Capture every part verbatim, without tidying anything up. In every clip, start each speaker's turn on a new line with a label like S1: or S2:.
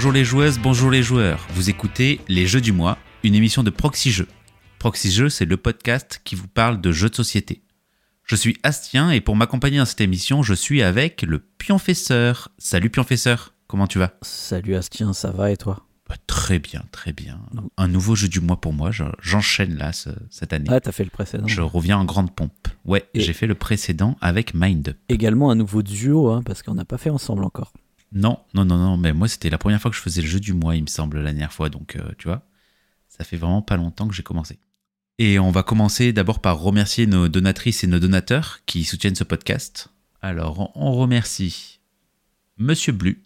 S1: Bonjour les joueuses, bonjour les joueurs. Vous écoutez Les Jeux du Mois, une émission de Proxy Jeux. Proxy Jeux, c'est le podcast qui vous parle de jeux de société. Je suis Astien et pour m'accompagner dans cette émission, je suis avec le Pionfesseur. Salut Pionfesseur, comment tu vas ?
S2: Salut Astien, ça va et toi ?
S1: Bah, très bien, très bien. Un nouveau jeu du mois pour moi, je, j'enchaîne là ce, cette année.
S2: Ah, t'as fait le précédent.
S1: Je reviens en grande pompe. Ouais, et j'ai fait le précédent avec Mind Up.
S2: Également un nouveau duo, hein, parce qu'on n'a pas fait ensemble encore.
S1: Non, non, non, non, mais moi c'était la première fois que je faisais le jeu du mois, il me semble, la dernière fois, donc euh, tu vois, ça fait vraiment pas longtemps que j'ai commencé. Et on va commencer d'abord par remercier nos donatrices et nos donateurs qui soutiennent ce podcast. Alors, on remercie Monsieur Blu,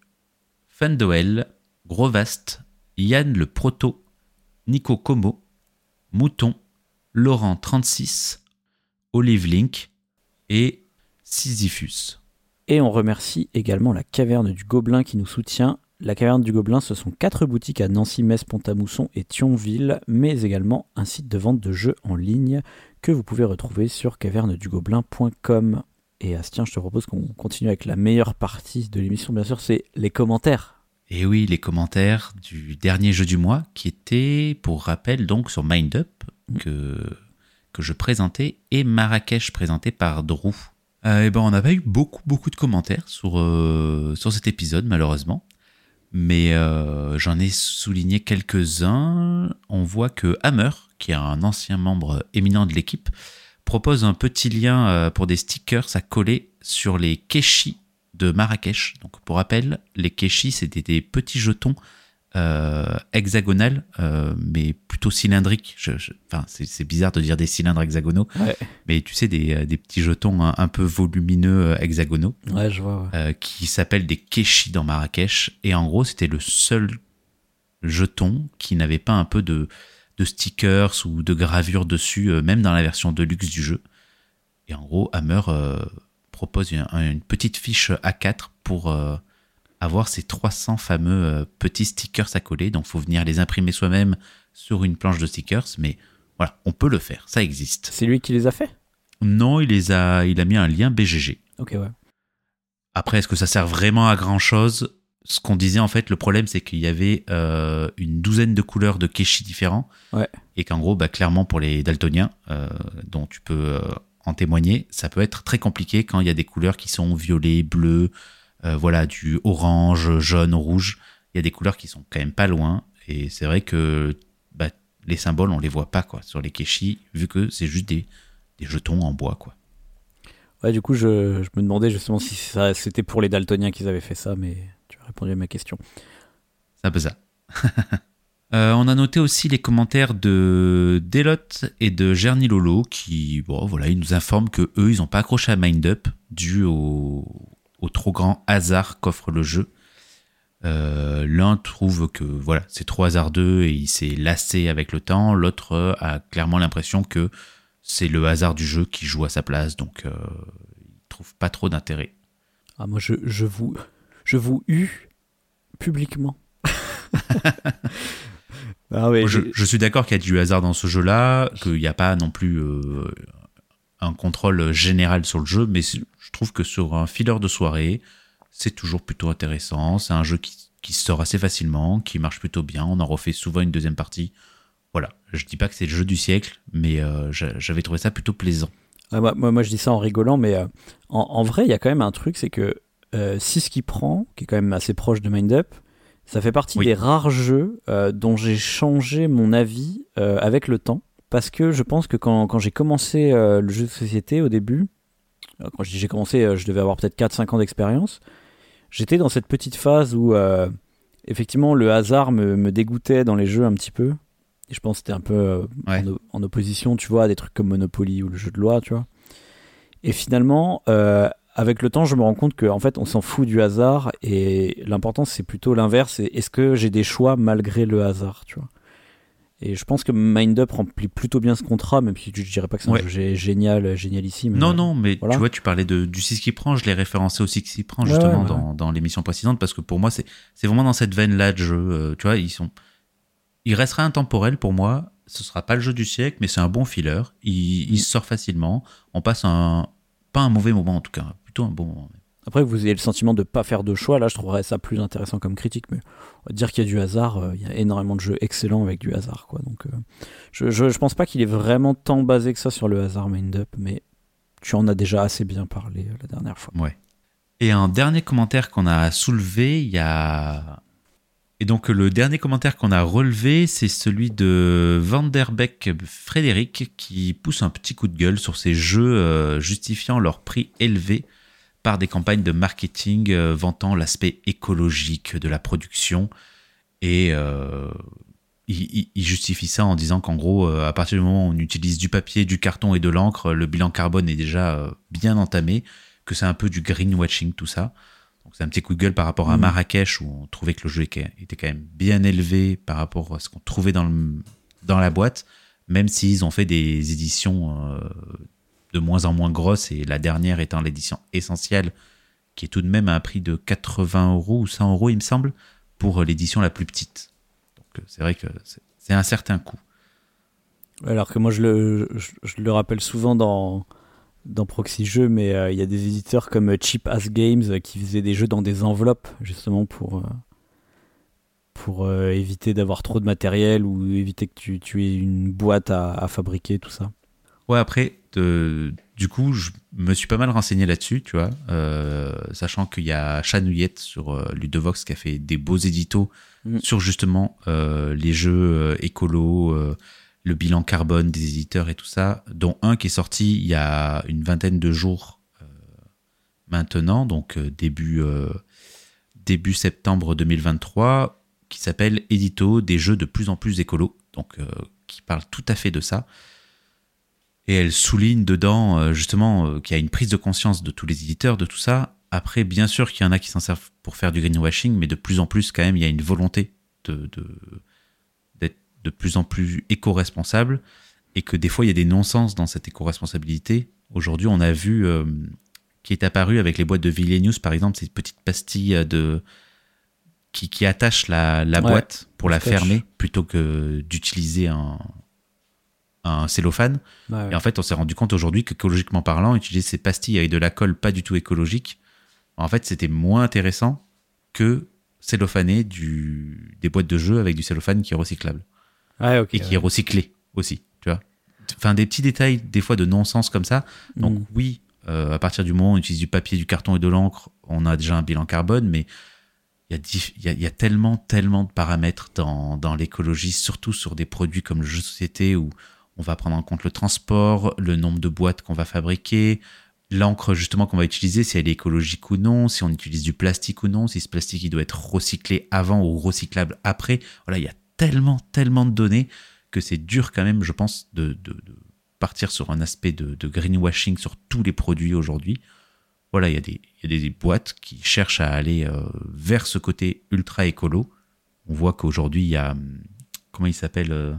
S1: Fundoel, Grovast, Yann le Proto, Nico Como, Mouton, Laurent trente-six, Olive Link et Sisyphus.
S2: Et on remercie également la Caverne du Gobelin qui nous soutient. La Caverne du Gobelin, ce sont quatre boutiques à Nancy, Metz, Pont-à-Mousson et Thionville, mais également un site de vente de jeux en ligne que vous pouvez retrouver sur caverne du gobelin point com. Et Astien, je te propose qu'on continue avec la meilleure partie de l'émission, bien sûr, c'est les commentaires.
S1: Et oui, les commentaires du dernier jeu du mois qui était, pour rappel, donc sur Mind Up, que, que je présentais, et Marrakech présenté par Drew. Euh, et ben, on n'a pas eu beaucoup, beaucoup de commentaires sur, euh, sur cet épisode, malheureusement. Mais euh, j'en ai souligné quelques-uns. On voit que Hammer, qui est un ancien membre éminent de l'équipe, propose un petit lien euh, pour des stickers à coller sur les kéchis de Marrakech. Donc, pour rappel, les kéchis, c'était des petits jetons euh, hexagonales, euh, mais plutôt cylindriques. Je, je, enfin, c'est, c'est bizarre de dire des cylindres hexagonaux, ouais. Mais tu sais, des, des petits jetons un, un peu volumineux hexagonaux,
S2: ouais, je vois, ouais.
S1: euh, qui s'appellent des kéchis dans Marrakech. Et en gros, c'était le seul jeton qui n'avait pas un peu de, de stickers ou de gravure dessus, euh, même dans la version deluxe du jeu. Et en gros, Hammer euh, propose une, une petite fiche A quatre pour euh, avoir ces trois cents fameux euh, petits stickers à coller. Donc, il faut venir les imprimer soi-même sur une planche de stickers. Mais voilà, on peut le faire, ça existe.
S2: C'est lui qui les a fait ?
S1: Non, il, les a, il a mis un lien B G G.
S2: Ok, ouais.
S1: Après, est-ce que ça sert vraiment à grand-chose ? Ce qu'on disait, en fait, le problème, c'est qu'il y avait euh, une douzaine de couleurs de kéchis différents.
S2: Ouais.
S1: Et qu'en gros, bah, clairement, pour les daltoniens, euh, dont tu peux euh, en témoigner, ça peut être très compliqué quand il y a des couleurs qui sont violet, bleu, euh, voilà, du orange, jaune, rouge. Il y a des couleurs qui sont quand même pas loin. Et c'est vrai que bah, les symboles, on les voit pas quoi, sur les kéchis, vu que c'est juste des, des jetons en bois, quoi.
S2: Ouais, du coup, je, je me demandais justement si ça, c'était pour les daltoniens qu'ils avaient fait ça, mais tu as répondu à ma question.
S1: C'est un peu ça. euh, on a noté aussi les commentaires de Delot et de Gernilolo qui, bon, voilà, ils nous informent que eux, ils n'ont pas accroché à Mind Up dû au, au trop grand hasard qu'offre le jeu. Euh, l'un trouve que voilà, c'est trop hasardeux et il s'est lassé avec le temps. L'autre a clairement l'impression que c'est le hasard du jeu qui joue à sa place, donc euh, il trouve pas trop d'intérêt.
S2: Ah, moi, je, je vous, je vous hue publiquement. ah ouais,
S1: je, je suis d'accord qu'il y a du hasard dans ce jeu-là, qu'il n'y a pas non plus euh, un contrôle général sur le jeu, mais je trouve que sur un filler de soirée, c'est toujours plutôt intéressant. C'est un jeu qui, qui sort assez facilement, qui marche plutôt bien. On en refait souvent une deuxième partie. Voilà, je dis pas que c'est le jeu du siècle, mais euh, j'avais trouvé ça plutôt plaisant.
S2: Ouais, moi, moi, moi, je dis ça en rigolant, mais euh, en, en vrai, il y a quand même un truc, c'est que euh, Six qui prend, qui est quand même assez proche de Mind Up, ça fait partie oui. des rares jeux euh, dont j'ai changé mon avis euh, avec le temps, parce que je pense que quand, quand j'ai commencé euh, le jeu de société au début, quand je dis j'ai commencé, euh, je devais avoir peut-être quatre cinq ans d'expérience, j'étais dans cette petite phase où euh, effectivement le hasard me, me dégoûtait dans les jeux un petit peu. Et je pense que c'était un peu euh, ouais. en, en opposition, tu vois, à des trucs comme Monopoly ou le jeu de loi, tu vois. Et finalement, euh, avec le temps, je me rends compte qu'en fait, on s'en fout du hasard et l'important, c'est plutôt l'inverse. C'est est-ce que j'ai des choix malgré le hasard, tu vois. Et je pense que Mind Up remplit plutôt bien ce contrat, même si je dirais pas que c'est ouais. un jeu génial, génialissime.
S1: Non, non, mais voilà. Tu vois, tu parlais de, du Six qui prend, je l'ai référencé au Six qui prend justement ouais, ouais, dans, ouais. dans l'émission précédente, parce que pour moi, c'est, c'est vraiment dans cette veine-là de jeu. Euh, tu vois, ils sont... Il restera intemporel pour moi, ce sera pas le jeu du siècle, mais c'est un bon filler, il, mmh. il sort facilement, on passe un, pas un mauvais moment en tout cas, plutôt un bon moment.
S2: Après, que vous ayez le sentiment de ne pas faire de choix, là, je trouverais ça plus intéressant comme critique. Mais on va dire qu'il y a du hasard. Euh, il y a énormément de jeux excellents avec du hasard, quoi. Donc, euh, je, je, je pense pas qu'il est vraiment tant basé que ça sur le hasard Mind-Up, mais tu en as déjà assez bien parlé euh, la dernière fois.
S1: Ouais. Et un dernier commentaire qu'on a soulevé, il y a... Et donc, le dernier commentaire qu'on a relevé, c'est celui de Vanderbeek Frédéric, qui pousse un petit coup de gueule sur ces jeux euh, justifiant leur prix élevé par des campagnes de marketing euh, vantant l'aspect écologique de la production. Et euh, il, il justifie ça en disant qu'en gros, euh, à partir du moment où on utilise du papier, du carton et de l'encre, le bilan carbone est déjà euh, bien entamé, que c'est un peu du greenwashing tout ça. Donc c'est un petit coup de gueule par rapport à mmh. Marrakech, où on trouvait que le jeu était quand même bien élevé par rapport à ce qu'on trouvait dans, le, dans la boîte, même s'ils ont fait des éditions... Euh, de moins en moins grosse, et la dernière étant l'édition essentielle, qui est tout de même à un prix de quatre-vingts euros ou cent euros, il me semble, pour l'édition la plus petite. Donc c'est vrai que c'est, c'est un certain coût.
S2: Alors que moi, je le, je, je le rappelle souvent dans, dans Proxy Jeux, mais il euh, y a des éditeurs comme Cheap Ass Games euh, qui faisaient des jeux dans des enveloppes, justement pour, euh, pour euh, éviter d'avoir trop de matériel ou éviter que tu, tu aies une boîte à, à fabriquer, tout ça.
S1: Ouais, après, de, du coup, je me suis pas mal renseigné là-dessus, tu vois, euh, sachant qu'il y a Chanouillette sur euh, Ludovox qui a fait des beaux éditos mmh. sur justement euh, les jeux euh, écolos, euh, le bilan carbone des éditeurs et tout ça, dont un qui est sorti il y a une vingtaine de jours euh, maintenant, donc euh, début, euh, début septembre deux mille vingt-trois, qui s'appelle Édito des jeux de plus en plus écolos, donc euh, qui parle tout à fait de ça. Et elle souligne dedans, justement, qu'il y a une prise de conscience de tous les éditeurs, de tout ça. Après, bien sûr qu'il y en a qui s'en servent pour faire du greenwashing, mais de plus en plus, quand même, il y a une volonté de, de, d'être de plus en plus éco-responsable, et que des fois, il y a des non-sens dans cette éco-responsabilité. Aujourd'hui, on a vu, euh, qui est apparu avec les boîtes de Vilenius, par exemple, ces petites pastilles de, qui, qui attachent la, la ouais, boîte pour la fermer, plutôt que d'utiliser un... un cellophane, ouais, ouais. Et en fait on s'est rendu compte aujourd'hui qu'écologiquement parlant, utiliser ces pastilles avec de la colle pas du tout écologique, en fait c'était moins intéressant que cellophaner du... des boîtes de jeux avec du cellophane qui est recyclable,
S2: ouais, okay,
S1: et qui
S2: ouais.
S1: est recyclé aussi, tu vois, enfin des petits détails des fois de non-sens comme ça. Donc mmh. oui, euh, à partir du moment où on utilise du papier, du carton et de l'encre, on a déjà un bilan carbone, mais il y a, diff... il y a, il y a tellement tellement de paramètres dans, dans l'écologie, surtout sur des produits comme le jeu de société où on va prendre en compte le transport, le nombre de boîtes qu'on va fabriquer, l'encre justement qu'on va utiliser, si elle est écologique ou non, si on utilise du plastique ou non, si ce plastique il doit être recyclé avant ou recyclable après. Voilà, il y a tellement, tellement de données que c'est dur quand même, je pense, de, de, de partir sur un aspect de, de greenwashing sur tous les produits aujourd'hui. Voilà, il y a des, il y a des boîtes qui cherchent à aller euh, vers ce côté ultra écolo. On voit qu'aujourd'hui, il y a... Comment il s'appelle euh,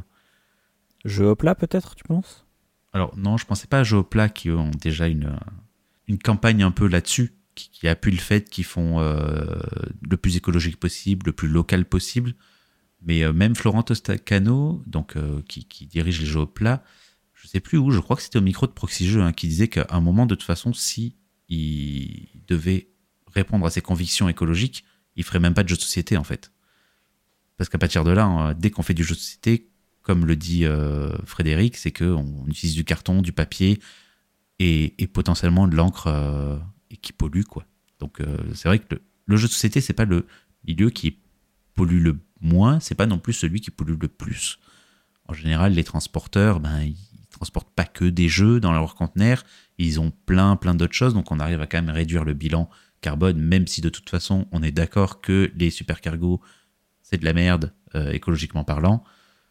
S2: Geopla peut-être, tu penses ?
S1: Alors non, je pensais pas à Geopla qui ont déjà une, une campagne un peu là-dessus, qui, qui appuie le fait qu'ils font euh, le plus écologique possible, le plus local possible. Mais euh, même Florent Toscano, donc, euh, qui, qui dirige les Geopla, je sais plus où, je crois que c'était au micro de Proxy Jeux, hein, qui disait qu'à un moment, de toute façon, si il devait répondre à ses convictions écologiques, il ferait même pas de jeu de société en fait. Parce qu'à partir de là, hein, dès qu'on fait du jeu de société, comme le dit euh, Frédéric, c'est qu'on utilise du carton, du papier et, et potentiellement de l'encre euh, et qui pollue, quoi. Donc euh, c'est vrai que le, le jeu de société, c'est pas le milieu qui pollue le moins, c'est pas non plus celui qui pollue le plus. En général, les transporteurs, ben, ils transportent pas que des jeux dans leurs conteneurs, ils ont plein, plein d'autres choses, donc on arrive à quand même réduire le bilan carbone, même si de toute façon, on est d'accord que les supercargos, c'est de la merde, euh, écologiquement parlant.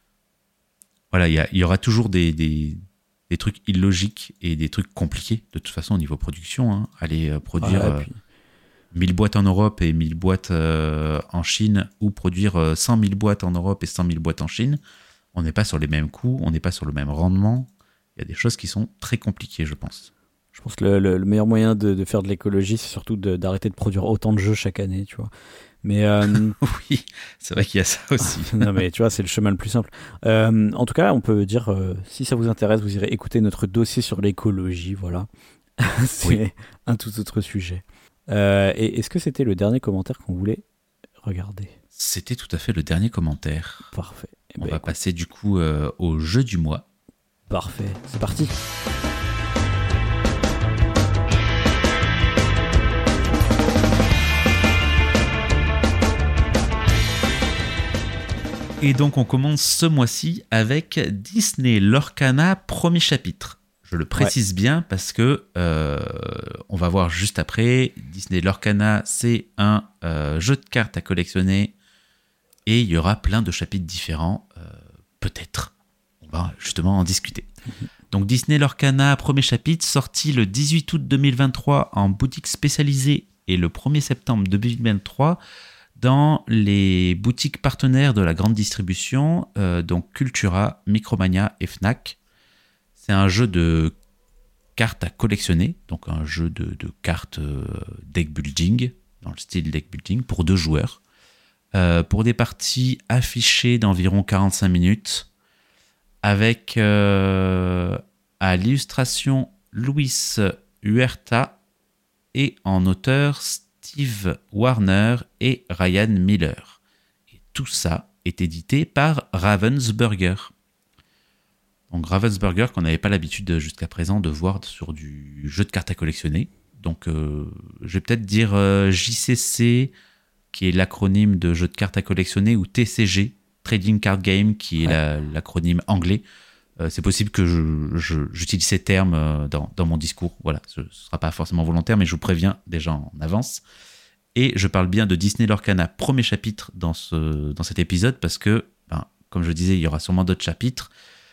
S1: Voilà, il y, y aura toujours des, des, des trucs illogiques et des trucs compliqués, de toute façon, au niveau production. Hein. Aller euh, produire ah, puis... euh, mille boîtes en Europe et mille boîtes euh, en Chine, ou produire euh, cent mille boîtes en Europe et cent mille boîtes en Chine, on n'est pas sur les mêmes coûts, on n'est pas sur le même rendement. Il y a des choses qui sont très compliquées, je pense.
S2: Je pense que le, le, le meilleur moyen de, de faire de l'écologie, c'est surtout de, d'arrêter de produire autant de jeux chaque année, tu vois. Mais euh...
S1: oui, c'est vrai qu'il y a ça aussi.
S2: Non, mais tu vois, c'est le chemin le plus simple. Euh, en tout cas, on peut dire, euh, si ça vous intéresse, vous irez écouter notre dossier sur l'écologie, voilà. C'est oui. un tout autre sujet. Euh, et est-ce que c'était le dernier commentaire qu'on voulait regarder ?
S1: C'était tout à fait le dernier commentaire.
S2: Parfait. Eh
S1: On
S2: ben,
S1: va
S2: écoute,
S1: passer du coup euh, au jeu du mois.
S2: Parfait, c'est parti.
S1: Et donc on commence ce mois-ci avec Disney Lorcana, premier chapitre. Je le précise ouais. bien parce que euh, on va voir juste après. Disney Lorcana, c'est un euh, jeu de cartes à collectionner et il y aura plein de chapitres différents. Euh, peut-être. On va justement en discuter. Mm-hmm. Donc Disney Lorcana, premier chapitre, sorti le dix-huit août deux mille vingt-trois en boutique spécialisée et le premier septembre deux mille vingt-trois dans les boutiques partenaires de la grande distribution, euh, donc Cultura, Micromania et Fnac. C'est un jeu de cartes à collectionner, donc un jeu de, de cartes euh, deck building, dans le style deck building, pour deux joueurs, euh, pour des parties affichées d'environ quarante-cinq minutes, avec euh, à l'illustration Luis Huerta et en auteur Steve Warner et Ryan Miller. Et tout ça est édité par Ravensburger. Donc Ravensburger qu'on n'avait pas l'habitude jusqu'à présent de voir sur du jeu de cartes à collectionner. Donc euh, je vais peut-être dire euh, J C C, qui est l'acronyme de jeu de cartes à collectionner, ou T C G, Trading Card Game, qui est ouais. la, l'acronyme anglais. Euh, c'est possible que je, je, j'utilise ces termes euh, dans, dans mon discours. Voilà, ce ne sera pas forcément volontaire, mais je vous préviens déjà en avance. Et je parle bien de Disney Lorcana, premier chapitre dans, ce, dans cet épisode, parce que, ben, comme je disais, il y aura sûrement d'autres chapitres.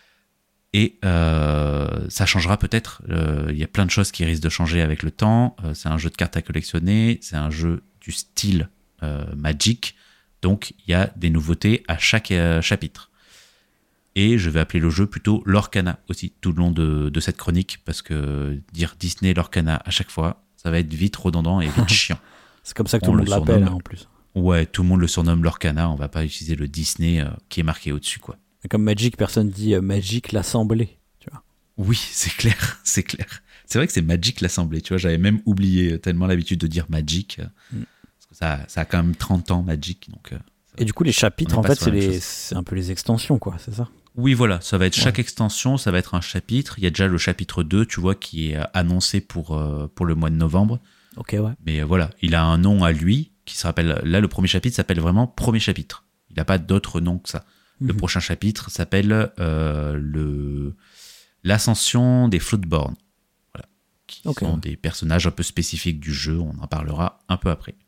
S1: Et euh, ça changera peut-être. Euh, il y a plein de choses qui risquent de changer avec le temps. Euh, c'est un jeu de cartes à collectionner. C'est un jeu du style euh, Magic. Donc, il y a des nouveautés à chaque euh, chapitre. Et je vais appeler le jeu plutôt Lorcana aussi, tout le long de, de cette chronique, parce que dire Disney Lorcana à chaque fois, ça va être vite redondant et vite chiant.
S2: C'est comme ça que tout le monde l'appelle, surnomme, hein, en plus.
S1: Ouais, tout le monde le surnomme Lorcana, on va pas utiliser le Disney euh, qui est marqué au-dessus, quoi.
S2: Comme Magic, personne dit euh, Magic l'Assemblée, tu vois.
S1: Oui, c'est clair, c'est clair. C'est vrai que c'est Magic l'Assemblée, tu vois, j'avais même oublié tellement l'habitude de dire Magic. Mm. Ça, ça a quand même trente ans, Magic. Donc, euh,
S2: et du coup, les chapitres, en fait, c'est, les, c'est un peu les extensions, quoi, c'est ça ?
S1: Oui, voilà, ça va être ouais. chaque extension, ça va être un chapitre. Il y a déjà le chapitre deux, tu vois, qui est annoncé pour, euh, pour le mois de novembre.
S2: Ok, ouais.
S1: Mais euh, voilà, il a un nom à lui, qui se rappelle... Là, le premier chapitre s'appelle vraiment Premier chapitre. Il n'a pas d'autre nom que ça. Mm-hmm. Le prochain chapitre s'appelle euh, le... L'Ascension des Floodborn. Voilà. Qui okay, sont ouais. des personnages un peu spécifiques du jeu, on en parlera un peu après.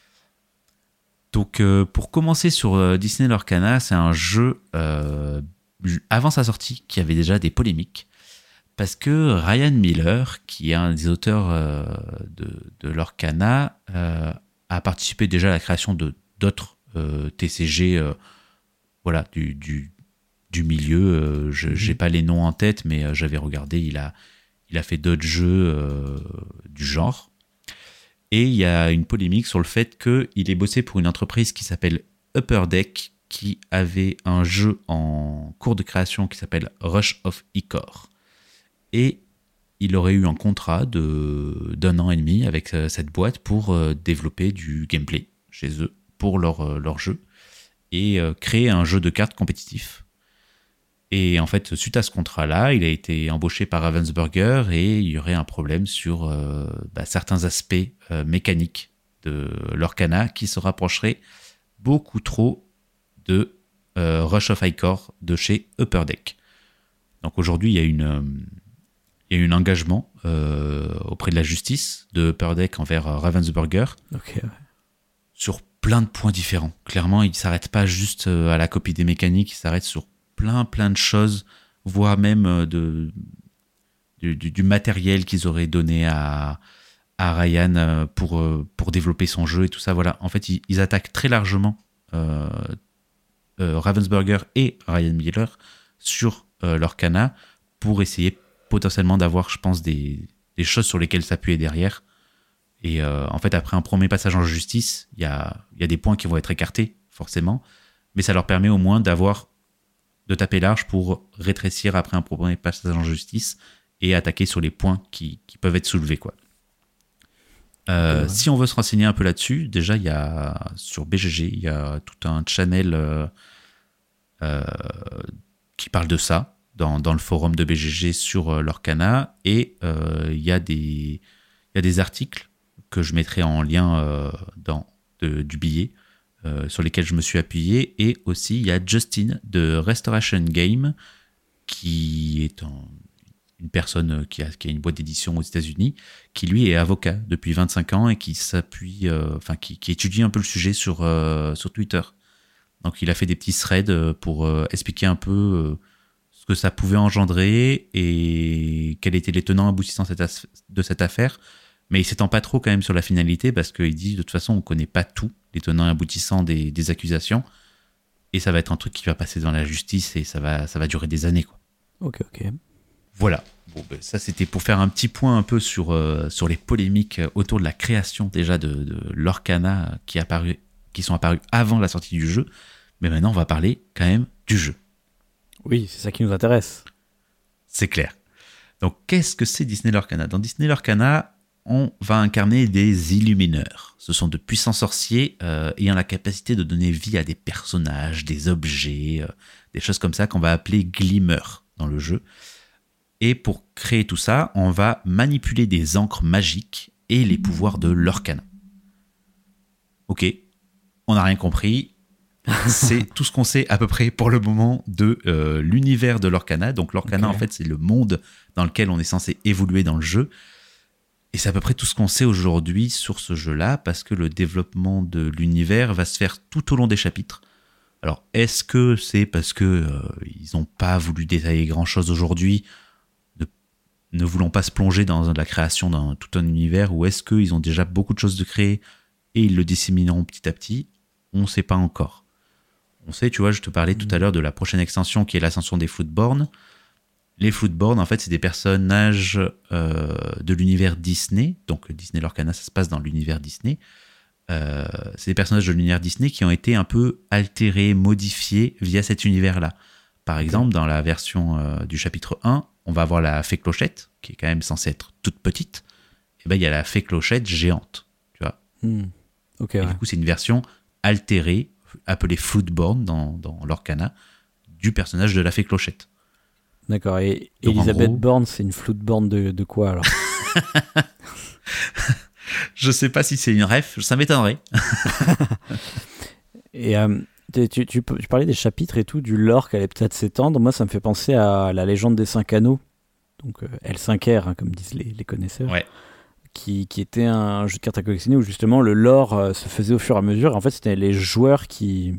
S1: Donc, euh, pour commencer sur euh, Disney Lorcana, c'est un jeu, euh, avant sa sortie, qui avait déjà des polémiques, parce que Ryan Miller, qui est un des auteurs euh, de, de Lorcana, euh, a participé déjà à la création de, d'autres euh, T C G euh, voilà, du, du, du milieu. Euh, je n'ai pas les noms en tête, mais euh, j'avais regardé, il a, il a fait d'autres jeux euh, du genre. Et il y a une polémique sur le fait qu'il ait bossé pour une entreprise qui s'appelle Upper Deck, qui avait un jeu en cours de création qui s'appelle Rush of Icor. Et il aurait eu un contrat de, d'un an et demi avec cette boîte pour euh, développer du gameplay chez eux pour leur, euh, leur jeu et euh, créer un jeu de cartes compétitif. Et en fait, suite à ce contrat-là, il a été embauché par Ravensburger et il y aurait un problème sur euh, bah, certains aspects euh, mécaniques de Lorcana qui se rapprocheraient beaucoup trop de euh, Rush of Icor de chez Upper Deck. Donc aujourd'hui, il y a une... Euh, Il y a eu un engagement euh, auprès de la justice de Upper Deck envers Ravensburger
S2: okay, ouais.
S1: sur plein de points différents. Clairement, il ne s'arrête pas juste à la copie des mécaniques, il s'arrête sur plein, plein de choses, voire même de, du, du, du matériel qu'ils auraient donné à, à Ryan pour, pour développer son jeu et tout ça. Voilà. En fait, ils, ils attaquent très largement euh, euh, Ravensburger et Ryan Miller sur euh, Lorcana pour essayer potentiellement d'avoir, je pense, des, des choses sur lesquelles s'appuyer derrière. Et euh, en fait, après un premier passage en justice, il y a, y a des points qui vont être écartés, forcément, mais ça leur permet au moins d'avoir, de taper large pour rétrécir après un premier passage en justice et attaquer sur les points qui, qui peuvent être soulevés, quoi. Euh,
S2: ouais.
S1: Si on veut se renseigner un peu là-dessus, déjà, il y a sur B G G, il y a tout un channel euh, euh, qui parle de ça dans, dans le forum de B G G sur euh, l'Orcana, et euh, il y a des il y a des articles que je mettrai en lien euh, dans de, du billet euh, sur lesquels je me suis appuyé, et aussi il y a Justin de Restoration Game qui est un une personne qui a, qui a une boîte d'édition aux États-Unis, qui lui est avocat depuis vingt-cinq ans et qui s'appuie, euh, enfin qui, qui étudie un peu le sujet sur, euh, sur Twitter. Donc il a fait des petits threads pour euh, expliquer un peu euh, ce que ça pouvait engendrer et quels étaient les tenants aboutissants de cette affaire. Mais il s'étend pas trop quand même sur la finalité, parce qu'il dit de toute façon on connaît pas tout, les tenants aboutissants des, des accusations, et ça va être un truc qui va passer dans la justice et ça va, ça va durer des années, quoi.
S2: Ok, ok.
S1: Voilà, bon, ben, ça c'était pour faire un petit point un peu sur, euh, sur les polémiques autour de la création déjà de, de l'Orcana qui, apparu, qui sont apparues avant la sortie du jeu. Mais maintenant on va parler quand même du jeu.
S2: Oui, c'est ça qui nous intéresse.
S1: C'est clair. Donc qu'est-ce que c'est Disney l'Orcana ? Dans Disney l'Orcana, on va incarner des illumineurs. Ce sont de puissants sorciers euh, ayant la capacité de donner vie à des personnages, des objets, euh, des choses comme ça qu'on va appeler glimmers dans le jeu. Et pour créer tout ça, on va manipuler des encres magiques et les pouvoirs de l'Orcana. Ok, on n'a rien compris. C'est tout ce qu'on sait à peu près pour le moment de euh, l'univers de l'Orcana. Donc l'Orcana, okay. En fait, c'est le monde dans lequel on est censé évoluer dans le jeu. Et c'est à peu près tout ce qu'on sait aujourd'hui sur ce jeu-là, parce que le développement de l'univers va se faire tout au long des chapitres. Alors, est-ce que c'est parce que euh, ils n'ont pas voulu détailler grand-chose aujourd'hui, ne voulant pas se plonger dans la création d'un tout un univers, ou est-ce qu'ils ont déjà beaucoup de choses de créer et ils le dissémineront petit à petit ? On ne sait pas encore. On sait, tu vois, je te parlais tout à l'heure de la prochaine extension qui est l'ascension des Floodborn. Les Floodborn, en fait, c'est des personnages euh, de l'univers Disney. Donc Disney l'Orcana, ça se passe dans l'univers Disney. Euh, c'est des personnages de l'univers Disney qui ont été un peu altérés, modifiés via cet univers-là. Par exemple, dans la version euh, du chapitre un, on va avoir la fée Clochette, qui est quand même censée être toute petite. Et ben il y a la fée Clochette géante, tu vois.
S2: Mmh. Ok.
S1: Et
S2: ouais.
S1: du coup, c'est une version altérée, appelée Floodborn dans, dans l'Orcana, du personnage de la fée Clochette.
S2: D'accord. Et
S1: Donc,
S2: Elisabeth
S1: gros...
S2: Borne, c'est une Floodborn de, de quoi alors ?
S1: Je sais pas si c'est une ref, ça m'étonnerait.
S2: Et euh, tu, tu, tu parlais des chapitres et tout, du lore qui allait peut-être s'étendre. Moi, ça me fait penser à la légende des cinq anneaux, donc euh, L cinq R, hein, comme disent les, les connaisseurs,
S1: ouais.
S2: qui, qui était un jeu de cartes à collectionner où justement le lore euh, se faisait au fur et à mesure. En fait, c'était les joueurs qui,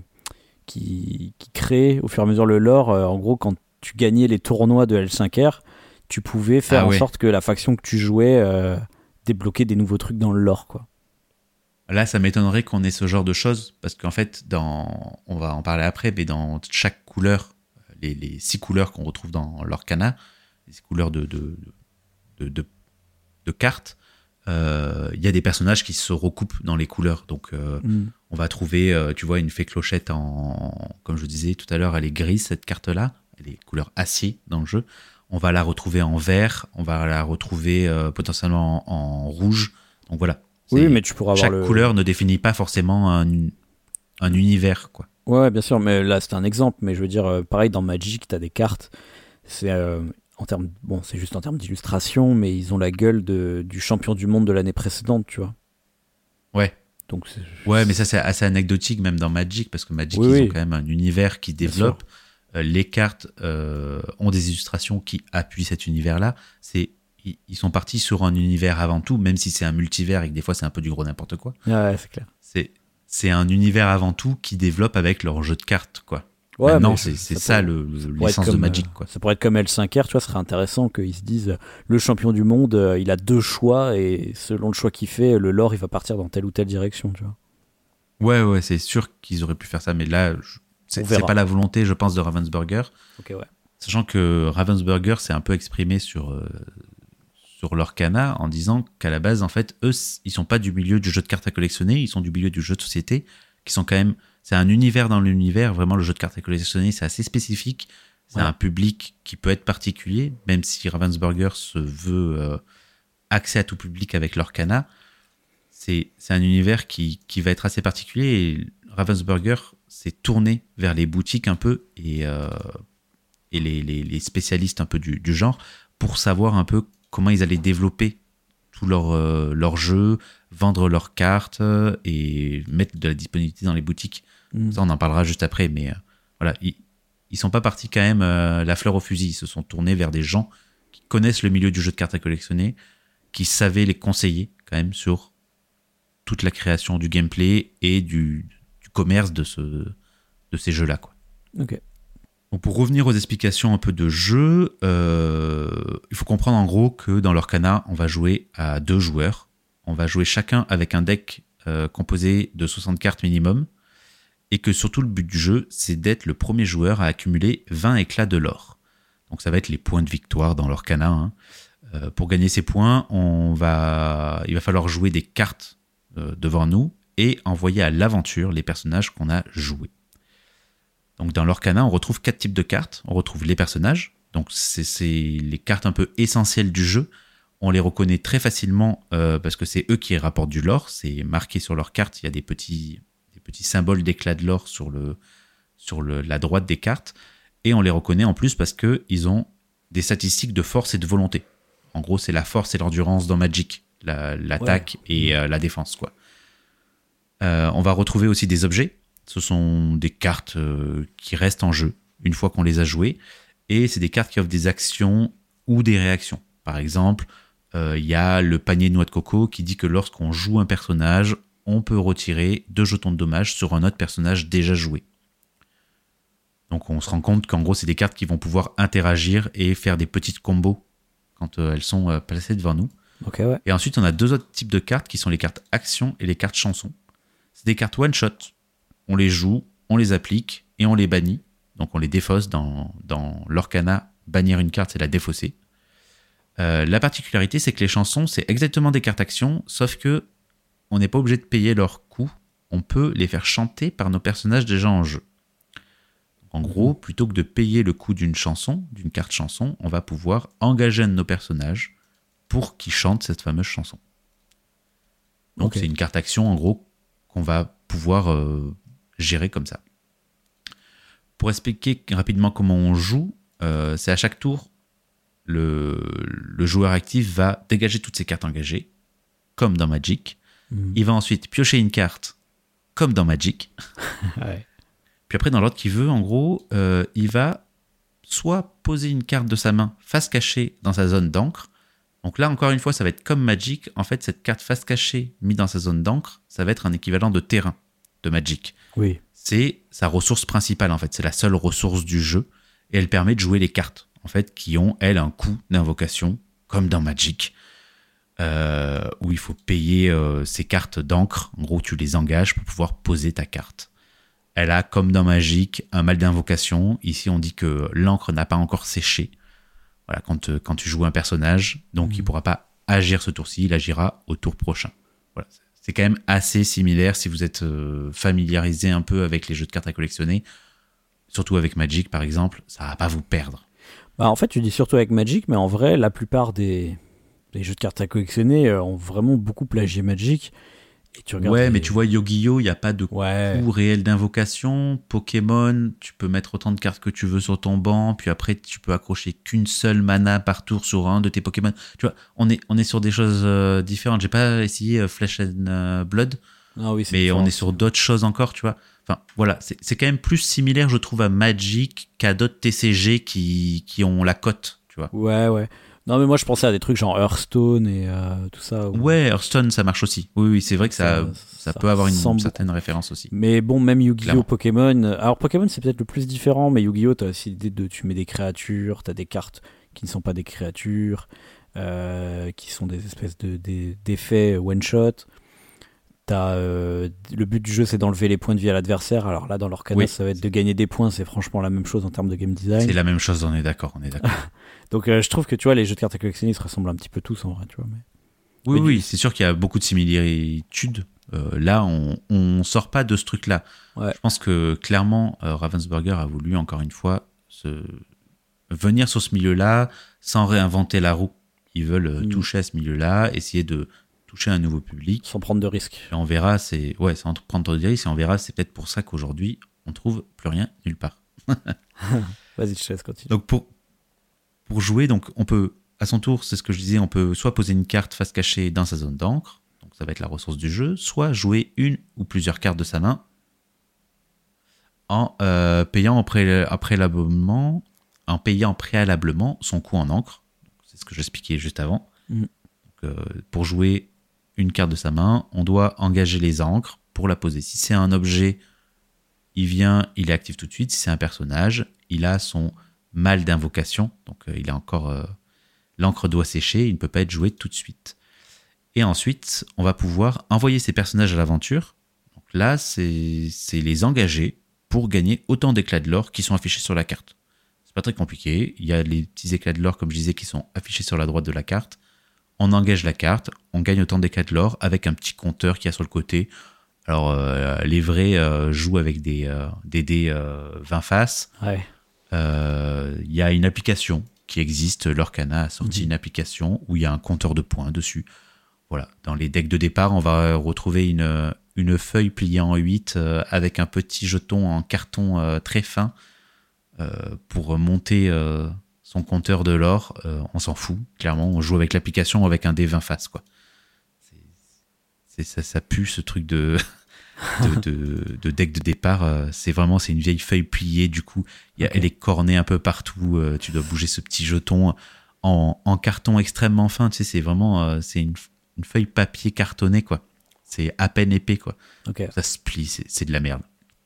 S2: qui, qui créaient au fur et à mesure le lore. Euh, en gros, quand tu gagnais les tournois de L cinq R, tu pouvais faire ah, en ouais. sorte que la faction que tu jouais euh, débloquait des nouveaux trucs dans le lore, quoi.
S1: Là, ça m'étonnerait qu'on ait ce genre de choses, parce qu'en fait, dans, on va en parler après, mais dans chaque couleur, les, les six couleurs qu'on retrouve dans l'Orcana, les six couleurs de, de, de, de, de cartes, il euh, y a des personnages qui se recoupent dans les couleurs. Donc, euh, mm. on va trouver, euh, tu vois, une fée Clochette en, comme je disais tout à l'heure, elle est grise, cette carte-là, elle est couleur acier dans le jeu. On va la retrouver en vert, on va la retrouver euh, potentiellement en, en rouge. Donc voilà.
S2: Oui, mais tu pourras avoir
S1: chaque
S2: le...
S1: couleur ne définit pas forcément un, un univers, quoi.
S2: Ouais, bien sûr, mais là c'est un exemple. Mais je veux dire, euh, pareil dans Magic, t'as des cartes. C'est euh, en termes, bon, c'est juste en termes d'illustration, mais ils ont la gueule de, du champion du monde de l'année précédente, tu vois.
S1: Ouais.
S2: Donc c'est...
S1: Ouais, mais ça c'est assez anecdotique même dans Magic, parce que Magic
S2: oui,
S1: ils
S2: oui.
S1: ont quand même un univers qui développe. Euh, les cartes euh, ont des illustrations qui appuient cet univers-là. C'est ils sont partis sur un univers avant tout, même si c'est un multivers et que des fois c'est un peu du gros n'importe quoi.
S2: Ouais, c'est clair.
S1: C'est, c'est un univers avant tout qui développe avec leur jeu de cartes, quoi.
S2: Ouais,
S1: Maintenant,
S2: mais
S1: c'est,
S2: je,
S1: c'est
S2: ça,
S1: ça
S2: pourrait,
S1: le,
S2: ça
S1: l'essence de Magic, quoi.
S2: Ça pourrait être comme L cinq R, tu vois, ce serait intéressant qu'ils se disent le champion du monde, il a deux choix et selon le choix qu'il fait, le lore il va partir dans telle ou telle direction, tu vois.
S1: Ouais, ouais, c'est sûr qu'ils auraient pu faire ça, mais là, c'est, c'est pas la volonté, je pense, de Ravensburger.
S2: Ok, ouais.
S1: Sachant que Ravensburger s'est un peu exprimé sur. Euh, sur l'Orcana en disant qu'à la base, en fait, eux, ils sont pas du milieu du jeu de cartes à collectionner, ils sont du milieu du jeu de société, qui sont quand même, c'est un univers dans l'univers, vraiment le jeu de cartes à collectionner, c'est assez spécifique, c'est ouais. un public qui peut être particulier, même si Ravensburger se veut euh, accès à tout public avec l'Orcana, c'est, c'est un univers qui, qui va être assez particulier. Et Ravensburger s'est tourné vers les boutiques un peu et, euh, et les, les, les spécialistes un peu du, du genre pour savoir un peu comment ils allaient développer tout leur, euh, leur jeu, vendre leurs cartes et mettre de la disponibilité dans les boutiques. Mmh. Ça, on en parlera juste après, mais euh, voilà, ils, ils sont pas partis quand même euh, la fleur au fusil. Ils se sont tournés vers des gens qui connaissent le milieu du jeu de cartes à collectionner, qui savaient les conseiller quand même sur toute la création du gameplay et du, du commerce de, ce, de ces jeux-là, quoi.
S2: Ok.
S1: Donc pour revenir aux explications un peu de jeu, euh, il faut comprendre en gros que dans l'Orcana, on va jouer à deux joueurs. On va jouer chacun avec un deck euh, composé de soixante cartes minimum, et que surtout le but du jeu, c'est d'être le premier joueur à accumuler vingt éclats de l'or. Donc ça va être les points de victoire dans l'Orcana. Hein. Euh, pour gagner ces points, on va, il va falloir jouer des cartes euh, devant nous et envoyer à l'aventure les personnages qu'on a joués. Donc dans l'Orcana, on retrouve quatre types de cartes. On retrouve les personnages, donc c'est, c'est les cartes un peu essentielles du jeu. On les reconnaît très facilement euh, parce que c'est eux qui rapportent du lore. C'est marqué sur leur carte, il y a des petits, des petits symboles d'éclat de lore sur, le, sur le, la droite des cartes. Et on les reconnaît en plus parce qu'ils ont des statistiques de force et de volonté. En gros, c'est la force et l'endurance dans Magic, la, l'attaque ouais. et euh, la défense, quoi. Euh, on va retrouver aussi des objets. Ce sont des cartes euh, qui restent en jeu une fois qu'on les a jouées. Et c'est des cartes qui offrent des actions ou des réactions. Par exemple, il euh, y a le panier de noix de coco qui dit que lorsqu'on joue un personnage, on peut retirer deux jetons de dommage sur un autre personnage déjà joué. Donc on se rend compte qu'en gros, c'est des cartes qui vont pouvoir interagir et faire des petites combos quand euh, elles sont euh, placées devant nous.
S2: Okay, ouais.
S1: Et ensuite, on a deux autres types de cartes qui sont les cartes action et les cartes chanson. C'est des cartes one-shot. On les joue, on les applique et on les bannit. Donc on les défausse dans, dans l'Orcana. Bannir une carte, c'est la défausser. Euh, la particularité, c'est que les chansons, c'est exactement des cartes action, sauf que on n'est pas obligé de payer leur coût. On peut les faire chanter par nos personnages déjà en jeu. Donc, en gros, plutôt que de payer le coût d'une chanson, d'une carte chanson, on va pouvoir engager un de nos personnages pour qu'il chante cette fameuse chanson. Donc okay. C'est une carte action, en gros, qu'on va pouvoir euh, gérer comme ça. Pour expliquer rapidement comment on joue, euh, c'est à chaque tour, le, le joueur actif va dégager toutes ses cartes engagées, comme dans Magic. Mmh. Il va ensuite piocher une carte, comme dans Magic. Ouais. Puis après, dans l'ordre qu'il veut, en gros, euh, il va soit poser une carte de sa main face cachée dans sa zone d'encre. Donc là, encore une fois, ça va être comme Magic. En fait, cette carte face cachée mise dans sa zone d'encre, ça va être un équivalent de terrain de Magic.
S2: Oui.
S1: C'est sa ressource principale, en fait. C'est la seule ressource du jeu. Et elle permet de jouer les cartes, en fait, qui ont, elles, un coût d'invocation, comme dans Magic, euh, où il faut payer euh, ces cartes d'encre. En gros, tu les engages pour pouvoir poser ta carte. Elle a, comme dans Magic, un mal d'invocation. Ici, on dit que l'encre n'a pas encore séché. Voilà, quand, quand tu joues un personnage, donc mmh. il ne pourra pas agir ce tour-ci, il agira au tour prochain. Voilà. C'est quand même assez similaire si vous êtes euh, familiarisé un peu avec les jeux de cartes à collectionner, surtout avec Magic par exemple, ça ne va pas vous perdre.
S2: Bah, en fait, tu dis surtout avec Magic, mais en vrai, la plupart des, des jeux de cartes à collectionner euh, ont vraiment beaucoup plagié Magic. Et tu
S1: ouais,
S2: les...
S1: mais tu vois, Yu-Gi-Oh, il n'y a pas de
S2: ouais.
S1: coût réel d'invocation. Pokémon, tu peux mettre autant de cartes que tu veux sur ton banc, puis après, tu peux accrocher qu'une seule mana par tour sur un de tes Pokémon. Tu vois, on est, on est sur des choses euh, différentes. J'ai pas essayé euh, Flesh and euh, Blood,
S2: ah oui,
S1: mais on est sur d'autres choses encore, tu vois. Enfin, voilà, c'est, c'est quand même plus similaire, je trouve, à Magic qu'à d'autres T C G qui, qui ont la cote, tu vois.
S2: Ouais, ouais. Non, mais moi, je pensais à des trucs genre Hearthstone et euh, tout ça. Où...
S1: Ouais, Hearthstone, ça marche aussi. Oui, oui, c'est vrai que ça, ça, ça, ça peut avoir une certaine beaucoup. référence aussi.
S2: Mais bon, même Yu-Gi-Oh! Clairement. Pokémon... Alors, Pokémon, c'est peut-être le plus différent, mais Yu-Gi-Oh! T'as aussi l'idée de... Tu mets des créatures, t'as des cartes qui ne sont pas des créatures, euh, qui sont des espèces de, des, d'effets one-shot. T'as, euh, le but du jeu, c'est d'enlever les points de vie à l'adversaire. Alors là, dans l'Orcana, oui. ça va être de gagner des points. C'est franchement la même chose en termes de game design.
S1: C'est la même chose, on est d'accord, on est d'accord.
S2: Donc euh, je trouve que tu vois, les jeux de cartes à collectionner, ils se ressemblent un petit peu tous en vrai, tu vois. Mais...
S1: Oui,
S2: mais
S1: oui,
S2: du...
S1: c'est sûr qu'il y a beaucoup de similitudes. Euh, là, on, on sort pas de ce truc-là. Ouais. Je pense que clairement, euh, Ravensburger a voulu encore une fois se... venir sur ce milieu-là sans réinventer la roue. Ils veulent mmh. toucher à ce milieu-là, essayer de toucher un nouveau public.
S2: Sans prendre de risques.
S1: Et on verra, c'est ouais, sans prendre de risques, et on verra, c'est peut-être pour ça qu'aujourd'hui, on trouve plus rien nulle part.
S2: Vas-y, je te laisse continuer.
S1: Donc pour, pour jouer, donc on peut, à son tour, c'est ce que je disais, on peut soit poser une carte face cachée dans sa zone d'encre, donc ça va être la ressource du jeu, soit jouer une ou plusieurs cartes de sa main en euh, payant après, après l'abonnement, en payant préalablement son coût en encre. C'est ce que j'expliquais juste avant. Mm. Donc, euh, pour jouer une carte de sa main, on doit engager les encres pour la poser. Si c'est un objet, il vient, il est actif tout de suite. Si c'est un personnage, il a son mal d'invocation, donc euh, il a encore euh, l'encre doit sécher, il ne peut pas être joué tout de suite. Et ensuite, on va pouvoir envoyer ces personnages à l'aventure. Donc là, c'est, c'est les engager pour gagner autant d'éclats de l'or qui sont affichés sur la carte. C'est pas très compliqué. Il y a les petits éclats de l'or, comme je disais, qui sont affichés sur la droite de la carte. On engage la carte, on gagne autant d'éclats de l'or avec un petit compteur qu'il y a sur le côté. Alors, euh, les vrais euh, jouent avec des, euh, des dés euh, vingt faces.
S2: Ouais.
S1: Euh, il y a une application qui existe. Lorcana a sorti mmh. une application où il y a un compteur de points dessus. Voilà. Dans les decks de départ, on va retrouver une, une feuille pliée en huit euh, avec un petit jeton en carton euh, très fin euh, pour monter euh, son compteur de l'or. Euh, on s'en fout. Clairement, on joue avec l'application ou avec un dé vingt faces, quoi. C'est, c'est, ça, ça pue ce truc de... De, de, de deck de départ, euh, c'est vraiment c'est une vieille feuille pliée, du coup y a, okay. elle est cornée un peu partout, euh, tu dois bouger ce petit jeton en, en carton extrêmement fin, tu sais, c'est vraiment euh, c'est une, une feuille papier cartonné, quoi. C'est à peine épais, quoi.
S2: Okay.
S1: Ça se plie, c'est, c'est de la merde.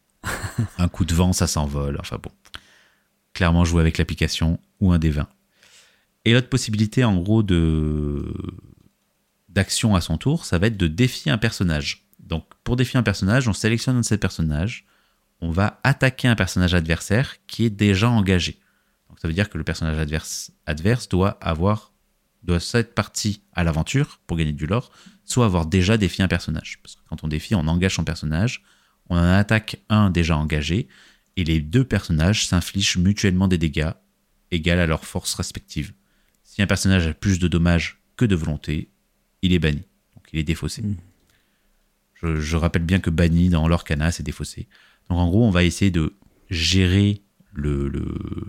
S1: Un coup de vent, ça s'envole, enfin bon. Clairement jouer avec l'application ou un dé vingt. Et l'autre possibilité, en gros, de d'action à son tour, ça va être de défier un personnage. Donc, pour défier un personnage, on sélectionne un de ces personnages, on va attaquer un personnage adversaire qui est déjà engagé. Donc, ça veut dire que le personnage adverse, adverse doit avoir, doit soit être parti à l'aventure pour gagner du lore, soit avoir déjà défié un personnage. Parce que quand on défie, on engage son personnage, on en attaque un déjà engagé, et les deux personnages s'infligent mutuellement des dégâts égaux à leurs forces respectives. Si un personnage a plus de dommages que de volonté, il est banni. Donc, il est défaussé. Mmh. Je, je rappelle bien que banni dans Lorcana, c'est défaussé. Donc en gros, on va essayer de gérer le, le,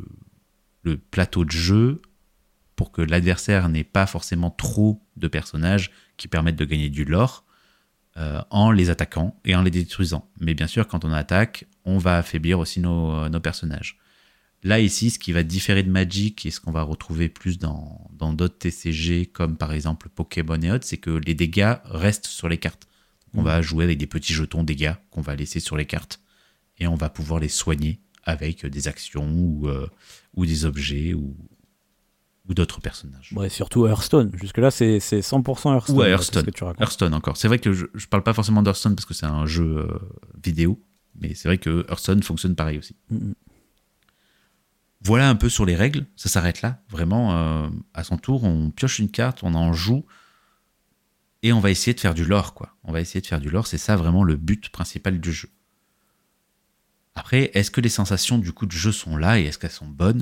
S1: le plateau de jeu pour que l'adversaire n'ait pas forcément trop de personnages qui permettent de gagner du lore euh, en les attaquant et en les détruisant. Mais bien sûr, quand on attaque, on va affaiblir aussi nos, nos personnages. Là, ici, ce qui va différer de Magic et ce qu'on va retrouver plus dans, dans d'autres T C G, comme par exemple Pokémon et autres, c'est que les dégâts restent sur les cartes. On va jouer avec des petits jetons dégâts qu'on va laisser sur les cartes et on va pouvoir les soigner avec des actions ou, euh, ou des objets ou, ou d'autres personnages.
S2: Ouais, surtout Hearthstone. Jusque-là, c'est, c'est cent pour cent Hearthstone.
S1: Ouais, Hearthstone.
S2: Que tu racontes.
S1: Hearthstone encore. C'est vrai que je ne parle pas forcément d'Hearthstone parce que c'est un jeu euh, vidéo, mais c'est vrai que Hearthstone fonctionne pareil aussi. Mm-hmm. Voilà un peu sur les règles. Ça s'arrête là. Vraiment, euh, à son tour, on pioche une carte, on en joue. Et on va essayer de faire du lore, quoi. On va essayer de faire du lore, c'est ça vraiment le but principal du jeu. Après, est-ce que les sensations du coup du jeu sont là et est-ce qu'elles sont bonnes ?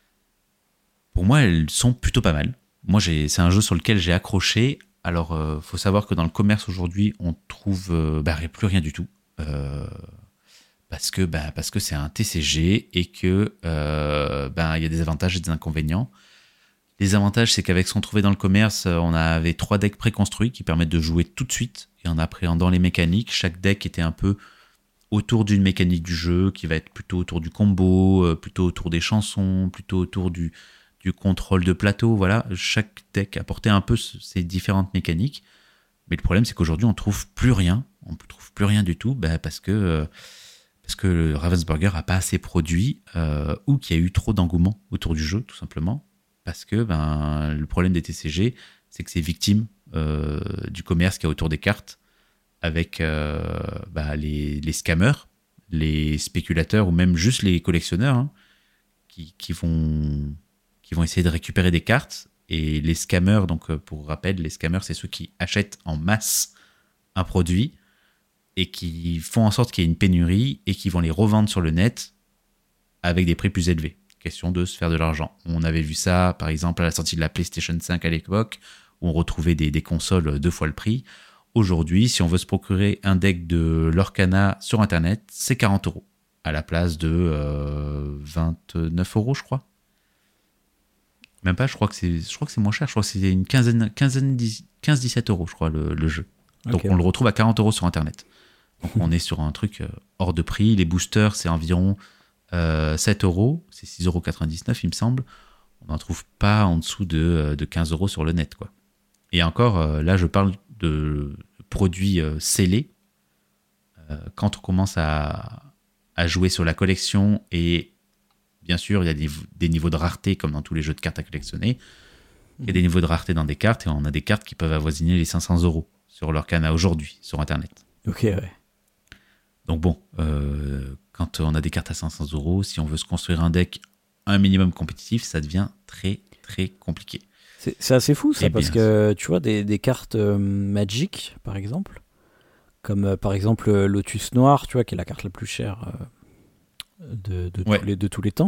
S1: Pour moi, elles sont plutôt pas mal. Moi, j'ai, c'est un jeu sur lequel j'ai accroché. Alors, euh, faut savoir que dans le commerce aujourd'hui, on trouve euh, bah, plus rien du tout. Euh, parce que, bah, parce que c'est un T C G et que euh, bah, y a des avantages et des inconvénients. Les avantages, c'est qu'avec ce qu'on trouvait dans le commerce, on avait trois decks préconstruits qui permettent de jouer tout de suite. Et en appréhendant les mécaniques, chaque deck était un peu autour d'une mécanique du jeu, qui va être plutôt autour du combo, plutôt autour des chansons, plutôt autour du, du contrôle de plateau. Voilà, chaque deck apportait un peu ces différentes mécaniques. Mais le problème, c'est qu'aujourd'hui, on ne trouve plus rien. On ne trouve plus rien du tout bah, parce que... Parce que Ravensburger n'a pas assez produit euh, ou qu'il y a eu trop d'engouement autour du jeu, tout simplement. Parce que ben, le problème des T C G, c'est que c'est victime euh, du commerce qu'il y a autour des cartes, avec euh, bah, les, les scammers, les spéculateurs ou même juste les collectionneurs hein, qui, qui, vont, qui vont essayer de récupérer des cartes. Et les scammers, donc pour rappel, les scammers, c'est ceux qui achètent en masse un produit et qui font en sorte qu'il y ait une pénurie et qui vont les revendre sur le net avec des prix plus élevés. Question de se faire de l'argent. On avait vu ça, par exemple, à la sortie de la PlayStation cinq à l'époque, où on retrouvait des, des consoles deux fois le prix. Aujourd'hui, si on veut se procurer un deck de Lorcana sur Internet, c'est quarante euros, à la place de euh, vingt-neuf euros, je crois. Même pas, je crois que c'est, je crois que c'est moins cher. Je crois que c'est une quinzaine, quinzaine, quinze dix-sept euros, je crois, le, le jeu. Donc okay. On le retrouve à quarante euros sur Internet. Donc on est sur un truc euh, hors de prix. Les boosters, c'est environ euh, sept euros. C'est six euros quatre-vingt-dix-neuf, il me semble. On n'en trouve pas en dessous de, de quinze euros sur le net, quoi. Et encore, euh, là, je parle de produits euh, scellés. Euh, quand on commence à, à jouer sur la collection, et bien sûr, il y a des, des niveaux de rareté, comme dans tous les jeux de cartes à collectionner. Il y a des niveaux de rareté dans des cartes, et on a des cartes qui peuvent avoisiner les cinq cents euros sur Lorcana aujourd'hui, sur Internet.
S2: Ok, ouais.
S1: Donc bon, euh, quand on a des cartes à cinq cents euros, si on veut se construire un deck un minimum compétitif, ça devient très, très compliqué.
S2: C'est, c'est assez fou, ça, et parce que, tu vois, des, des cartes euh, Magic, par exemple, comme euh, par exemple Lotus Noir, tu vois, qui est la carte la plus chère euh, de, de, ouais. tous les, de tous les temps.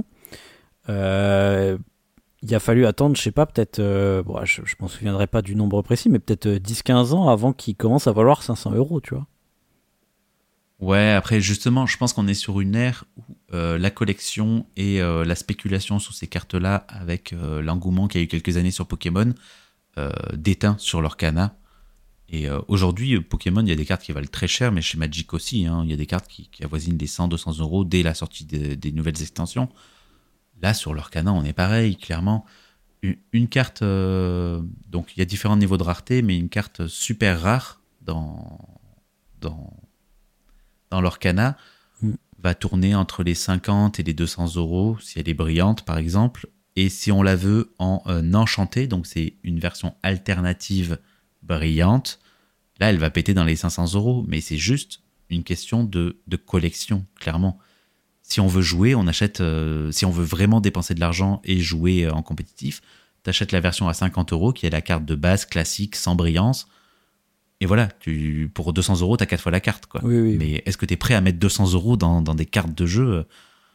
S2: Euh, il a fallu attendre, je sais pas, peut-être, euh, bon, je, je m'en souviendrai pas du nombre précis, mais peut-être dix quinze ans avant qu'il commence à valoir cinq cents euros, tu vois.
S1: Ouais, après, justement, je pense qu'on est sur une ère où euh, la collection et euh, la spéculation sur ces cartes-là, avec euh, l'engouement qu'il y a eu quelques années sur Pokémon, euh, déteint sur Lorcana. Et euh, aujourd'hui, Pokémon, il y a des cartes qui valent très cher, mais chez Magic aussi, hein, il y a des cartes qui, qui avoisinent des cent à deux cents euros dès la sortie de, des nouvelles extensions. Là, sur Lorcana, on est pareil, clairement. Une, une carte, euh, donc il y a différents niveaux de rareté, mais une carte super rare dans... dans dans Lorcana, mm. va tourner entre les cinquante et les deux cents euros, si elle est brillante, par exemple. Et si on la veut en euh, enchanté, donc c'est une version alternative brillante, là, elle va péter dans les cinq cents euros. Mais c'est juste une question de, de collection, clairement. Si on veut jouer, on achète... Euh, si on veut vraiment dépenser de l'argent et jouer euh, en compétitif, t'achètes la version à cinquante euros, qui est la carte de base classique, sans brillance. Et voilà, tu, pour deux cents euros, t'as quatre fois la carte, quoi.
S2: Oui, oui,
S1: mais
S2: oui.
S1: Est-ce que t'es prêt à mettre deux cents euros dans, dans des cartes de jeu ?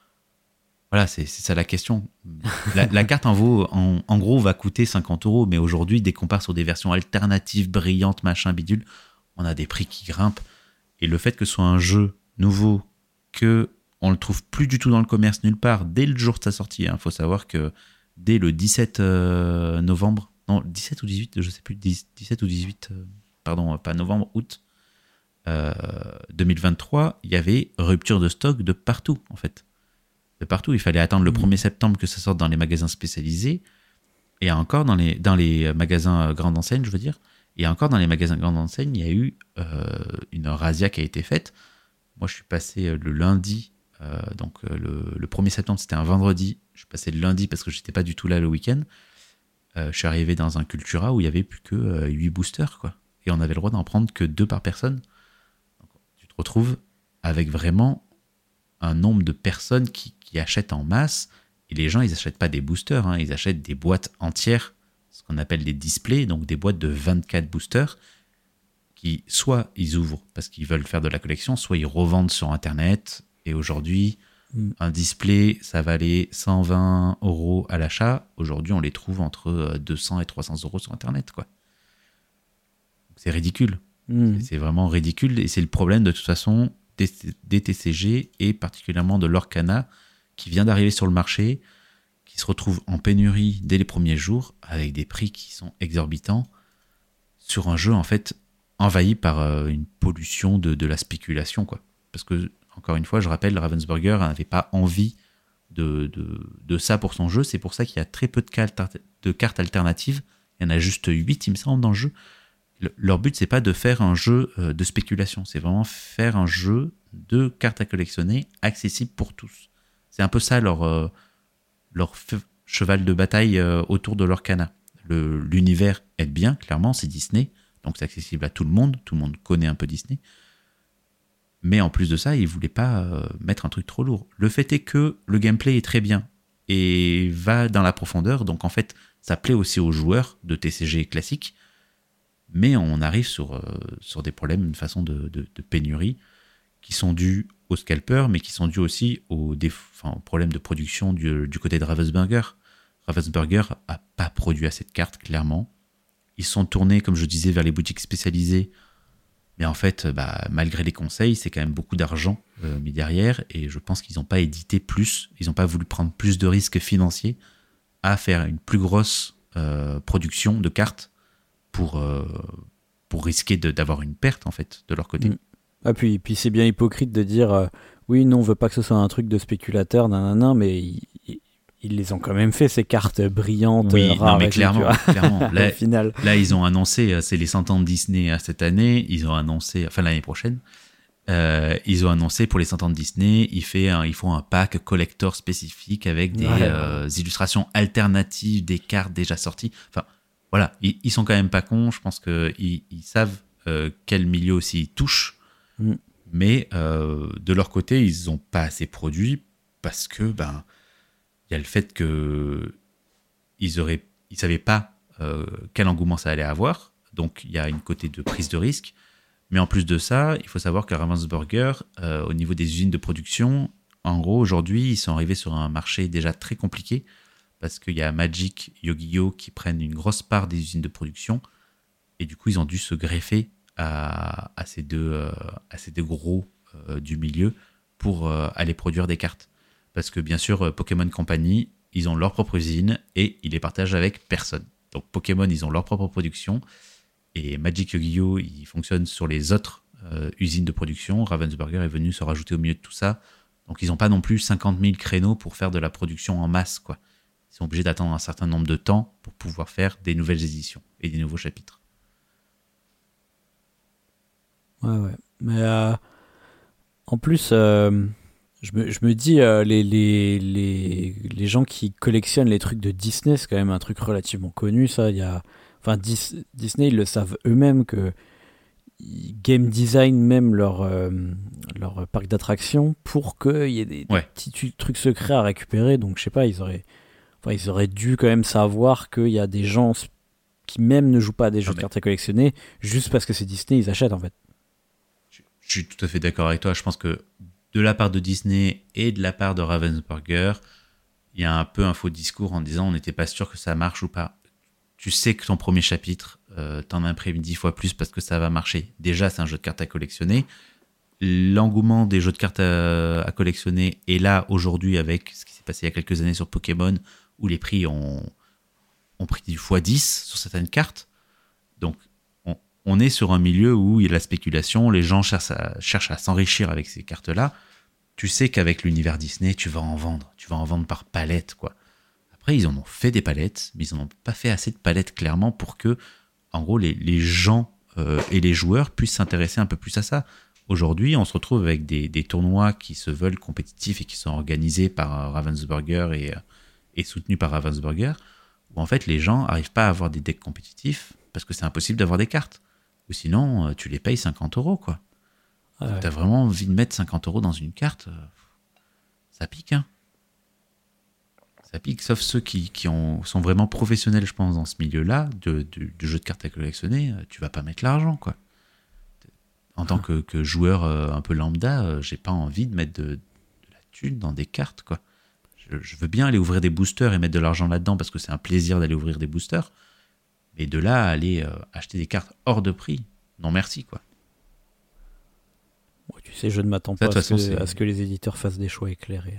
S1: Voilà, c'est, c'est ça la question. La, la carte, en, vaut, en, en gros, va coûter cinquante euros, mais aujourd'hui, dès qu'on part sur des versions alternatives, brillantes, machin, bidule, on a des prix qui grimpent. Et le fait que ce soit un jeu nouveau, que on le trouve plus du tout dans le commerce nulle part, dès le jour de sa sortie, il hein, faut savoir que dès le dix-sept novembre, non, dix-sept ou dix-huit, je sais plus, dix-sept ou dix-huit... Euh, pardon, pas novembre, août euh, deux mille vingt-trois, il y avait rupture de stock de partout, en fait. De partout. Il fallait attendre le premier septembre que ça sorte dans les magasins spécialisés, et encore dans les, dans les magasins grande enseigne, je veux dire, et encore dans les magasins grande enseigne, il y a eu euh, une razzia qui a été faite. Moi, je suis passé le lundi, euh, donc le, le premier septembre, c'était un vendredi, je suis passé le lundi parce que j'étais pas du tout là le week-end. Euh, je suis arrivé dans un Cultura où il y avait plus que euh, huit boosters, quoi. Et on avait le droit d'en prendre que deux par personne. Donc, tu te retrouves avec vraiment un nombre de personnes qui, qui achètent en masse. Et les gens, ils n'achètent pas des boosters, hein, ils achètent des boîtes entières, ce qu'on appelle des displays, donc des boîtes de vingt-quatre boosters, qui soit ils ouvrent parce qu'ils veulent faire de la collection, soit ils revendent sur Internet. Et aujourd'hui, mm. un display, ça valait cent vingt euros à l'achat. Aujourd'hui, on les trouve entre deux cents et trois cents euros sur Internet, quoi. C'est ridicule. Mmh. C'est, c'est vraiment ridicule. Et c'est le problème, de toute façon, des, des T C G et particulièrement de Lorcana qui vient d'arriver sur le marché, qui se retrouve en pénurie dès les premiers jours avec des prix qui sont exorbitants sur un jeu, en fait, envahi par euh, une pollution de, de la spéculation, quoi. Parce que, encore une fois, je rappelle, Ravensburger n'avait pas envie de, de, de ça pour son jeu. C'est pour ça qu'il y a très peu de cartes, de cartes alternatives. Il y en a juste huit, il me semble, dans le jeu. Leur but, c'est pas de faire un jeu de spéculation, c'est vraiment faire un jeu de cartes à collectionner accessible pour tous. C'est un peu ça leur, euh, leur f- cheval de bataille euh, autour de Lorcana. Le, l'univers aide bien, clairement, c'est Disney, donc c'est accessible à tout le monde, tout le monde connaît un peu Disney. Mais en plus de ça, ils voulaient pas euh, mettre un truc trop lourd. Le fait est que le gameplay est très bien et va dans la profondeur, donc en fait, ça plaît aussi aux joueurs de T C G classiques. Mais on arrive sur, euh, sur des problèmes, une façon de, de, de pénurie, qui sont dus aux scalpers, mais qui sont dus aussi aux, déf- enfin, aux problèmes de production du, du côté de Ravensburger. Ravensburger n'a pas produit assez de cartes, clairement. ils sont tournés, comme je disais, vers les boutiques spécialisées. Mais en fait, bah, malgré les conseils, c'est quand même beaucoup d'argent euh, mis derrière. Et je pense qu'ils n'ont pas édité plus. Ils n'ont pas voulu prendre plus de risques financiers à faire une plus grosse euh, production de cartes pour, euh, pour risquer de, d'avoir une perte, en fait, de leur côté.
S2: Mmh. Ah, puis, puis c'est bien hypocrite de dire euh, oui, non, on veut pas que ce soit un truc de spéculateur, nanana, mais ils, ils, ils les ont quand même fait, ces cartes brillantes,
S1: oui,
S2: rares.
S1: Non, mais clairement, clairement. Là,
S2: au final.
S1: Là, ils ont annoncé, c'est les cent ans de Disney cette année, ils ont annoncé, enfin l'année prochaine, euh, ils ont annoncé pour les cent ans de Disney, ils, fait un, ils font un pack collector spécifique avec des
S2: ouais,
S1: euh,
S2: ouais.
S1: illustrations alternatives, des cartes déjà sorties. Enfin, voilà, ils, ils sont quand même pas cons, je pense qu'ils ils savent euh, quel milieu aussi ils touchent. Mm. Mais euh, de leur côté, ils n'ont pas assez produit parce que ben il y a le fait que ils auraient, ils savaient pas euh, quel engouement ça allait avoir. Donc il y a une côté de prise de risque. Mais en plus de ça, il faut savoir qu'à Ravensburger, euh, au niveau des usines de production, en gros aujourd'hui, ils sont arrivés sur un marché déjà très compliqué parce qu'il y a Magic, Yu-Gi-Oh qui prennent une grosse part des usines de production et du coup ils ont dû se greffer À, à, ces deux, euh, à ces deux gros euh, du milieu pour euh, aller produire des cartes. Parce que bien sûr, euh, Pokémon Company, ils ont leur propre usine et ils les partagent avec personne. Donc Pokémon, ils ont leur propre production et Magic Yu-Gi-Oh, ils fonctionnent sur les autres euh, usines de production. Ravensburger est venu se rajouter au milieu de tout ça. Donc ils n'ont pas non plus cinquante mille créneaux pour faire de la production en masse, quoi. Ils sont obligés d'attendre un certain nombre de temps pour pouvoir faire des nouvelles éditions et des nouveaux chapitres.
S2: Ouais, ouais. Mais euh, en plus, euh, je, me, je me dis, euh, les, les, les, les gens qui collectionnent les trucs de Disney, c'est quand même un truc relativement connu, ça. Il y a, enfin, Dis, Disney, ils le savent eux-mêmes que ils game design même leur, euh, leur parc d'attractions pour qu'il y ait des,
S1: ouais.
S2: des petits trucs secrets à récupérer. Donc, je sais pas, ils auraient, enfin, ils auraient dû quand même savoir qu'il y a des gens qui même ne jouent pas à des jeux ah, de cartes à collectionner juste parce que c'est Disney, ils achètent en fait.
S1: Je suis tout à fait d'accord avec toi. Je pense que de la part de Disney et de la part de Ravensburger, il y a un peu un faux discours en disant on n'était pas sûr que ça marche ou pas. Tu sais que ton premier chapitre, euh, t'en imprimes dix fois plus parce que ça va marcher. Déjà, c'est un jeu de cartes à collectionner. L'engouement des jeux de cartes à, à collectionner est là aujourd'hui avec ce qui s'est passé il y a quelques années sur Pokémon où les prix ont, ont pris du fois dix sur certaines cartes. Donc, on est sur un milieu où il y a la spéculation, les gens cherchent à, cherchent à s'enrichir avec ces cartes-là. Tu sais qu'avec l'univers Disney, tu vas en vendre. Tu vas en vendre par palette, quoi. Après, ils en ont fait des palettes, mais ils n'en ont pas fait assez de palettes, clairement, pour que, en gros, les, les gens euh, et les joueurs puissent s'intéresser un peu plus à ça. Aujourd'hui, on se retrouve avec des, des tournois qui se veulent compétitifs et qui sont organisés par Ravensburger et, et soutenus par Ravensburger, où en fait, les gens n'arrivent pas à avoir des decks compétitifs parce que c'est impossible d'avoir des cartes. Ou sinon, tu les payes cinquante euros, quoi. Ah ouais. T'as vraiment envie de mettre cinquante euros dans une carte, ça pique, hein. Ça pique, sauf ceux qui, qui ont, sont vraiment professionnels, je pense, dans ce milieu-là, de, de, de jeu de cartes à collectionner, tu vas pas mettre l'argent, quoi. En tant que, que joueur euh, un peu lambda, euh, j'ai pas envie de mettre de, de la thune dans des cartes, quoi. Je, je veux bien aller ouvrir des boosters et mettre de l'argent là-dedans parce que c'est un plaisir d'aller ouvrir des boosters. Et de là à aller euh, acheter des cartes hors de prix, non merci, quoi.
S2: Ouais, tu sais, je ne m'attends pas à, façon, ce que, à ce que les éditeurs fassent des choix éclairés.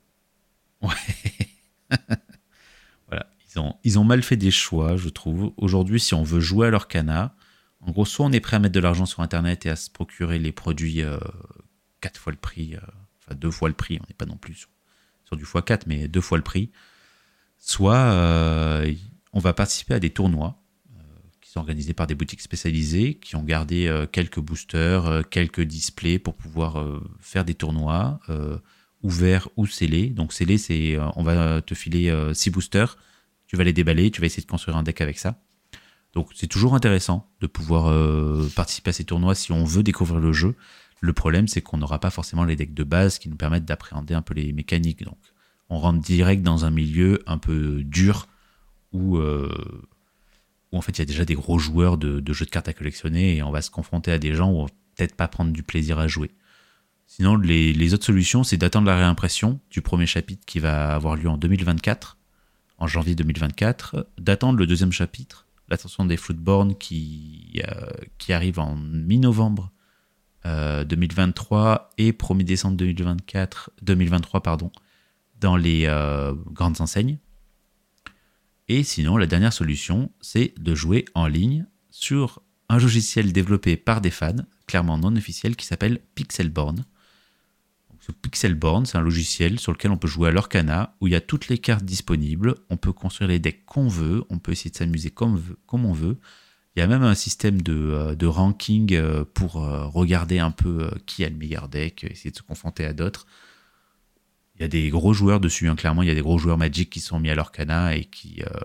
S1: Ouais. Voilà, ils ont, ils ont mal fait des choix, je trouve. Aujourd'hui, si on veut jouer à leur cana, en gros, soit on est prêt à mettre de l'argent sur Internet et à se procurer les produits euh, quatre fois le prix, euh, enfin deux fois le prix, on n'est pas non plus sur, sur du fois quatre, mais deux fois le prix. Soit euh, on va participer à des tournois organisés par des boutiques spécialisées qui ont gardé euh, quelques boosters, euh, quelques displays pour pouvoir euh, faire des tournois euh, ouverts ou scellés. Donc scellés, c'est euh, on va te filer euh, six boosters, tu vas les déballer, tu vas essayer de construire un deck avec ça. Donc c'est toujours intéressant de pouvoir euh, participer à ces tournois si on veut découvrir le jeu. Le problème, c'est qu'on n'aura pas forcément les decks de base qui nous permettent d'appréhender un peu les mécaniques. Donc on rentre direct dans un milieu un peu dur où euh, où en fait il y a déjà des gros joueurs de, de jeux de cartes à collectionner et on va se confronter à des gens où on va peut-être pas prendre du plaisir à jouer. Sinon, les, les autres solutions, c'est d'attendre la réimpression du premier chapitre qui va avoir lieu en deux mille vingt-quatre, en janvier deux mille vingt-quatre, d'attendre le deuxième chapitre l'extension des Floodborne qui, euh, qui arrive en mi-novembre euh, deux mille vingt-trois et premier décembre deux mille vingt-quatre, deux mille vingt-trois pardon, dans les euh, grandes enseignes. Et sinon, la dernière solution, c'est de jouer en ligne sur un logiciel développé par des fans, clairement non officiel, qui s'appelle Pixelborn. Donc, ce Pixelborn, c'est un logiciel sur lequel on peut jouer à l'Orcana, où il y a toutes les cartes disponibles, on peut construire les decks qu'on veut, on peut essayer de s'amuser comme, comme on veut. Il y a même un système de, de ranking pour regarder un peu qui a le meilleur deck, essayer de se confronter à d'autres. Il y a des gros joueurs dessus, hein, clairement, il y a des gros joueurs Magic qui sont mis à l'Orcana et qui, euh,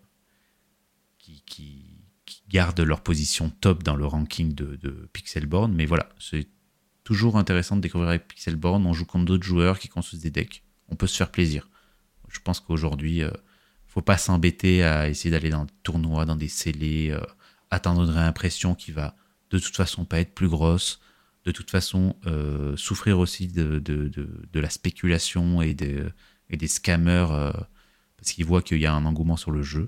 S1: qui, qui, qui gardent leur position top dans le ranking de, de Pixelborn. Mais voilà, c'est toujours intéressant de découvrir avec Pixelborn. On joue contre d'autres joueurs qui construisent des decks. On peut se faire plaisir. Je pense qu'aujourd'hui, il euh, ne faut pas s'embêter à essayer d'aller dans des tournois, dans des scellés, euh, attendre une réimpression qui va de toute façon pas être plus grosse. De toute façon, euh, souffrir aussi de, de, de, de la spéculation et, de, et des scammers euh, parce qu'ils voient qu'il y a un engouement sur le jeu.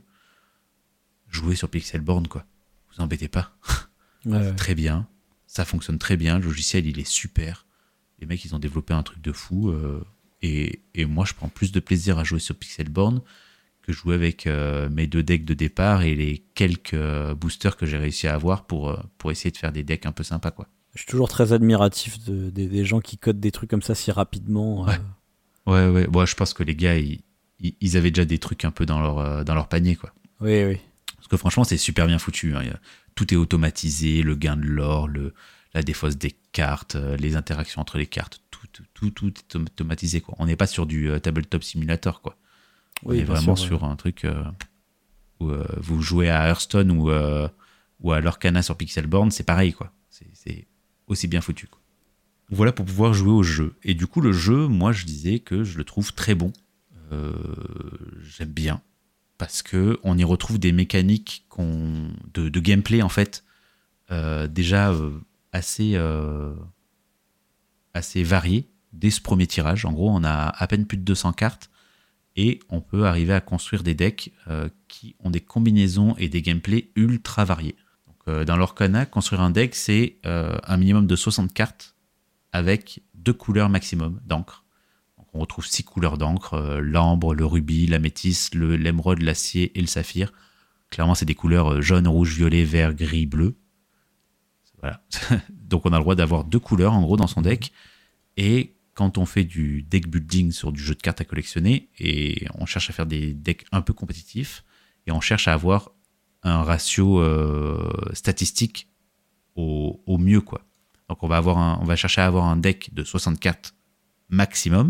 S1: Jouez sur Pixelborn, quoi. Vous embêtez pas.
S2: Ouais,
S1: c'est
S2: ouais.
S1: très bien. Ça fonctionne très bien. Le logiciel, il est super. Les mecs, ils ont développé un truc de fou. Euh, et, et moi, je prends plus de plaisir à jouer sur Pixelborn que jouer avec euh, mes deux decks de départ et les quelques euh, boosters que j'ai réussi à avoir pour, euh, pour essayer de faire des decks un peu sympas, quoi.
S2: Je suis toujours très admiratif de, de, des gens qui codent des trucs comme ça si rapidement.
S1: Ouais, euh... ouais, ouais. Bon, je pense que les gars, ils, ils avaient déjà des trucs un peu dans leur, dans leur panier, quoi.
S2: Oui, oui.
S1: Parce que franchement, c'est super bien foutu. Hein. Tout est automatisé, le gain de l'or, le, la défausse des cartes, les interactions entre les cartes, tout, tout, tout, tout est automatisé, quoi. On n'est pas sur du euh, tabletop simulator, quoi. On oui, est vraiment sûr, sur ouais. un truc euh, où euh, vous jouez à Hearthstone ou, euh, ou à l'Orcana sur Pixelborn, c'est pareil, quoi. C'est, c'est aussi bien foutu, quoi. Voilà pour pouvoir jouer au jeu. Et du coup, le jeu, moi, je disais que je le trouve très bon. Euh, j'aime bien. Parce qu'on y retrouve des mécaniques qu'on, de, de gameplay, en fait, euh, déjà euh, assez, euh, assez variées dès ce premier tirage. En gros, on a à peine plus de deux cents cartes et on peut arriver à construire des decks euh, qui ont des combinaisons et des gameplays ultra variés. Dans l'Orcana, construire un deck, c'est euh, un minimum de soixante cartes avec deux couleurs maximum d'encre. Donc on retrouve six couleurs d'encre, euh, l'ambre, le rubis, l'améthyste, le, l'émeraude, l'acier et le saphir. Clairement, c'est des couleurs euh, jaune, rouge, violet, vert, gris, bleu. Voilà. Donc on a le droit d'avoir deux couleurs en gros dans son deck. Et quand on fait du deck building sur du jeu de cartes à collectionner, et on cherche à faire des decks un peu compétitifs, et on cherche à avoir un ratio euh, statistique au, au mieux, quoi. Donc on va avoir un, on va chercher à avoir un deck de soixante cartes maximum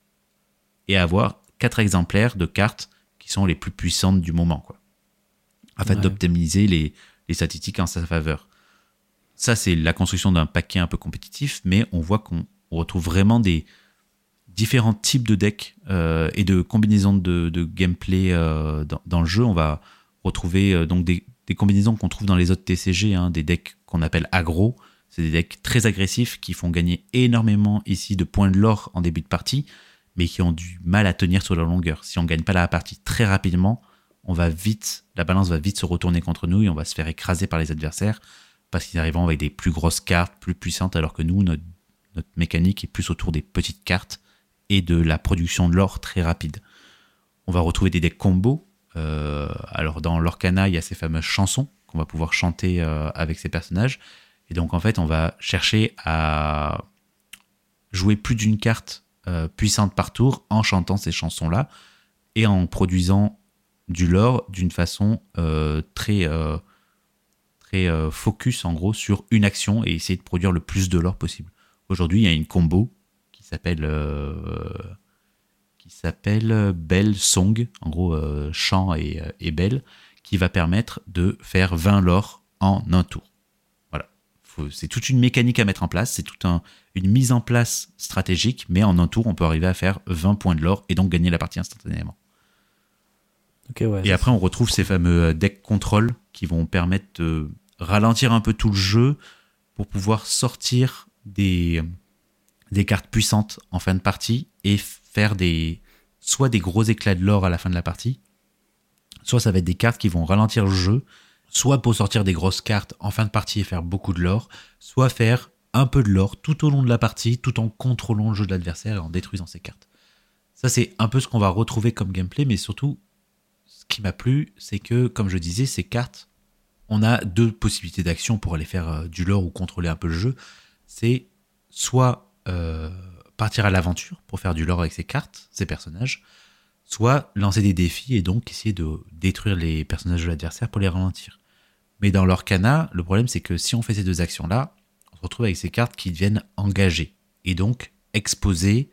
S1: et avoir quatre exemplaires de cartes qui sont les plus puissantes du moment, quoi. Afin ouais. d'optimiser les, les statistiques en sa faveur. Ça, c'est la construction d'un paquet un peu compétitif, mais on voit qu'on retrouve vraiment des différents types de decks euh, et de combinaisons de, de gameplay euh, dans, dans le jeu. On va retrouver euh, donc des, des combinaisons qu'on trouve dans les autres T C G, hein, des decks qu'on appelle aggro. C'est des decks très agressifs qui font gagner énormément ici de points de l'or en début de partie, mais qui ont du mal à tenir sur la longueur. Si on ne gagne pas la partie très rapidement, on va vite, la balance va vite se retourner contre nous et on va se faire écraser par les adversaires parce qu'ils arrivent avec des plus grosses cartes, plus puissantes, alors que nous, notre, notre mécanique est plus autour des petites cartes et de la production de l'or très rapide. On va retrouver des decks combos. Euh, alors dans l'Orcana, il y a ces fameuses chansons qu'on va pouvoir chanter euh, avec ces personnages. Et donc en fait, on va chercher à jouer plus d'une carte euh, puissante par tour en chantant ces chansons-là et en produisant du lore d'une façon euh, très, euh, très euh, focus en gros sur une action et essayer de produire le plus de lore possible. Aujourd'hui, il y a une combo qui s'appelle... Euh, qui s'appelle Bell Song, en gros euh, chant et, et belle, qui va permettre de faire vingt lore en un tour. Voilà. Faut, c'est toute une mécanique à mettre en place, c'est toute un, une mise en place stratégique, mais en un tour, on peut arriver à faire vingt points de lore et donc gagner la partie instantanément.
S2: Okay, ouais,
S1: et après, on retrouve ces fameux decks control qui vont permettre de ralentir un peu tout le jeu pour pouvoir sortir des, des cartes puissantes en fin de partie et faire des, soit des gros éclats de l'or à la fin de la partie, soit ça va être des cartes qui vont ralentir le jeu soit pour sortir des grosses cartes en fin de partie et faire beaucoup de lore, soit faire un peu de lore tout au long de la partie, tout en contrôlant le jeu de l'adversaire et en détruisant ses cartes. Ça, c'est un peu ce qu'on va retrouver comme gameplay, mais surtout, ce qui m'a plu, c'est que, comme je disais, ces cartes, on a deux possibilités d'action pour aller faire euh, du lore ou contrôler un peu le jeu. C'est soit euh, partir à l'aventure pour faire du lore avec ces cartes, ces personnages, soit lancer des défis et donc essayer de détruire les personnages de l'adversaire pour les ralentir. Mais dans l'Orcana, le problème, c'est que si on fait ces deux actions-là, on se retrouve avec ces cartes qui deviennent engagées et donc exposées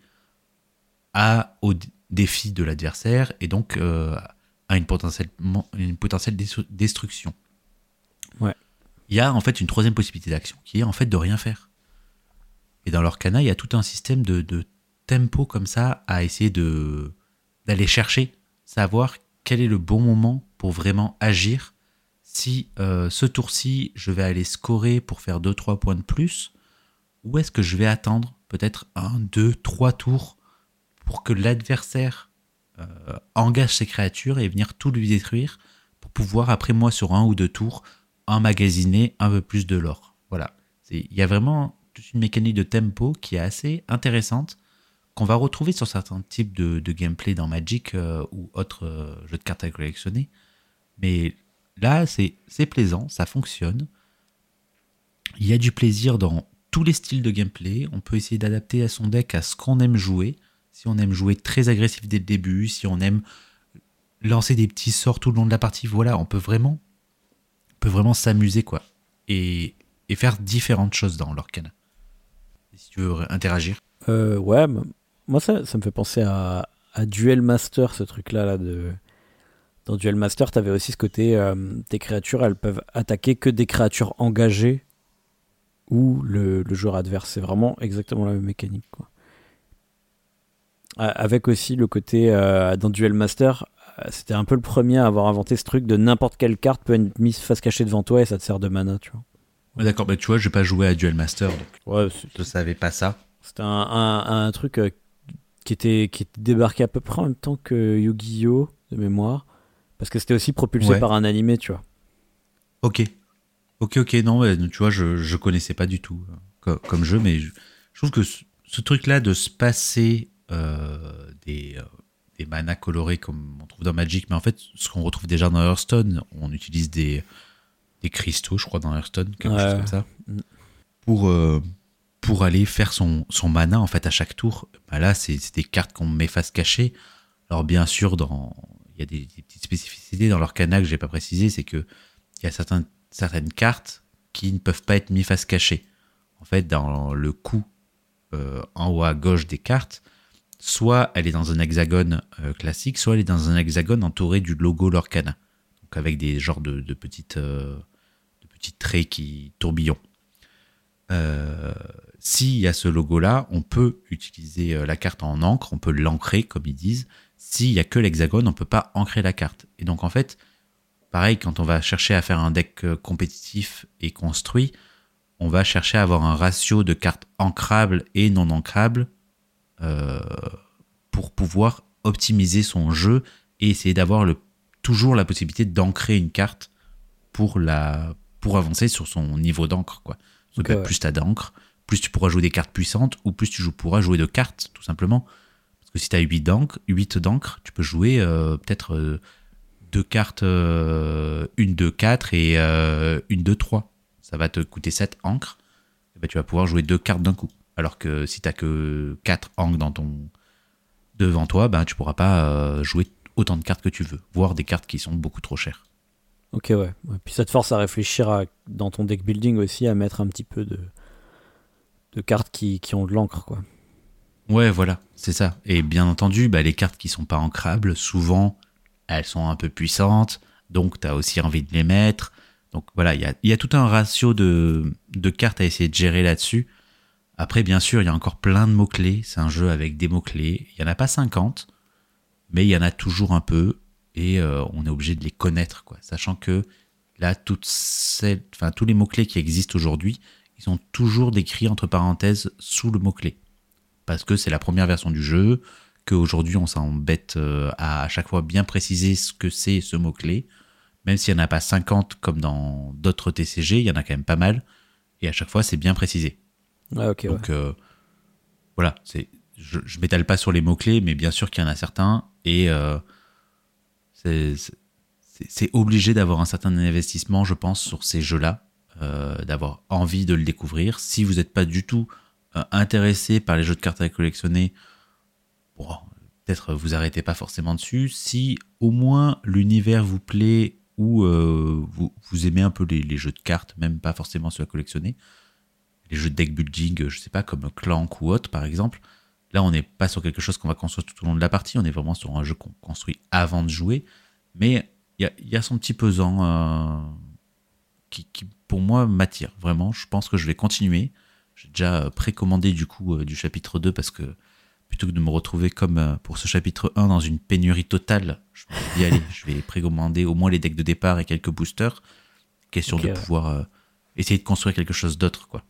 S1: à, aux défis de l'adversaire et donc euh, à une potentielle, une potentielle destruction.
S2: Ouais.
S1: Il y a en fait une troisième possibilité d'action qui est en fait de rien faire. Et dans l'Orcana, il y a tout un système de, de tempo comme ça à essayer de, d'aller chercher, savoir quel est le bon moment pour vraiment agir. Si euh, ce tour-ci, je vais aller scorer pour faire deux trois points de plus, ou est-ce que je vais attendre peut-être un, deux, trois tours pour que l'adversaire euh, engage ses créatures et venir tout lui détruire pour pouvoir, après moi, sur un ou deux tours, emmagasiner un peu plus de lore. Voilà. Il y a vraiment toute une mécanique de tempo qui est assez intéressante, qu'on va retrouver sur certains types de, de gameplay dans Magic euh, ou autres euh, jeux de cartes à collectionner. Mais là, c'est, c'est plaisant, ça fonctionne. Il y a du plaisir dans tous les styles de gameplay. On peut essayer d'adapter à son deck à ce qu'on aime jouer. Si on aime jouer très agressif dès le début, si on aime lancer des petits sorts tout le long de la partie, voilà, on peut vraiment, on peut vraiment s'amuser, quoi. Et, et faire différentes choses dans l'Orcana. Si tu veux interagir.
S2: Euh, ouais, moi ça, ça me fait penser à, à Duel Master, ce truc-là. Là, de... Dans Duel Master, t'avais aussi ce côté, euh, tes créatures, elles peuvent attaquer que des créatures engagées ou le, le joueur adverse. C'est vraiment exactement la même mécanique, quoi. Avec aussi le côté, euh, dans Duel Master, c'était un peu le premier à avoir inventé ce truc de n'importe quelle carte peut être mise face cachée devant toi et ça te sert de mana, tu vois.
S1: Ouais, d'accord, mais tu vois, je n'ai pas joué à Duel Master, donc
S2: ouais,
S1: je ne savais pas ça.
S2: C'était un, un, un truc euh, qui, était, qui était débarqué à peu près en même temps que Yu-Gi-Oh! De mémoire, parce que c'était aussi propulsé ouais. par un animé, tu vois.
S1: Ok. Ok, ok, non, mais, tu vois, je ne connaissais pas du tout euh, comme, comme jeu, mais je, je trouve que ce, ce truc-là de se passer euh, des, euh, des manas colorés comme on trouve dans Magic, mais en fait, ce qu'on retrouve déjà dans Hearthstone, on utilise des, des cristaux, je crois, dans Hearthstone, quelque ouais. chose comme ça, pour, euh, pour aller faire son, son mana, en fait, à chaque tour. Bah là, c'est, c'est des cartes qu'on met face cachée. Alors, bien sûr, dans, il y a des, des petites spécificités dans l'Orcana que je n'ai pas précisé, c'est qu'il y a certains, certaines cartes qui ne peuvent pas être mises face cachée. En fait, dans le coup, euh, en haut à gauche des cartes, soit elle est dans un hexagone euh, classique, soit elle est dans un hexagone entouré du logo l'Orcana. Donc avec des genres de, de, petites, euh, de petits traits qui tourbillonnent. Euh, s'il y a ce logo-là, on peut utiliser euh, la carte en encre, on peut l'ancrer, comme ils disent. S'il n'y a que l'hexagone, on ne peut pas ancrer la carte. Et donc en fait, pareil, quand on va chercher à faire un deck euh, compétitif et construit, on va chercher à avoir un ratio de cartes ancrables et non ancrables euh, pour pouvoir optimiser son jeu et essayer d'avoir le, toujours la possibilité d'ancrer une carte pour, la, pour avancer sur son niveau d'encre, quoi. Donc, okay, ouais. Plus tu as d'encre, plus tu pourras jouer des cartes puissantes ou plus tu joues, pourras jouer de cartes, tout simplement. Parce que si tu as huit d'encre, huit d'encre, tu peux jouer euh, peut-être euh, deux cartes, euh, une de quatre et euh, une de trois. Ça va te coûter sept encres, et ben tu vas pouvoir jouer deux cartes d'un coup. Alors que si tu n'as que quatre encres dans ton... devant toi, ben, tu ne pourras pas euh, jouer autant de cartes que tu veux, voire des cartes qui sont beaucoup trop chères.
S2: Ok, ouais. ouais. Puis ça te force à réfléchir à, dans ton deck building aussi, à mettre un petit peu de, de cartes qui, qui ont de l'encre, quoi.
S1: Ouais, voilà, c'est ça. Et bien entendu, bah, les cartes qui sont pas ancrables, souvent, elles sont un peu puissantes, donc tu as aussi envie de les mettre. Donc voilà, il y a, y a tout un ratio de, de cartes à essayer de gérer là-dessus. Après, bien sûr, il y a encore plein de mots-clés. C'est un jeu avec des mots-clés. Il n'y en a pas cinquante, mais il y en a toujours un peu. Et euh, on est obligé de les connaître, quoi. Sachant que là, toutes celles, enfin, tous les mots-clés qui existent aujourd'hui, ils sont toujours décrits entre parenthèses sous le mot-clé. Parce que c'est la première version du jeu, qu'aujourd'hui on s'embête à à chaque fois bien préciser ce que c'est ce mot-clé. même s'il n'y en a pas cinquante comme dans d'autres T C G, il y en a quand même pas mal. Et à chaque fois, c'est bien précisé.
S2: Ah, ok,
S1: Donc,
S2: ouais.
S1: euh, voilà, c'est, je ne m'étale pas sur les mots-clés, mais bien sûr qu'il y en a certains. Et euh, c'est, c'est, c'est obligé d'avoir un certain investissement, je pense, sur ces jeux-là, euh, d'avoir envie de le découvrir. Si vous n'êtes pas du tout euh, intéressé par les jeux de cartes à collectionner, bon, peut-être vous arrêtez pas forcément dessus. Si au moins l'univers vous plaît ou euh, vous, vous aimez un peu les, les jeux de cartes, même pas forcément ceux à collectionner, les jeux de deck building, je sais pas, comme Clank ou autre par exemple, là on n'est pas sur quelque chose qu'on va construire tout au long de la partie, on est vraiment sur un jeu qu'on construit avant de jouer, mais il y a, y a son petit pesant euh, qui, qui pour moi m'attire, vraiment, je pense que je vais continuer. J'ai déjà précommandé du coup euh, du chapitre deux parce que plutôt que de me retrouver comme euh, pour ce chapitre un dans une pénurie totale, je me suis dit allez, je vais précommander au moins les decks de départ et quelques boosters, question
S2: Okay.
S1: de pouvoir euh, essayer de construire quelque chose d'autre, quoi.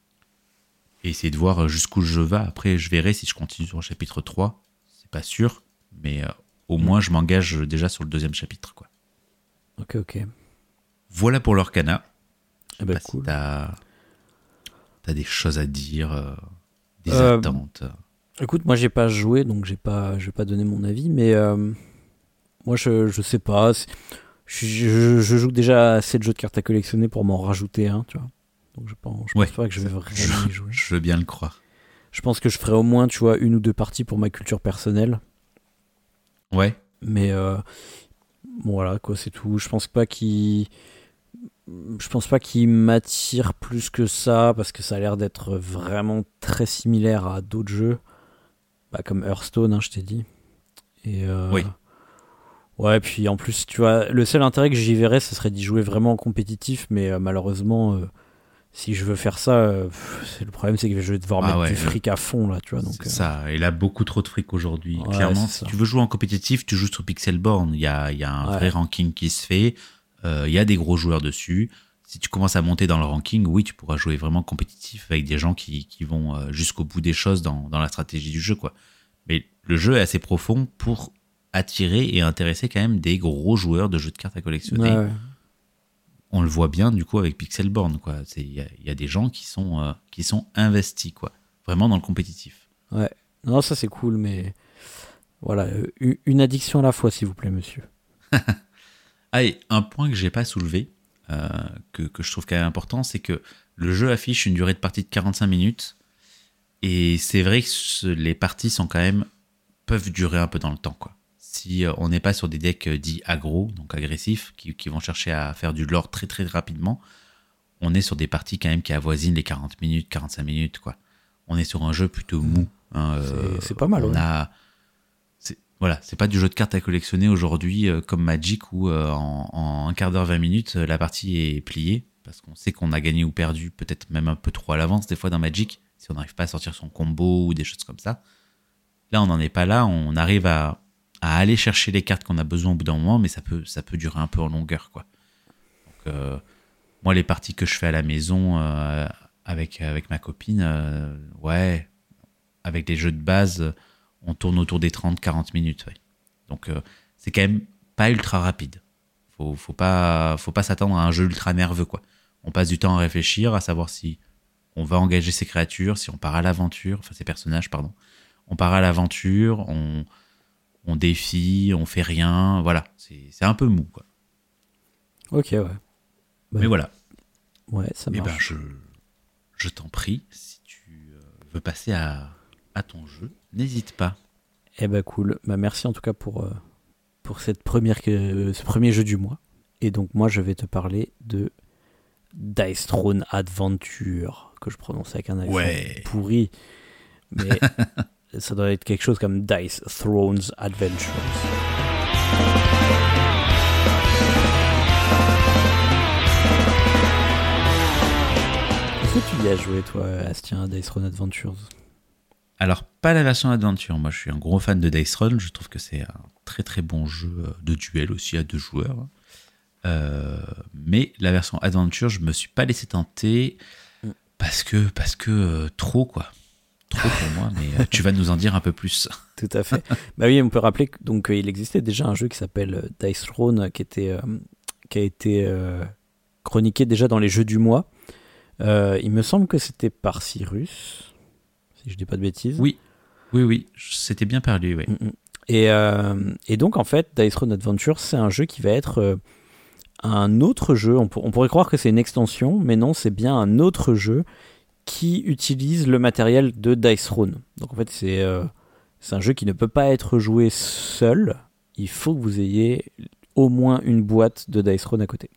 S1: Et essayer de voir jusqu'où je vais. Après, je verrai si je continue sur le chapitre trois, c'est pas sûr, mais euh, au
S2: Mm.
S1: moins je m'engage déjà sur le deuxième chapitre, quoi.
S2: Ok, ok.
S1: Voilà pour l'Orcana. Je sais
S2: Eh ben,
S1: pas
S2: cool.
S1: si t'as, t'as des choses à dire, euh, des
S2: Euh,
S1: attentes.
S2: Écoute, moi j'ai pas joué, donc j'ai pas, je vais pas donner mon avis, mais euh, moi je, je sais pas. c'est- Je, je, je joue déjà assez de jeux de cartes à collectionner pour m'en rajouter un, tu vois. Donc je pense, je pense
S1: Ouais,
S2: pas que je vais vraiment
S1: je,
S2: y jouer.
S1: je veux bien le croire.
S2: Je pense que je ferai au moins, tu vois, une ou deux parties pour ma culture personnelle.
S1: Ouais,
S2: Mais euh, bon, voilà, quoi, c'est tout. Je pense pas qu'il. Je pense pas qu'il m'attire plus que ça, parce que ça a l'air d'être vraiment très similaire à d'autres jeux. Bah, comme Hearthstone, hein, je t'ai dit. Et euh,
S1: oui.
S2: ouais, puis en plus, tu vois, le seul intérêt que j'y verrais, ce serait d'y jouer vraiment en compétitif, mais euh, malheureusement, euh, si je veux faire ça, euh, pff, c'est, le problème, c'est que je vais devoir
S1: Ah
S2: mettre
S1: ouais,
S2: du
S1: le-
S2: fric à fond, là, tu vois. Donc,
S1: c'est
S2: euh,
S1: ça. Il a beaucoup trop de fric aujourd'hui.
S2: ouais,
S1: Clairement,
S2: c'est
S1: si
S2: ça.
S1: tu veux jouer en compétitif, tu joues sur Pixelborn. Il y a, il y a un
S2: Ouais.
S1: vrai ranking qui se fait. Euh, il y a des gros joueurs dessus. Si tu commences à monter dans le ranking, oui, tu pourras jouer vraiment compétitif avec des gens qui, qui vont euh, jusqu'au bout des choses dans, dans la stratégie du jeu, quoi. Mais le jeu est assez profond pour attirer et intéresser quand même des gros joueurs de jeux de cartes à collectionner.
S2: Ouais, ouais.
S1: On le voit bien du coup avec Pixelborn, quoi. C'est, il y a, il y a des gens qui sont, euh, qui sont investis, quoi. Vraiment dans le compétitif.
S2: Ouais. Non, ça c'est cool, mais voilà, euh, u- une addiction à la fois, s'il vous plaît, monsieur.
S1: Ah, et un point que j'ai pas soulevé, euh, que, que je trouve quand même important, c'est que le jeu affiche une durée de partie de quarante-cinq minutes. Et c'est vrai que ce- les parties sont quand même, peuvent durer un peu dans le temps, quoi. Si euh, on n'est pas sur des decks euh, dits aggro, donc agressifs, qui, qui vont chercher à faire du lore très très rapidement, on est sur des parties quand même qui avoisinent les quarante minutes, quarante-cinq minutes, quoi. On est sur un jeu plutôt mou. hein, euh,
S2: C'est- c'est pas mal,
S1: on
S2: ouais.
S1: a, c'est, voilà, c'est pas du jeu de cartes à collectionner aujourd'hui euh, comme Magic où euh, en, en un quart d'heure, vingt minutes, euh, la partie est pliée parce qu'on sait qu'on a gagné ou perdu peut-être même un peu trop à l'avance des fois dans Magic si on n'arrive pas à sortir son combo ou des choses comme ça. Là, on n'en est pas là. On arrive à, à aller chercher les cartes qu'on a besoin au bout d'un moment, mais ça peut, ça peut durer un peu en longueur, quoi. Donc, euh, moi, les parties que je fais à la maison euh, avec, avec ma copine, euh, ouais, avec les jeux de base, on tourne autour des trente à quarante minutes. Ouais. Donc, euh, c'est quand même pas ultra rapide. Faut, faut pas, faut pas s'attendre à un jeu ultra nerveux, quoi. On passe du temps à réfléchir, à savoir si on va engager ces créatures, si on part à l'aventure, enfin ces personnages, pardon. On part à l'aventure, on, on défie, on fait rien, voilà. C'est, c'est un peu mou, quoi.
S2: Ok, ouais. Bah,
S1: Mais voilà.
S2: Ouais, ça
S1: Eh ben,
S2: marche.
S1: je, je t'en prie, si tu euh, veux passer à, à ton jeu, n'hésite pas.
S2: Eh ben cool. Bah, merci en tout cas pour, euh, pour cette première, que- ce premier jeu du mois. Et donc moi je vais te parler de Dice Throne Adventure, que je prononce avec un accent
S1: Ouais.
S2: pourri. Mais ça doit être quelque chose comme Dice Thrones Adventures. Est-ce que tu y as joué toi, Astien, à Dice Throne Adventures?
S1: Alors, pas la version Adventure. Moi, je suis un gros fan de Dice Run. Je trouve que c'est un très très bon jeu de duel aussi à deux joueurs. Euh, mais la version Adventure, je me suis pas laissé tenter parce que, parce que euh, trop, quoi. Trop pour moi, mais euh, tu vas nous en dire un peu plus.
S2: Tout à fait. Bah oui, on peut rappeler que, donc euh, il existait déjà un jeu qui s'appelle euh, Dice Throne, qui était euh, qui a été euh, chroniqué déjà dans les jeux du mois. Euh, il me semble que c'était par Cyrus, si je dis pas de bêtises.
S1: Oui, oui, oui, c'était bien par lui, oui.
S2: Et, euh, et donc, en fait, Dice Throne Adventure, c'est un jeu qui va être euh, un autre jeu. On, pour, on pourrait croire que c'est une extension, mais non, c'est bien un autre jeu qui utilise le matériel de Dice Throne. Donc, en fait, c'est, euh, c'est un jeu qui ne peut pas être joué seul. Il faut que vous ayez au moins une boîte de Dice Throne à côté.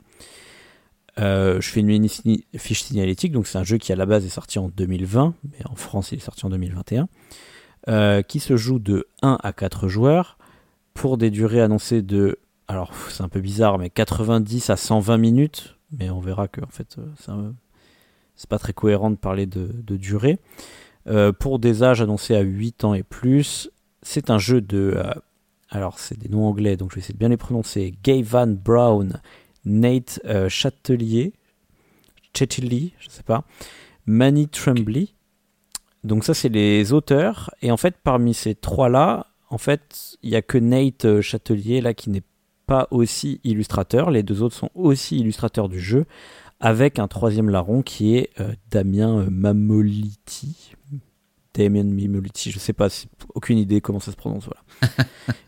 S2: Euh, je fais une mini fiche signalétique, donc c'est un jeu qui à la base est sorti en deux mille vingt, mais en France il est sorti en deux mille vingt et un, euh, qui se joue de un à quatre joueurs pour des durées annoncées de, alors c'est un peu bizarre, mais quatre-vingt-dix à cent vingt minutes, mais on verra que en fait c'est, un, c'est pas très cohérent de parler de, de durée. Euh, pour des âges annoncés à huit ans et plus, c'est un jeu de, euh, alors c'est des noms anglais, donc je vais essayer de bien les prononcer, Gavin Brown, Nate euh, Chatelier, Chatelier, je sais pas, Manny Tremblay. Donc ça c'est les auteurs. Et en fait parmi ces trois là, en fait il y a que Nate Chatelier là qui n'est pas aussi illustrateur. Les deux autres sont aussi illustrateurs du jeu, avec un troisième larron qui est euh, Damien Mamoliti. Damien Mamoliti, je sais pas, aucune idée comment ça se prononce. Voilà.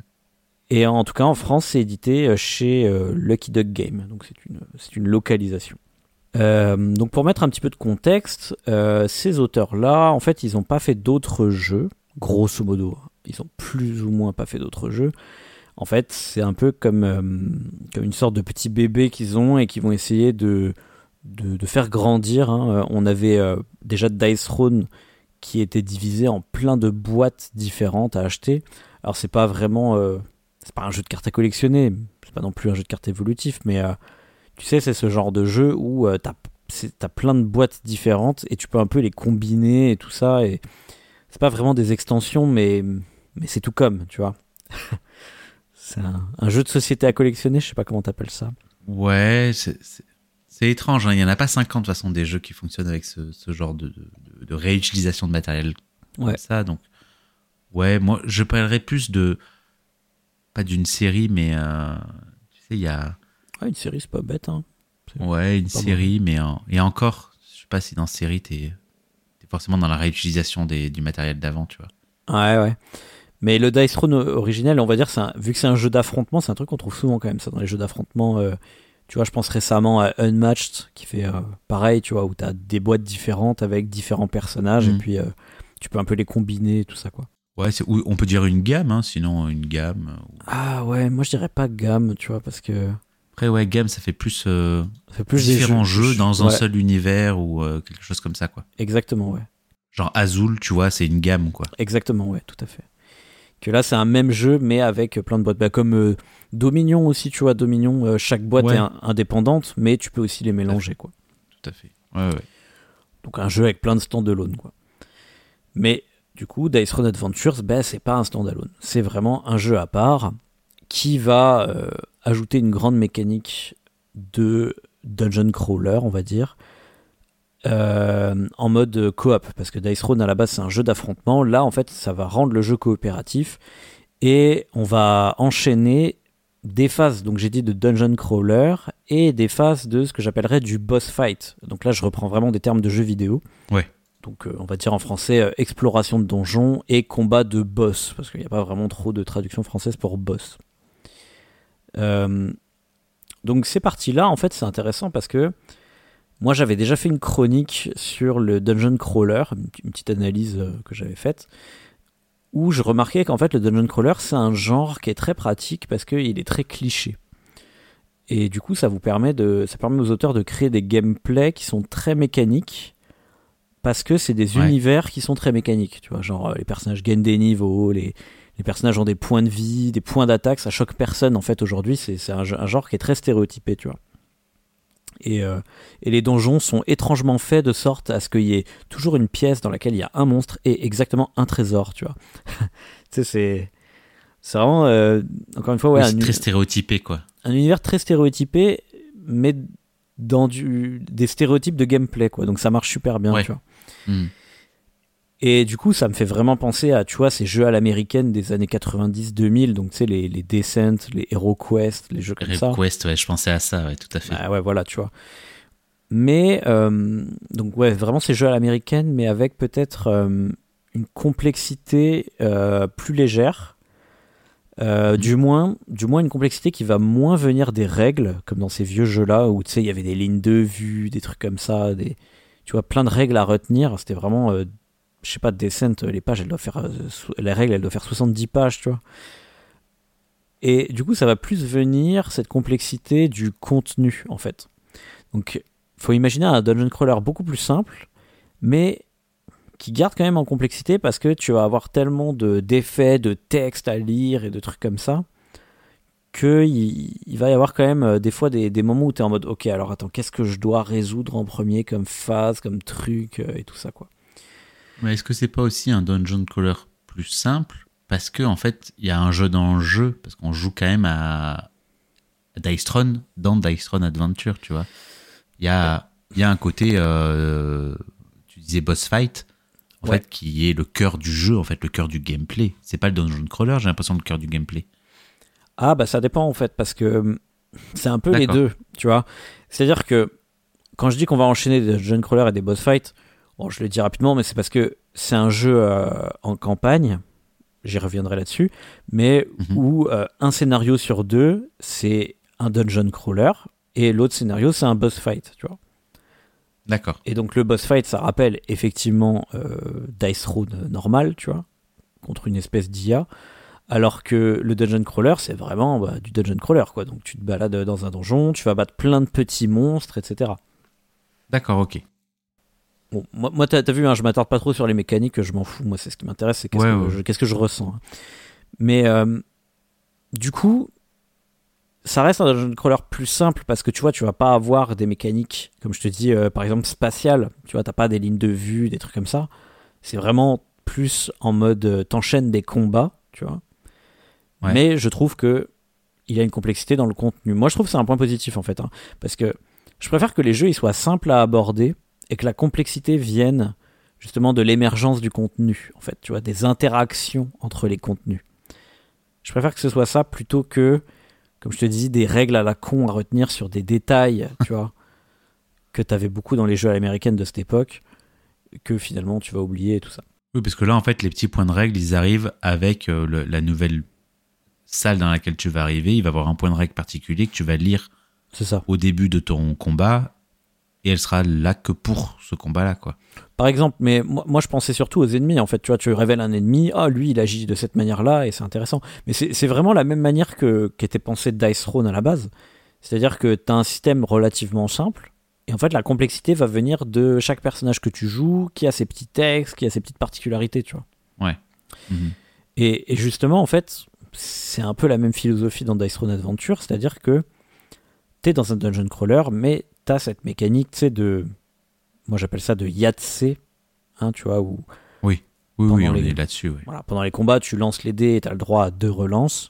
S2: Et en tout cas, en France, c'est édité chez euh, Lucky Duck Game. Donc, c'est une, c'est une localisation. Euh, donc, pour mettre un petit peu de contexte, euh, ces auteurs-là, en fait, ils n'ont pas fait d'autres jeux, grosso modo. Ils n'ont plus ou moins pas fait d'autres jeux. En fait, c'est un peu comme, euh, comme une sorte de petit bébé qu'ils ont et qui vont essayer de, de, de faire grandir. Hein. On avait euh, déjà Dice Throne qui était divisé en plein de boîtes différentes à acheter. Alors, c'est pas vraiment... Euh, c'est pas un jeu de cartes à collectionner, c'est pas non plus un jeu de cartes évolutif, mais euh, tu sais, c'est ce genre de jeu où euh, t'as, t'as plein de boîtes différentes et tu peux un peu les combiner et tout ça. Et c'est pas vraiment des extensions, mais, mais c'est tout comme, tu vois. C'est un, un jeu de société à collectionner, je sais pas comment t'appelles ça.
S1: Ouais, c'est, c'est, c'est étrange, hein. Il y en a pas cinquante de toute façon des jeux qui fonctionnent avec ce, ce genre de, de, de réutilisation de matériel comme
S2: Ouais.
S1: ça. Donc, ouais, moi, je parlerais plus de. Pas d'une série, mais euh, tu sais, il y a.
S2: Ouais, une série, c'est pas bête, hein. C'est
S1: Ouais, une série,
S2: bon.
S1: mais en... et encore, je sais pas si dans série, t'es, t'es forcément dans la réutilisation des... du matériel d'avant, tu vois.
S2: Ouais, ouais. Mais le Dice Throne originel, on va dire, c'est un... vu que c'est un jeu d'affrontement, c'est un truc qu'on trouve souvent quand même, ça, dans les jeux d'affrontement. Euh... Tu vois, je pense récemment à Unmatched, qui fait euh, pareil, tu vois, où t'as des boîtes différentes avec différents personnages, mmh. et puis euh, tu peux un peu les combiner, tout ça, quoi.
S1: Ouais, c'est, on peut dire une gamme, hein, sinon une gamme.
S2: Ah ouais, moi je dirais pas gamme, tu vois, parce que...
S1: Après, ouais, gamme, ça fait plus, euh,
S2: ça fait plus
S1: différents
S2: jeux,
S1: jeux dans
S2: ouais.
S1: un seul univers ou euh, quelque chose comme ça, quoi.
S2: Exactement, ouais.
S1: Genre Azul, tu vois, c'est une gamme, quoi.
S2: Exactement, ouais, tout à fait. Que là, c'est un même jeu, mais avec plein de boîtes. Bah, comme euh, Dominion aussi, tu vois, Dominion, euh, chaque boîte
S1: ouais.
S2: est un, indépendante, mais tu peux aussi les mélanger, quoi.
S1: Tout à fait. Ouais, ouais.
S2: Donc un jeu avec plein de stand-alone, quoi. Mais... Du coup, Dice Throne Adventures, ben, c'est pas un standalone. C'est vraiment un jeu à part qui va euh, ajouter une grande mécanique de dungeon crawler, on va dire, euh, en mode coop. Parce que Dice Throne, à la base, c'est un jeu d'affrontement. Là, en fait, ça va rendre le jeu coopératif. Et on va enchaîner des phases, donc j'ai dit de dungeon crawler, et des phases de ce que j'appellerais du boss fight. Donc là, je reprends vraiment des termes de jeux vidéo.
S1: Ouais.
S2: Donc euh, on va dire en français euh, exploration de donjons et combat de boss, parce qu'il n'y a pas vraiment trop de traduction française pour boss. Euh, donc ces parties-là, en fait, c'est intéressant parce que moi j'avais déjà fait une chronique sur le dungeon crawler, une petite analyse euh, que j'avais faite, où je remarquais qu'en fait le dungeon crawler c'est un genre qui est très pratique parce qu'il est très cliché. Et du coup ça vous permet de, ça permet aux auteurs de créer des gameplays qui sont très mécaniques, parce que c'est des ouais. univers qui sont très mécaniques, tu vois, genre les personnages gagnent des niveaux, les, les personnages ont des points de vie, des points d'attaque, ça choque personne en fait aujourd'hui, c'est, c'est un, un genre qui est très stéréotypé, tu vois. Et, euh, et les donjons sont étrangement faits de sorte à ce qu'il y ait toujours une pièce dans laquelle il y a un monstre et exactement un trésor, tu vois. Tu sais, c'est, c'est vraiment, euh, encore une fois, ouais,
S1: oui, c'est
S2: un,
S1: très stéréotypé, quoi.
S2: Un univers très stéréotypé, mais dans du, des stéréotypes de gameplay, quoi. Donc ça marche super bien,
S1: ouais.
S2: tu vois.
S1: Mmh.
S2: Et du coup, ça me fait vraiment penser à, tu vois, ces jeux à l'américaine des années quatre-vingt-dix deux mille, donc tu sais, les, les Descent, les HeroQuest, les jeux comme ça.
S1: HeroQuest, ouais, je pensais à ça, ouais, tout à fait.
S2: Ah ouais, voilà, tu vois. Mais, euh, donc ouais, vraiment ces jeux à l'américaine, mais avec peut-être euh, une complexité euh, plus légère. Euh, mmh. du, moins, du moins une complexité qui va moins venir des règles, comme dans ces vieux jeux-là, où tu sais, il y avait des lignes de vue, des trucs comme ça, des, tu vois, plein de règles à retenir. C'était vraiment... Euh, je sais pas, Descent, les pages, elles doivent faire, euh, les règles, elles doivent faire soixante-dix pages, tu vois. Et du coup, ça va plus venir, cette complexité, du contenu, en fait. Donc, faut imaginer un dungeon crawler beaucoup plus simple, mais qui garde quand même en complexité, parce que tu vas avoir tellement de, d'effets, de textes à lire et de trucs comme ça, qu'il il va y avoir quand même euh, des fois des, des moments où tu es en mode, ok, alors attends, qu'est-ce que je dois résoudre en premier comme phase, comme truc, euh, et tout ça, quoi.
S1: Mais est-ce que c'est pas aussi un dungeon crawler plus simple parce que en fait il y a un jeu dans le jeu, parce qu'on joue quand même à, à Dice Throne dans Dice Throne Adventure, tu vois. Il y a il y a un côté euh, tu disais boss fight en
S2: ouais.
S1: fait qui est le cœur du jeu, en fait le cœur du gameplay. C'est pas le dungeon crawler, j'ai l'impression, le cœur du gameplay.
S2: Ah bah ça dépend en fait, parce que c'est un peu
S1: D'accord.
S2: les deux, tu vois. C'est-à-dire que quand je dis qu'on va enchaîner des dungeon crawlers et des boss fights, bon, je le dis rapidement, mais c'est parce que c'est un jeu euh, en campagne, j'y reviendrai là-dessus, mais mm-hmm. où euh, un scénario sur deux, c'est un dungeon crawler, et l'autre scénario, c'est un boss fight, tu vois.
S1: D'accord.
S2: Et donc le boss fight, ça rappelle effectivement euh, Dice Throne normal, tu vois, contre une espèce d'I A, alors que le dungeon crawler, c'est vraiment bah, du dungeon crawler, quoi. Donc tu te balades dans un donjon, tu vas battre plein de petits monstres, et cetera.
S1: D'accord, ok.
S2: Bon, moi, moi t'as, t'as vu, hein, je m'attarde pas trop sur les mécaniques, je m'en fous. Moi, c'est ce qui m'intéresse, c'est qu'est-ce,
S1: ouais,
S2: que,
S1: ouais.
S2: Je, qu'est-ce que je ressens. Mais euh, du coup, ça reste un dungeon crawler plus simple parce que tu vois, tu vas pas avoir des mécaniques, comme je te dis, euh, par exemple spatiales. Tu vois, t'as pas des lignes de vue, des trucs comme ça. C'est vraiment plus en mode euh, t'enchaînes des combats, tu vois. Ouais. Mais je trouve que il y a une complexité dans le contenu. Moi, je trouve que c'est un point positif en fait, hein, parce que je préfère que les jeux ils soient simples à aborder et que la complexité vienne justement de l'émergence du contenu, en fait, tu vois, des interactions entre les contenus. Je préfère que ce soit ça plutôt que, comme je te dis, des règles à la con à retenir sur des détails, tu vois, que t'avais beaucoup dans les jeux à l'américaine de cette époque, que finalement tu vas oublier et tout ça.
S1: Oui, parce que là, en fait, les petits points de règle, ils arrivent avec euh, le, la nouvelle salle dans laquelle tu vas arriver. Il va y avoir un point de règle particulier que tu vas lire
S2: C'est ça.
S1: Au début de ton combat. Et elle sera là que pour ce combat-là, quoi.
S2: Par exemple, mais moi, moi je pensais surtout aux ennemis, en fait. Tu vois, tu révèles un ennemi, ah, lui, il agit de cette manière-là, et c'est intéressant. Mais c'est, c'est vraiment la même manière que, qu'était pensé Dice Throne à la base. C'est-à-dire que tu as un système relativement simple, et en fait, la complexité va venir de chaque personnage que tu joues, qui a ses petits textes, qui a ses petites particularités, tu vois.
S1: Ouais. Mm-hmm.
S2: Et, et justement, en fait, c'est un peu la même philosophie dans Dice Throne Adventure, c'est-à-dire que t'es dans un dungeon crawler, mais t'as cette mécanique, tu sais, de... Moi, j'appelle ça de Yahtzee, hein, tu vois, où...
S1: Oui, oui, oui, on
S2: les...
S1: est là-dessus, ouais.
S2: Voilà, pendant les combats, tu lances les dés et t'as le droit à deux relances,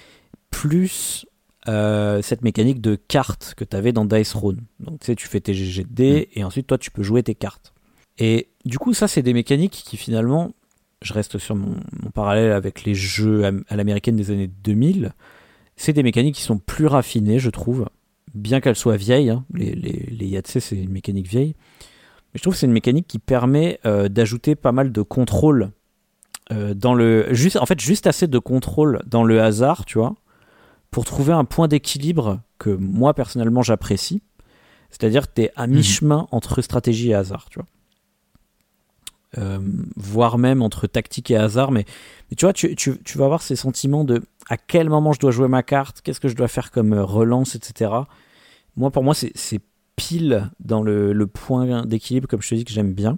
S2: plus euh, cette mécanique de cartes que t'avais dans Dice Throne. Donc, tu sais, tu fais tes G G de dés, mmh. et ensuite, toi, tu peux jouer tes cartes. Et du coup, ça, c'est des mécaniques qui, finalement... Je reste sur mon, mon parallèle avec les jeux à, à l'américaine des années deux mille. C'est des mécaniques qui sont plus raffinées, je trouve. Bien qu'elle soit vieille, hein, les, les, les Yahtzee, c'est une mécanique vieille, mais je trouve que c'est une mécanique qui permet euh, d'ajouter pas mal de contrôle euh, dans le, juste, en fait, juste assez de contrôle dans le hasard, tu vois, pour trouver un point d'équilibre que moi personnellement j'apprécie. C'est-à-dire que t'es à mi-chemin mmh. entre stratégie et hasard, tu vois, euh, voire même entre tactique et hasard, mais, mais tu vois, tu, tu, tu vas avoir ces sentiments de à quel moment je dois jouer ma carte, qu'est-ce que je dois faire comme relance, et cetera. Moi, pour moi, c'est, c'est pile dans le, le point d'équilibre, comme je te dis, que j'aime bien.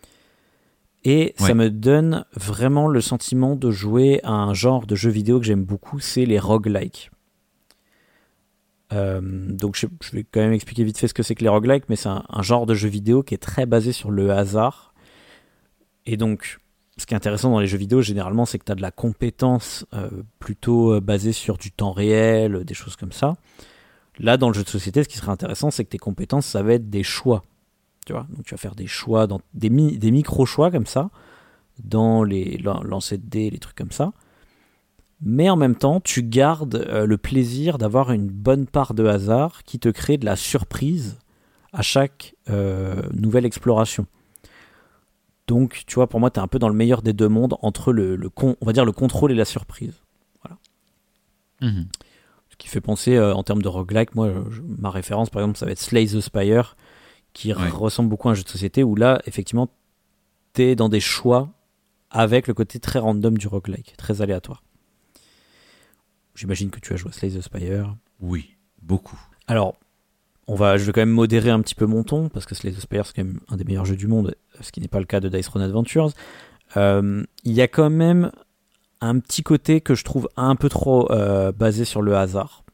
S2: Et ouais. ça me donne vraiment le sentiment de jouer à un genre de jeu vidéo que j'aime beaucoup, c'est les roguelikes. Euh, donc, je, je vais quand même expliquer vite fait ce que c'est que les roguelikes, mais c'est un, un genre de jeu vidéo qui est très basé sur le hasard. Et donc, ce qui est intéressant dans les jeux vidéo, généralement, c'est que tu as de la compétence euh, plutôt basée sur du temps réel, des choses comme ça. Là, dans le jeu de société, ce qui serait intéressant, c'est que tes compétences, ça va être des choix. Tu vois, donc tu vas faire des choix, dans des, mi- des micro-choix comme ça, dans les lancers de dés, les trucs comme ça. Mais en même temps, tu gardes euh, le plaisir d'avoir une bonne part de hasard qui te crée de la surprise à chaque euh, nouvelle exploration. Donc, tu vois, pour moi, tu es un peu dans le meilleur des deux mondes entre le, le con, on va dire le contrôle et la surprise. Voilà.
S1: Mmh.
S2: Ce qui fait penser euh, en termes de roguelike, moi, je, ma référence, par exemple, ça va être Slay the Spire, qui ouais. ressemble beaucoup à un jeu de société où là, effectivement, tu es dans des choix avec le côté très random du roguelike, très aléatoire. J'imagine que tu as joué à Slay the Spire.
S1: Oui, beaucoup.
S2: Alors, on va, je vais quand même modérer un petit peu mon ton, parce que Slay the Spire, c'est quand même un des meilleurs jeux du monde, ce qui n'est pas le cas de Dice Throne Adventures. Euh, il y a quand même un petit côté que je trouve un peu trop euh, basé sur le hasard.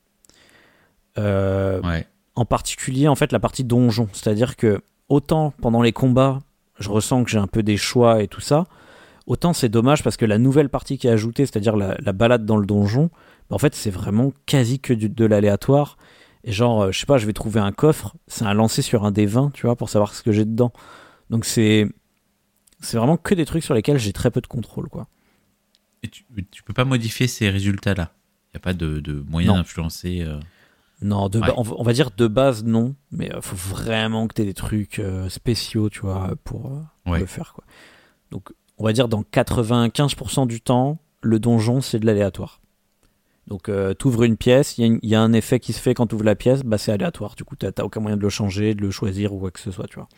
S2: Euh,
S1: ouais.
S2: En particulier, en fait, la partie donjon. C'est-à-dire que, autant pendant les combats, je ressens que j'ai un peu des choix et tout ça, autant c'est dommage parce que la nouvelle partie qui est ajoutée, c'est-à-dire la, la balade dans le donjon, bah en fait, c'est vraiment quasi que du, de l'aléatoire. Et genre, euh, je sais pas, je vais trouver un coffre, c'est un lancer sur un dé vingt, tu vois, pour savoir ce que j'ai dedans. Donc c'est, c'est vraiment que des trucs sur lesquels j'ai très peu de contrôle, quoi.
S1: Et tu, tu peux pas modifier ces résultats-là. Il y a pas de, de moyen non. d'influencer. Euh...
S2: Non, de ouais. ba- on va dire de base non, mais il euh, faut vraiment que tu aies des trucs euh, spéciaux, tu vois, pour, euh, pour ouais. le faire, quoi. Donc, on va dire dans quatre-vingt-quinze pour cent du temps, le donjon c'est de l'aléatoire. Donc, euh, tu ouvres une pièce, il y, y a un effet qui se fait quand tu ouvres la pièce, bah, c'est aléatoire. Du coup, tu n'as aucun moyen de le changer, de le choisir ou quoi que ce soit, tu vois.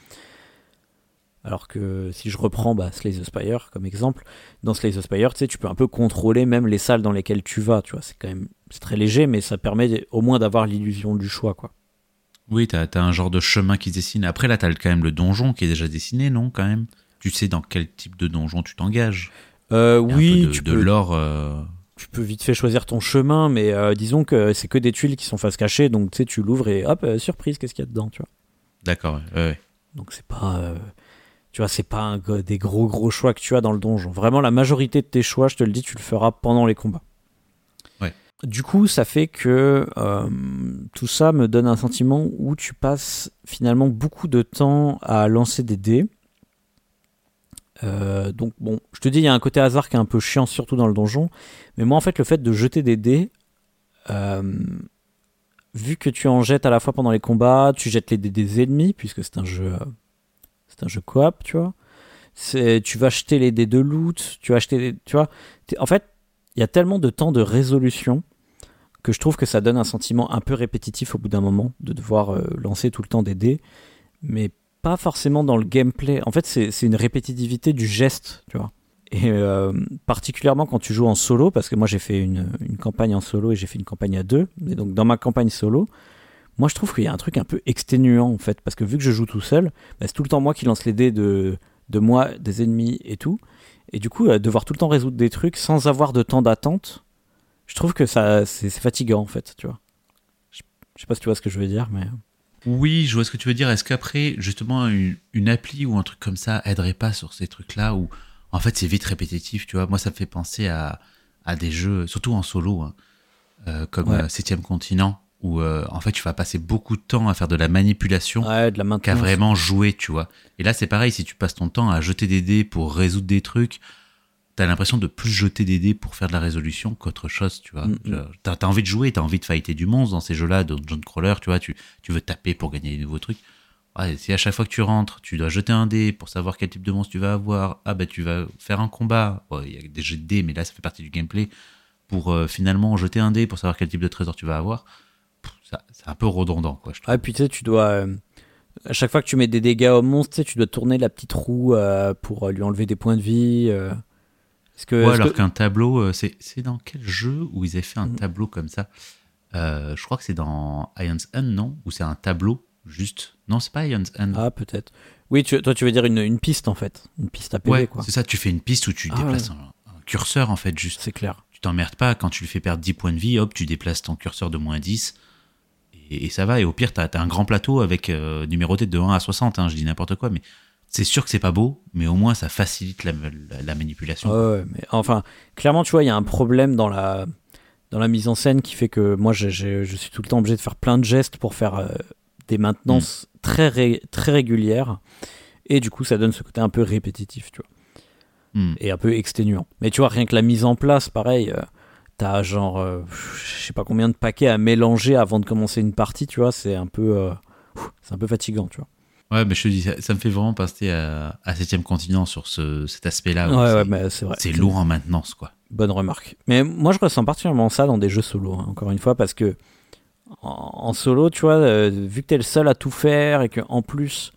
S2: Alors que si je reprends bah, Slay the Spire comme exemple, dans Slay the Spire, tu sais, tu peux un peu contrôler même les salles dans lesquelles tu vas, tu vois. C'est quand même c'est très léger, mais ça permet au moins d'avoir l'illusion du choix, quoi.
S1: Oui, tu as un genre de chemin qui se dessine. Après, là, tu as quand même le donjon qui est déjà dessiné, non, quand même ? Tu sais dans quel type de donjon tu t'engages ?
S2: euh, Oui,
S1: un peu de,
S2: tu
S1: de
S2: peux...
S1: lore... Euh...
S2: Tu peux vite fait choisir ton chemin, mais euh, disons que c'est que des tuiles qui sont face cachée, donc tu sais, tu l'ouvres et hop, euh, surprise, qu'est-ce qu'il y a dedans, tu vois.
S1: D'accord, ouais. ouais.
S2: Donc c'est pas, euh, tu vois, c'est pas un, des gros gros choix que tu as dans le donjon. Vraiment, la majorité de tes choix, je te le dis, tu le feras pendant les combats.
S1: Ouais.
S2: Du coup, ça fait que euh, tout ça me donne un sentiment où tu passes finalement beaucoup de temps à lancer des dés. Euh, donc bon, je te dis, il y a un côté hasard qui est un peu chiant, surtout dans le donjon. Mais moi, en fait, le fait de jeter des dés, euh, vu que tu en jettes à la fois pendant les combats, tu jettes les dés des ennemis, puisque c'est un jeu, euh, c'est un jeu coop, tu vois. C'est, tu vas acheter les dés de loot, tu vas acheter, des, tu vois. En fait, il y a tellement de temps de résolution que je trouve que ça donne un sentiment un peu répétitif au bout d'un moment de devoir euh, lancer tout le temps des dés, mais pas forcément dans le gameplay. En fait, c'est, c'est une répétitivité du geste, tu vois. Et euh, particulièrement quand tu joues en solo, parce que moi j'ai fait une, une campagne en solo et j'ai fait une campagne à deux. Et donc dans ma campagne solo, moi je trouve qu'il y a un truc un peu exténuant en fait, parce que vu que je joue tout seul, bah, c'est tout le temps moi qui lance les dés de, de moi, des ennemis et tout. Et du coup, euh, devoir tout le temps résoudre des trucs sans avoir de temps d'attente, je trouve que ça, c'est, c'est fatigant en fait, tu vois. Je, je sais pas si tu vois ce que je veux dire, mais...
S1: Oui, je vois ce que tu veux dire. Est-ce qu'après, justement, une, une appli ou un truc comme ça aiderait pas sur ces trucs-là où, en fait, c'est vite répétitif, tu vois. Moi, ça me fait penser à, à des jeux, surtout en solo, hein, euh, comme ouais. euh, Septième Continent, où, euh, en fait, tu vas passer beaucoup de temps à faire de la manipulation
S2: ouais, de la
S1: qu'à vraiment jouer, tu vois. Et là, c'est pareil, si tu passes ton temps à jeter des dés pour résoudre des trucs, t'as l'impression de plus jeter des dés pour faire de la résolution qu'autre chose, tu vois. Mm-hmm. T'as, t'as envie de jouer, t'as envie de fighter du monstre dans ces jeux-là, de Dungeon Crawler, tu vois, tu, tu veux taper pour gagner des nouveaux trucs. Ouais, si à chaque fois que tu rentres, tu dois jeter un dé pour savoir quel type de monstre tu vas avoir, ah bah tu vas faire un combat, il ouais, y a des jeux de dés, mais là ça fait partie du gameplay, pour euh, finalement jeter un dé pour savoir quel type de trésor tu vas avoir, Pff, ça, c'est un peu redondant, quoi, je trouve.
S2: Ah, et puis tu sais, tu dois... Euh... À chaque fois que tu mets des dégâts au monstre, tu sais, tu dois tourner la petite roue euh, pour lui enlever des points de vie... Euh...
S1: Est-ce que, ouais, est-ce alors que... qu'un tableau, c'est, c'est dans quel jeu où ils avaient fait un mmh. tableau comme ça euh, Je crois que c'est dans Ion's End, non ? Où c'est un tableau, juste. Non, c'est pas Ion's End.
S2: Ah, peut-être. Oui, tu, toi, tu veux dire une, une piste, en fait. Une piste à P V,
S1: ouais,
S2: quoi.
S1: C'est ça, tu fais une piste où tu ah, déplaces ouais. un, un curseur, en fait, juste.
S2: C'est clair.
S1: Tu t'emmerdes pas, quand tu lui fais perdre dix points de vie, hop, tu déplaces ton curseur de moins dix, et, et ça va. Et au pire, t'as, t'as un grand plateau avec euh, numéroté de un à soixante, hein, je dis n'importe quoi, mais... C'est sûr que c'est pas beau, mais au moins ça facilite la, la, la manipulation.
S2: Ouais, mais enfin, clairement, tu vois, il y a un problème dans la, dans la mise en scène qui fait que moi, j'ai, j'ai, je suis tout le temps obligé de faire plein de gestes pour faire euh, des maintenances mmh. très, ré, très régulières. Et du coup, ça donne ce côté un peu répétitif, tu vois. mm. et un peu exténuant. Mais tu vois, rien que la mise en place, pareil, euh, t'as genre, euh, je sais pas combien de paquets à mélanger avant de commencer une partie, tu vois, c'est un peu, euh, c'est un peu fatigant, tu vois.
S1: Ouais, mais je te dis, ça, ça me fait vraiment penser à, à Septième Continent sur ce, cet aspect-là.
S2: Ouais,
S1: c'est,
S2: ouais, mais c'est vrai.
S1: C'est lourd en maintenance, quoi.
S2: Bonne remarque. Mais moi, je ressens particulièrement ça dans des jeux solo, hein, encore une fois, parce que en, en solo, tu vois, euh, vu que t'es le seul à tout faire et que en plus,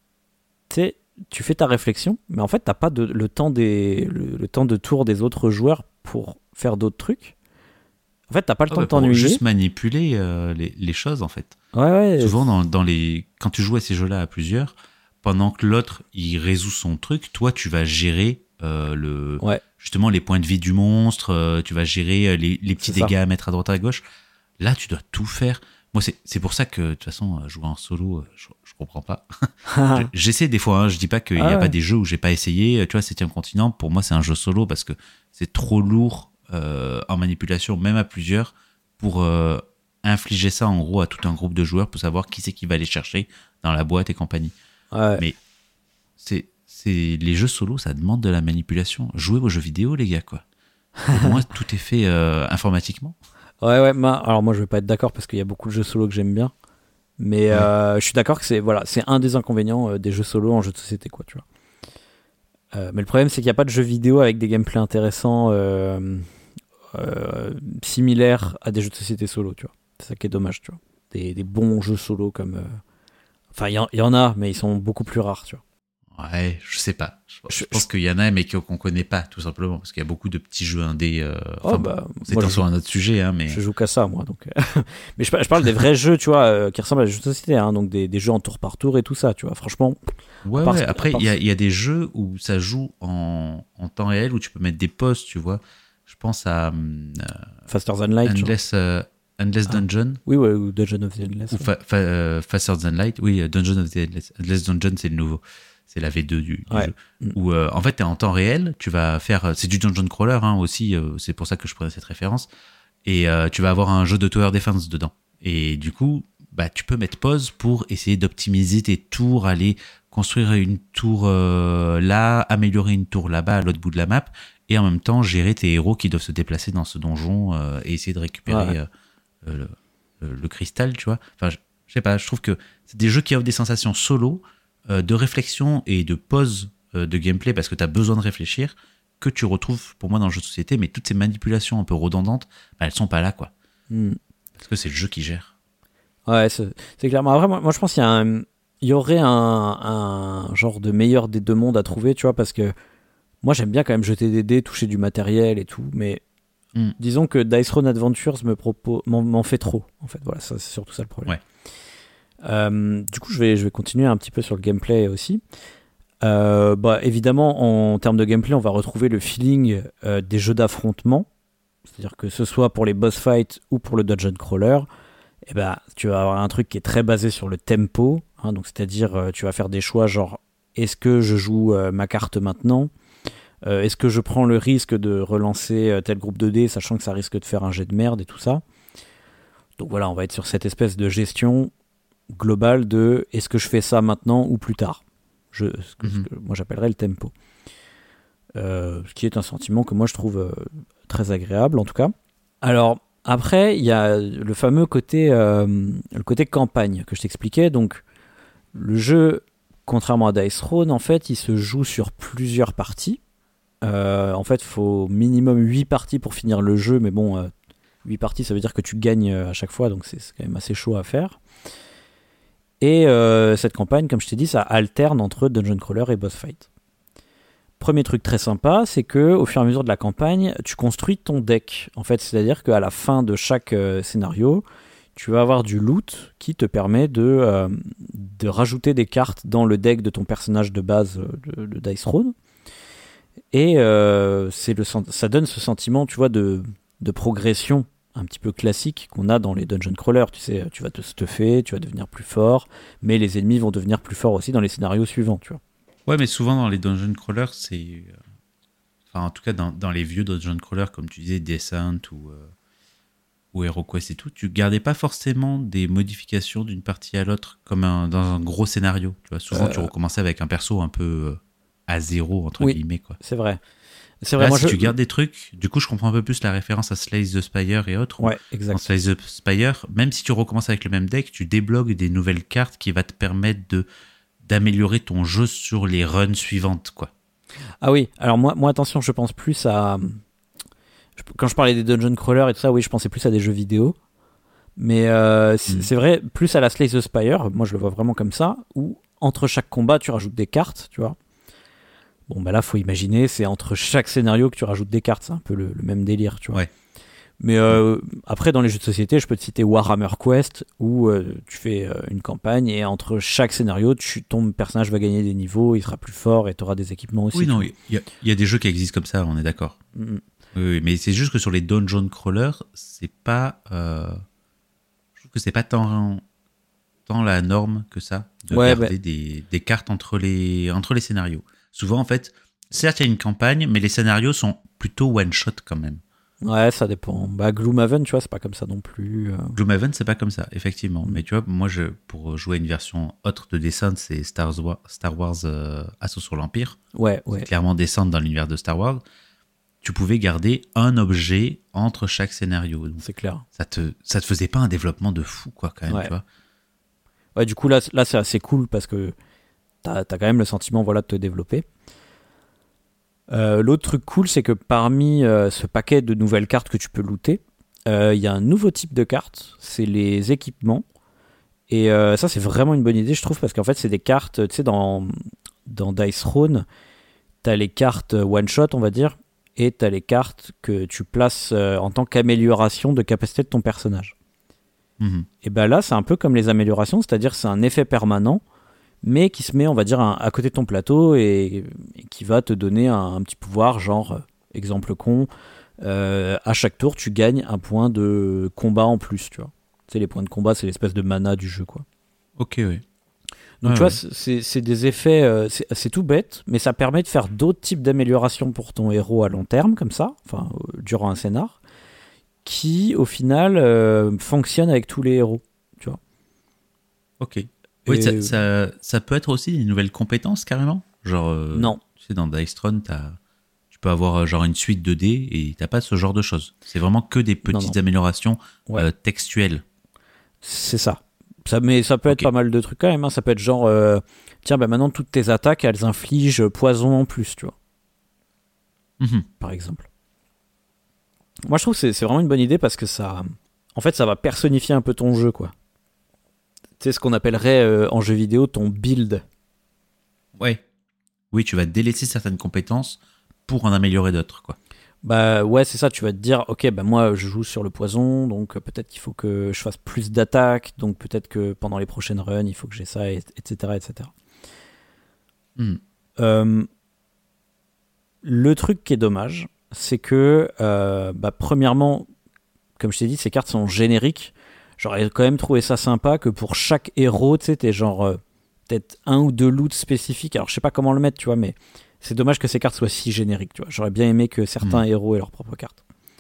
S2: tu sais, tu fais ta réflexion, mais en fait, t'as pas de, le, temps des, le, le temps de tour des autres joueurs pour faire d'autres trucs. En fait, t'as pas le
S1: ah
S2: temps
S1: bah
S2: de t'ennuyer.
S1: Pour juste manipuler euh, les, les choses, en fait.
S2: Ouais, ouais.
S1: Souvent, dans, dans les... quand tu joues à ces jeux-là à plusieurs, pendant que l'autre, il résout son truc, toi, tu vas gérer euh, le...
S2: ouais.
S1: justement les points de vie du monstre, euh, tu vas gérer les, les petits
S2: C'est
S1: dégâts
S2: ça.
S1: à mettre à droite à gauche. Là, tu dois tout faire. Moi, c'est, c'est pour ça que, de toute façon, jouer en solo, je, je comprends pas. J'essaie des fois, hein, je dis pas qu'il n'y a
S2: ah ouais.
S1: pas des jeux où j'ai pas essayé. Tu vois, Septième Continent, pour moi, c'est un jeu solo parce que c'est trop lourd euh, en manipulation, même à plusieurs, pour euh, infliger ça, en gros, à tout un groupe de joueurs pour savoir qui c'est qui va aller chercher dans la boîte et compagnie.
S2: Ouais.
S1: Mais c'est, c'est, les jeux solo, ça demande de la manipulation. Jouez aux jeux vidéo, les gars, quoi. Pour moi, tout est fait euh, informatiquement.
S2: Ouais, ouais, ma... alors moi je vais pas être d'accord parce qu'il y a beaucoup de jeux solo que j'aime bien, mais ouais. euh, je suis d'accord que c'est, voilà, c'est un des inconvénients euh, des jeux solo en jeu de société, quoi, tu vois. Euh, mais le problème c'est qu'il n'y a pas de jeux vidéo avec des gameplays intéressants euh, euh, similaires à des jeux de société solo, tu vois. C'est ça qui est dommage, tu vois. Des, des bons jeux solo comme... Euh... Enfin, il y, y en a, mais ils sont beaucoup plus rares, tu vois.
S1: Ouais, je sais pas. Je, je, je pense
S2: je...
S1: qu'il y en a, mais qu'on connaît pas, tout simplement, parce qu'il y a beaucoup de petits jeux indés. Euh,
S2: oh, enfin, bah,
S1: c'est sur joue... un autre sujet, hein, mais
S2: je joue qu'à ça, moi. Donc, mais je, je parle des vrais jeux, tu vois, euh, qui ressemblent à des jeux de société, hein, donc des, des jeux en tour par tour et tout ça, tu vois. Franchement.
S1: Ouais, part, ouais. Après, il y, y a des jeux où ça joue en, en temps réel, où tu peux mettre des pauses, tu vois. Je pense à euh,
S2: Faster Than Light.
S1: Endless, euh, Endless ah. Dungeon.
S2: Oui, ouais, ou Dungeon of the Endless.
S1: Ou fa- fa- euh, Faster Than Light. Oui, Dungeon of the Endless. Endless Dungeon, c'est le nouveau. C'est la V deux du, du
S2: ouais.
S1: jeu. Mm. Où, euh, en fait, t'es en temps réel, tu vas faire... C'est du dungeon crawler, hein, aussi, euh, c'est pour ça que je prenais cette référence. Et euh, tu vas avoir un jeu de tower defense dedans. Et du coup, bah, tu peux mettre pause pour essayer d'optimiser tes tours, aller construire une tour euh, là, améliorer une tour là-bas, à l'autre bout de la map, et en même temps, gérer tes héros qui doivent se déplacer dans ce donjon euh, et essayer de récupérer ouais. euh, le, le, le cristal, tu vois. Enfin, je, je sais pas, je trouve que c'est des jeux qui offrent des sensations solo, de réflexion et de pause de gameplay parce que tu as besoin de réfléchir que tu retrouves pour moi dans le jeu de société, mais toutes ces manipulations un peu redondantes, bah, elles sont pas là, quoi.
S2: Mm.
S1: Parce que c'est le jeu qui gère.
S2: Ouais, c'est, c'est clairement. Après, moi, moi je pense qu'il y, a un, il y aurait un, un genre de meilleur des deux mondes à trouver, tu vois, parce que moi j'aime bien quand même jeter des dés, toucher du matériel et tout, mais mm. disons que Dice Throne Adventures me propose, m'en, m'en fait trop, en fait. Voilà, ça, c'est surtout ça le problème.
S1: Ouais.
S2: Euh, du coup, je vais, je vais continuer un petit peu sur le gameplay aussi. Euh, bah, évidemment, en termes de gameplay, on va retrouver le feeling euh, des jeux d'affrontement. C'est-à-dire que ce soit pour les boss fights ou pour le dungeon crawler, eh ben, tu vas avoir un truc qui est très basé sur le tempo. Hein, donc, c'est-à-dire, euh, tu vas faire des choix genre, est-ce que je joue euh, ma carte maintenant ? euh, Est-ce que je prends le risque de relancer euh, tel groupe de dés, sachant que ça risque de faire un jet de merde et tout ça ? Donc voilà, on va être sur cette espèce de gestion global de est-ce que je fais ça maintenant ou plus tard, je, ce, que, mm-hmm. ce que moi j'appellerais le tempo, euh, ce qui est un sentiment que moi je trouve euh, très agréable en tout cas. Alors après il y a le fameux côté euh, le côté campagne que je t'expliquais. Donc le jeu, contrairement à Dice Throne, en fait il se joue sur plusieurs parties. Euh, en fait il faut minimum huit parties pour finir le jeu, mais bon euh, huit parties ça veut dire que tu gagnes à chaque fois, donc c'est, c'est quand même assez chaud à faire. Et euh, cette campagne, comme je t'ai dit, ça alterne entre Dungeon Crawler et Boss Fight. Premier truc très sympa, c'est que au fur et à mesure de la campagne, tu construis ton deck. En fait, c'est-à-dire qu'à la fin de chaque euh, scénario, tu vas avoir du loot qui te permet de, euh, de rajouter des cartes dans le deck de ton personnage de base de, de Dice Throne. Et euh, c'est le, ça donne ce sentiment, tu vois, de, de progression un petit peu classique qu'on a dans les dungeon crawlers. Tu sais, tu vas te stuffer, tu vas devenir plus fort, mais les ennemis vont devenir plus forts aussi dans les scénarios suivants, tu vois.
S1: Ouais, mais souvent dans les dungeon crawlers, c'est... Enfin, en tout cas, dans, dans les vieux dungeon crawlers, comme tu disais, Descent ou, euh, ou HeroQuest et tout, tu gardais pas forcément des modifications d'une partie à l'autre, comme un, dans un gros scénario. Tu vois, souvent, euh... tu recommençais avec un perso un peu... Euh, à zéro, entre
S2: oui,
S1: guillemets, quoi.
S2: C'est vrai. C'est vrai,
S1: Là,
S2: moi,
S1: si
S2: je...
S1: tu gardes des trucs, du coup, je comprends un peu plus la référence à Slay the Spire et autres.
S2: Ouais, exact.
S1: Dans Slay the Spire, même si tu recommences avec le même deck, tu débloques des nouvelles cartes qui va te permettre de d'améliorer ton jeu sur les runs suivantes, quoi.
S2: Ah oui, alors moi, moi attention, je pense plus à... Quand je parlais des dungeon crawlers et tout ça, oui, je pensais plus à des jeux vidéo. Mais euh, c'est, mm. c'est vrai, plus à la Slay the Spire, moi je le vois vraiment comme ça, où entre chaque combat, tu rajoutes des cartes, tu vois. Bon, bah là, faut imaginer, c'est entre chaque scénario que tu rajoutes des cartes, c'est un peu le, le même délire, tu vois.
S1: Ouais.
S2: Mais euh, après, dans les jeux de société, je peux te citer Warhammer Quest, où euh, tu fais euh, une campagne et entre chaque scénario, tu, ton personnage va gagner des niveaux, il sera plus fort et tu auras des équipements aussi.
S1: Oui, non, il y, y a des jeux qui existent comme ça, on est d'accord. Mm. Oui, oui, mais c'est juste que sur les dungeon crawlers, c'est pas... Euh... Je trouve que c'est pas tant, tant la norme que ça, de ouais, garder bah... des, des cartes entre les, entre les scénarios. Souvent, en fait, certes, il y a une campagne, mais les scénarios sont plutôt one-shot quand même.
S2: Ouais, ça dépend. Bah, Gloomhaven, tu vois, c'est pas comme ça non plus. Euh...
S1: Gloomhaven, c'est pas comme ça, effectivement. Mm. Mais tu vois, moi, je, pour jouer une version autre de Descent, c'est Star Wars, Star Wars euh, Assaut sur l'Empire.
S2: Ouais, ouais.
S1: C'est clairement Descent dans l'univers de Star Wars. Tu pouvais garder un objet entre chaque scénario. Donc,
S2: c'est clair.
S1: Ça te, ça te faisait pas un développement de fou, quoi, quand même,
S2: ouais.
S1: tu vois.
S2: Ouais, du coup, là, là c'est assez cool parce que t'as, t'as quand même le sentiment, voilà, de te développer. Euh, l'autre truc cool, c'est que parmi euh, ce paquet de nouvelles cartes que tu peux looter, il euh, y a un nouveau type de cartes, c'est les équipements. Et euh, ça, c'est vraiment une bonne idée, je trouve, parce qu'en fait, c'est des cartes, tu sais, dans, dans Dice Throne, t'as les cartes one-shot, on va dire, et t'as les cartes que tu places euh, en tant qu'amélioration de capacité de ton personnage. Mmh. Et ben là, c'est un peu comme les améliorations, c'est-à-dire c'est un effet permanent, mais qui se met, on va dire, à, à côté de ton plateau et, et qui va te donner un, un petit pouvoir, genre, euh, exemple con, euh, à chaque tour, tu gagnes un point de combat en plus, tu vois. Tu sais, les points de combat, c'est l'espèce de mana du jeu, quoi.
S1: Ok, oui.
S2: Donc,
S1: ouais,
S2: tu vois,
S1: ouais.
S2: c'est, c'est des effets, euh, c'est, c'est tout bête, mais ça permet de faire d'autres types d'améliorations pour ton héros à long terme, comme ça, enfin, euh, durant un scénar, qui, au final, euh, fonctionnent avec tous les héros, tu vois.
S1: Ok. Oui, ça, ça, ça peut être aussi des nouvelles compétences, carrément. Genre, euh,
S2: non.
S1: Tu sais, dans Dice Throne, t'as, tu peux avoir genre une suite de dés et t'as pas ce genre de choses. C'est vraiment que des petites non, non. améliorations ouais. euh, textuelles.
S2: C'est ça. ça. Mais ça peut être okay. pas mal de trucs quand même. Hein. Ça peut être genre, euh, tiens, bah maintenant, toutes tes attaques, elles infligent poison en plus, tu vois. Mm-hmm. Par exemple. Moi, je trouve que c'est, c'est vraiment une bonne idée parce que ça... En fait, ça va personnifier un peu ton jeu, quoi. Tu sais, ce qu'on appellerait euh, en jeu vidéo ton build.
S1: Ouais. Oui, tu vas délaisser certaines compétences pour en améliorer d'autres, quoi.
S2: Bah ouais, c'est ça. Tu vas te dire, ok, bah moi, je joue sur le poison, donc euh, peut-être qu'il faut que je fasse plus d'attaques, donc peut-être que pendant les prochaines runs, il faut que j'ai ça, et cetera, et cetera. Mm. Euh, le truc qui est dommage, c'est que, euh, bah, premièrement, comme je t'ai dit, ces cartes sont génériques. J'aurais quand même trouvé ça sympa que pour chaque héros, tu sais, t'es genre euh, peut-être un ou deux loots spécifiques. Alors je sais pas comment le mettre, tu vois, mais c'est dommage que ces cartes soient si génériques, tu vois. J'aurais bien aimé que certains mmh. héros aient leurs propres cartes.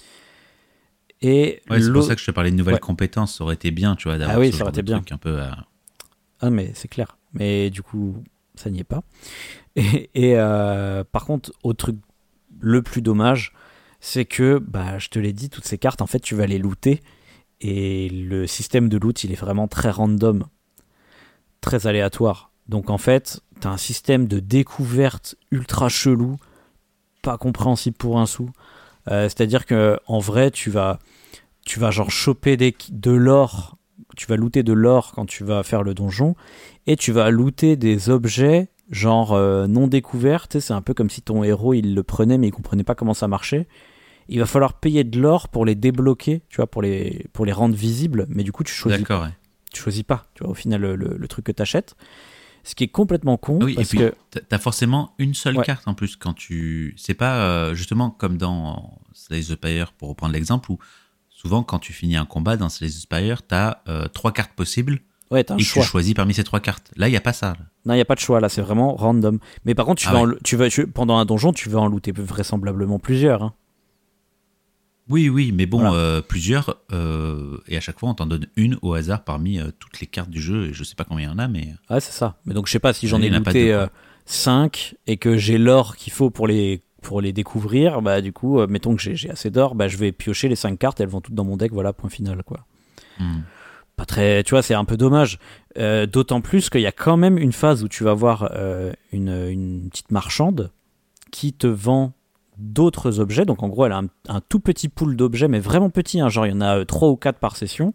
S2: Et
S1: ouais, c'est pour ça que je te parlais de nouvelles ouais. compétences. Ça aurait été bien, tu vois, d'avoir
S2: ah oui,
S1: ce
S2: ça aurait été bien.
S1: Un peu à...
S2: Ah mais c'est clair. Mais du coup, ça n'y est pas. Et, et euh, par contre, au truc le plus dommage, c'est que, bah, je te l'ai dit, toutes ces cartes, en fait, tu vas les looter. Et le système de loot, il est vraiment très random, très aléatoire. Donc en fait, t'as un système de découverte ultra chelou, pas compréhensible pour un sou. Euh, c'est-à-dire que en vrai, tu vas, tu vas genre choper des, de l'or, tu vas looter de l'or quand tu vas faire le donjon, et tu vas looter des objets genre euh, non découverts. Tu sais, c'est un peu comme si ton héros il le prenait mais il comprenait pas comment ça marchait. Il va falloir payer de l'or pour les débloquer, tu vois, pour les, pour les rendre visibles, mais du coup, tu choisis,
S1: D'accord, ouais.
S2: tu choisis pas, tu vois, au final, le, le, le truc que tu achètes. Ce qui est complètement con.
S1: Ah oui,
S2: parce
S1: et puis,
S2: que...
S1: t'as forcément une seule
S2: ouais.
S1: carte en plus quand tu. C'est pas euh, justement comme dans Slay the Spire, pour reprendre l'exemple, où souvent, quand tu finis un combat dans Slay the Spire, t'as euh, trois cartes possibles.
S2: Ouais, t'as un
S1: et
S2: choix.
S1: tu choisis parmi ces trois cartes. Là, il n'y a pas ça. Là.
S2: Non, il n'y a pas de choix, là, c'est vraiment random. Mais par contre, tu
S1: ah
S2: vas
S1: ouais.
S2: en, tu vas, tu, pendant un donjon, tu vas en looter vraisemblablement plusieurs. Hein.
S1: Oui, oui, mais bon,
S2: Voilà.
S1: euh, plusieurs, euh, et à chaque fois, on t'en donne une au hasard parmi euh, toutes les cartes du jeu, et je sais pas combien il y en a, mais...
S2: Ouais, c'est ça. Mais donc, je sais pas si j'en
S1: Il
S2: ai
S1: y en a pas
S2: looté
S1: deux, quoi.
S2: cinq et que j'ai l'or qu'il faut pour les, pour les découvrir, bah, du coup, euh, mettons que j'ai, j'ai assez d'or, bah, je vais piocher les cinq cartes, elles vont toutes dans mon deck, voilà, point final, quoi.
S1: Hmm.
S2: Pas très, tu vois, c'est un peu dommage. Euh, d'autant plus qu'il y a quand même une phase où tu vas voir euh, une, une petite marchande qui te vend d'autres objets. Donc en gros, elle a un, un tout petit pool d'objets, mais vraiment petit, hein, genre il y en a trois ou quatre par session.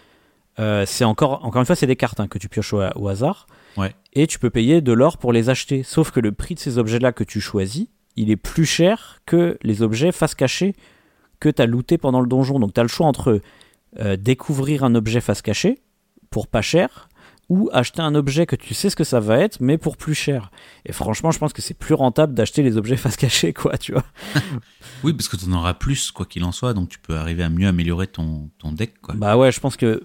S2: Euh, c'est encore, encore une fois, c'est des cartes hein, que tu pioches au, au hasard.
S1: Ouais.
S2: Et tu peux payer de l'or pour les acheter. Sauf que le prix de ces objets-là que tu choisis, il est plus cher que les objets face cachée que tu as looté pendant le donjon. Donc tu as le choix entre euh, découvrir un objet face cachée pour pas cher ou acheter un objet que tu sais ce que ça va être mais pour plus cher. Et franchement, je pense que c'est plus rentable d'acheter les objets face cachée, quoi, tu vois.
S1: Oui, parce que tu en auras plus, quoi qu'il en soit, donc tu peux arriver à mieux améliorer ton, ton deck, quoi.
S2: Bah ouais, je pense que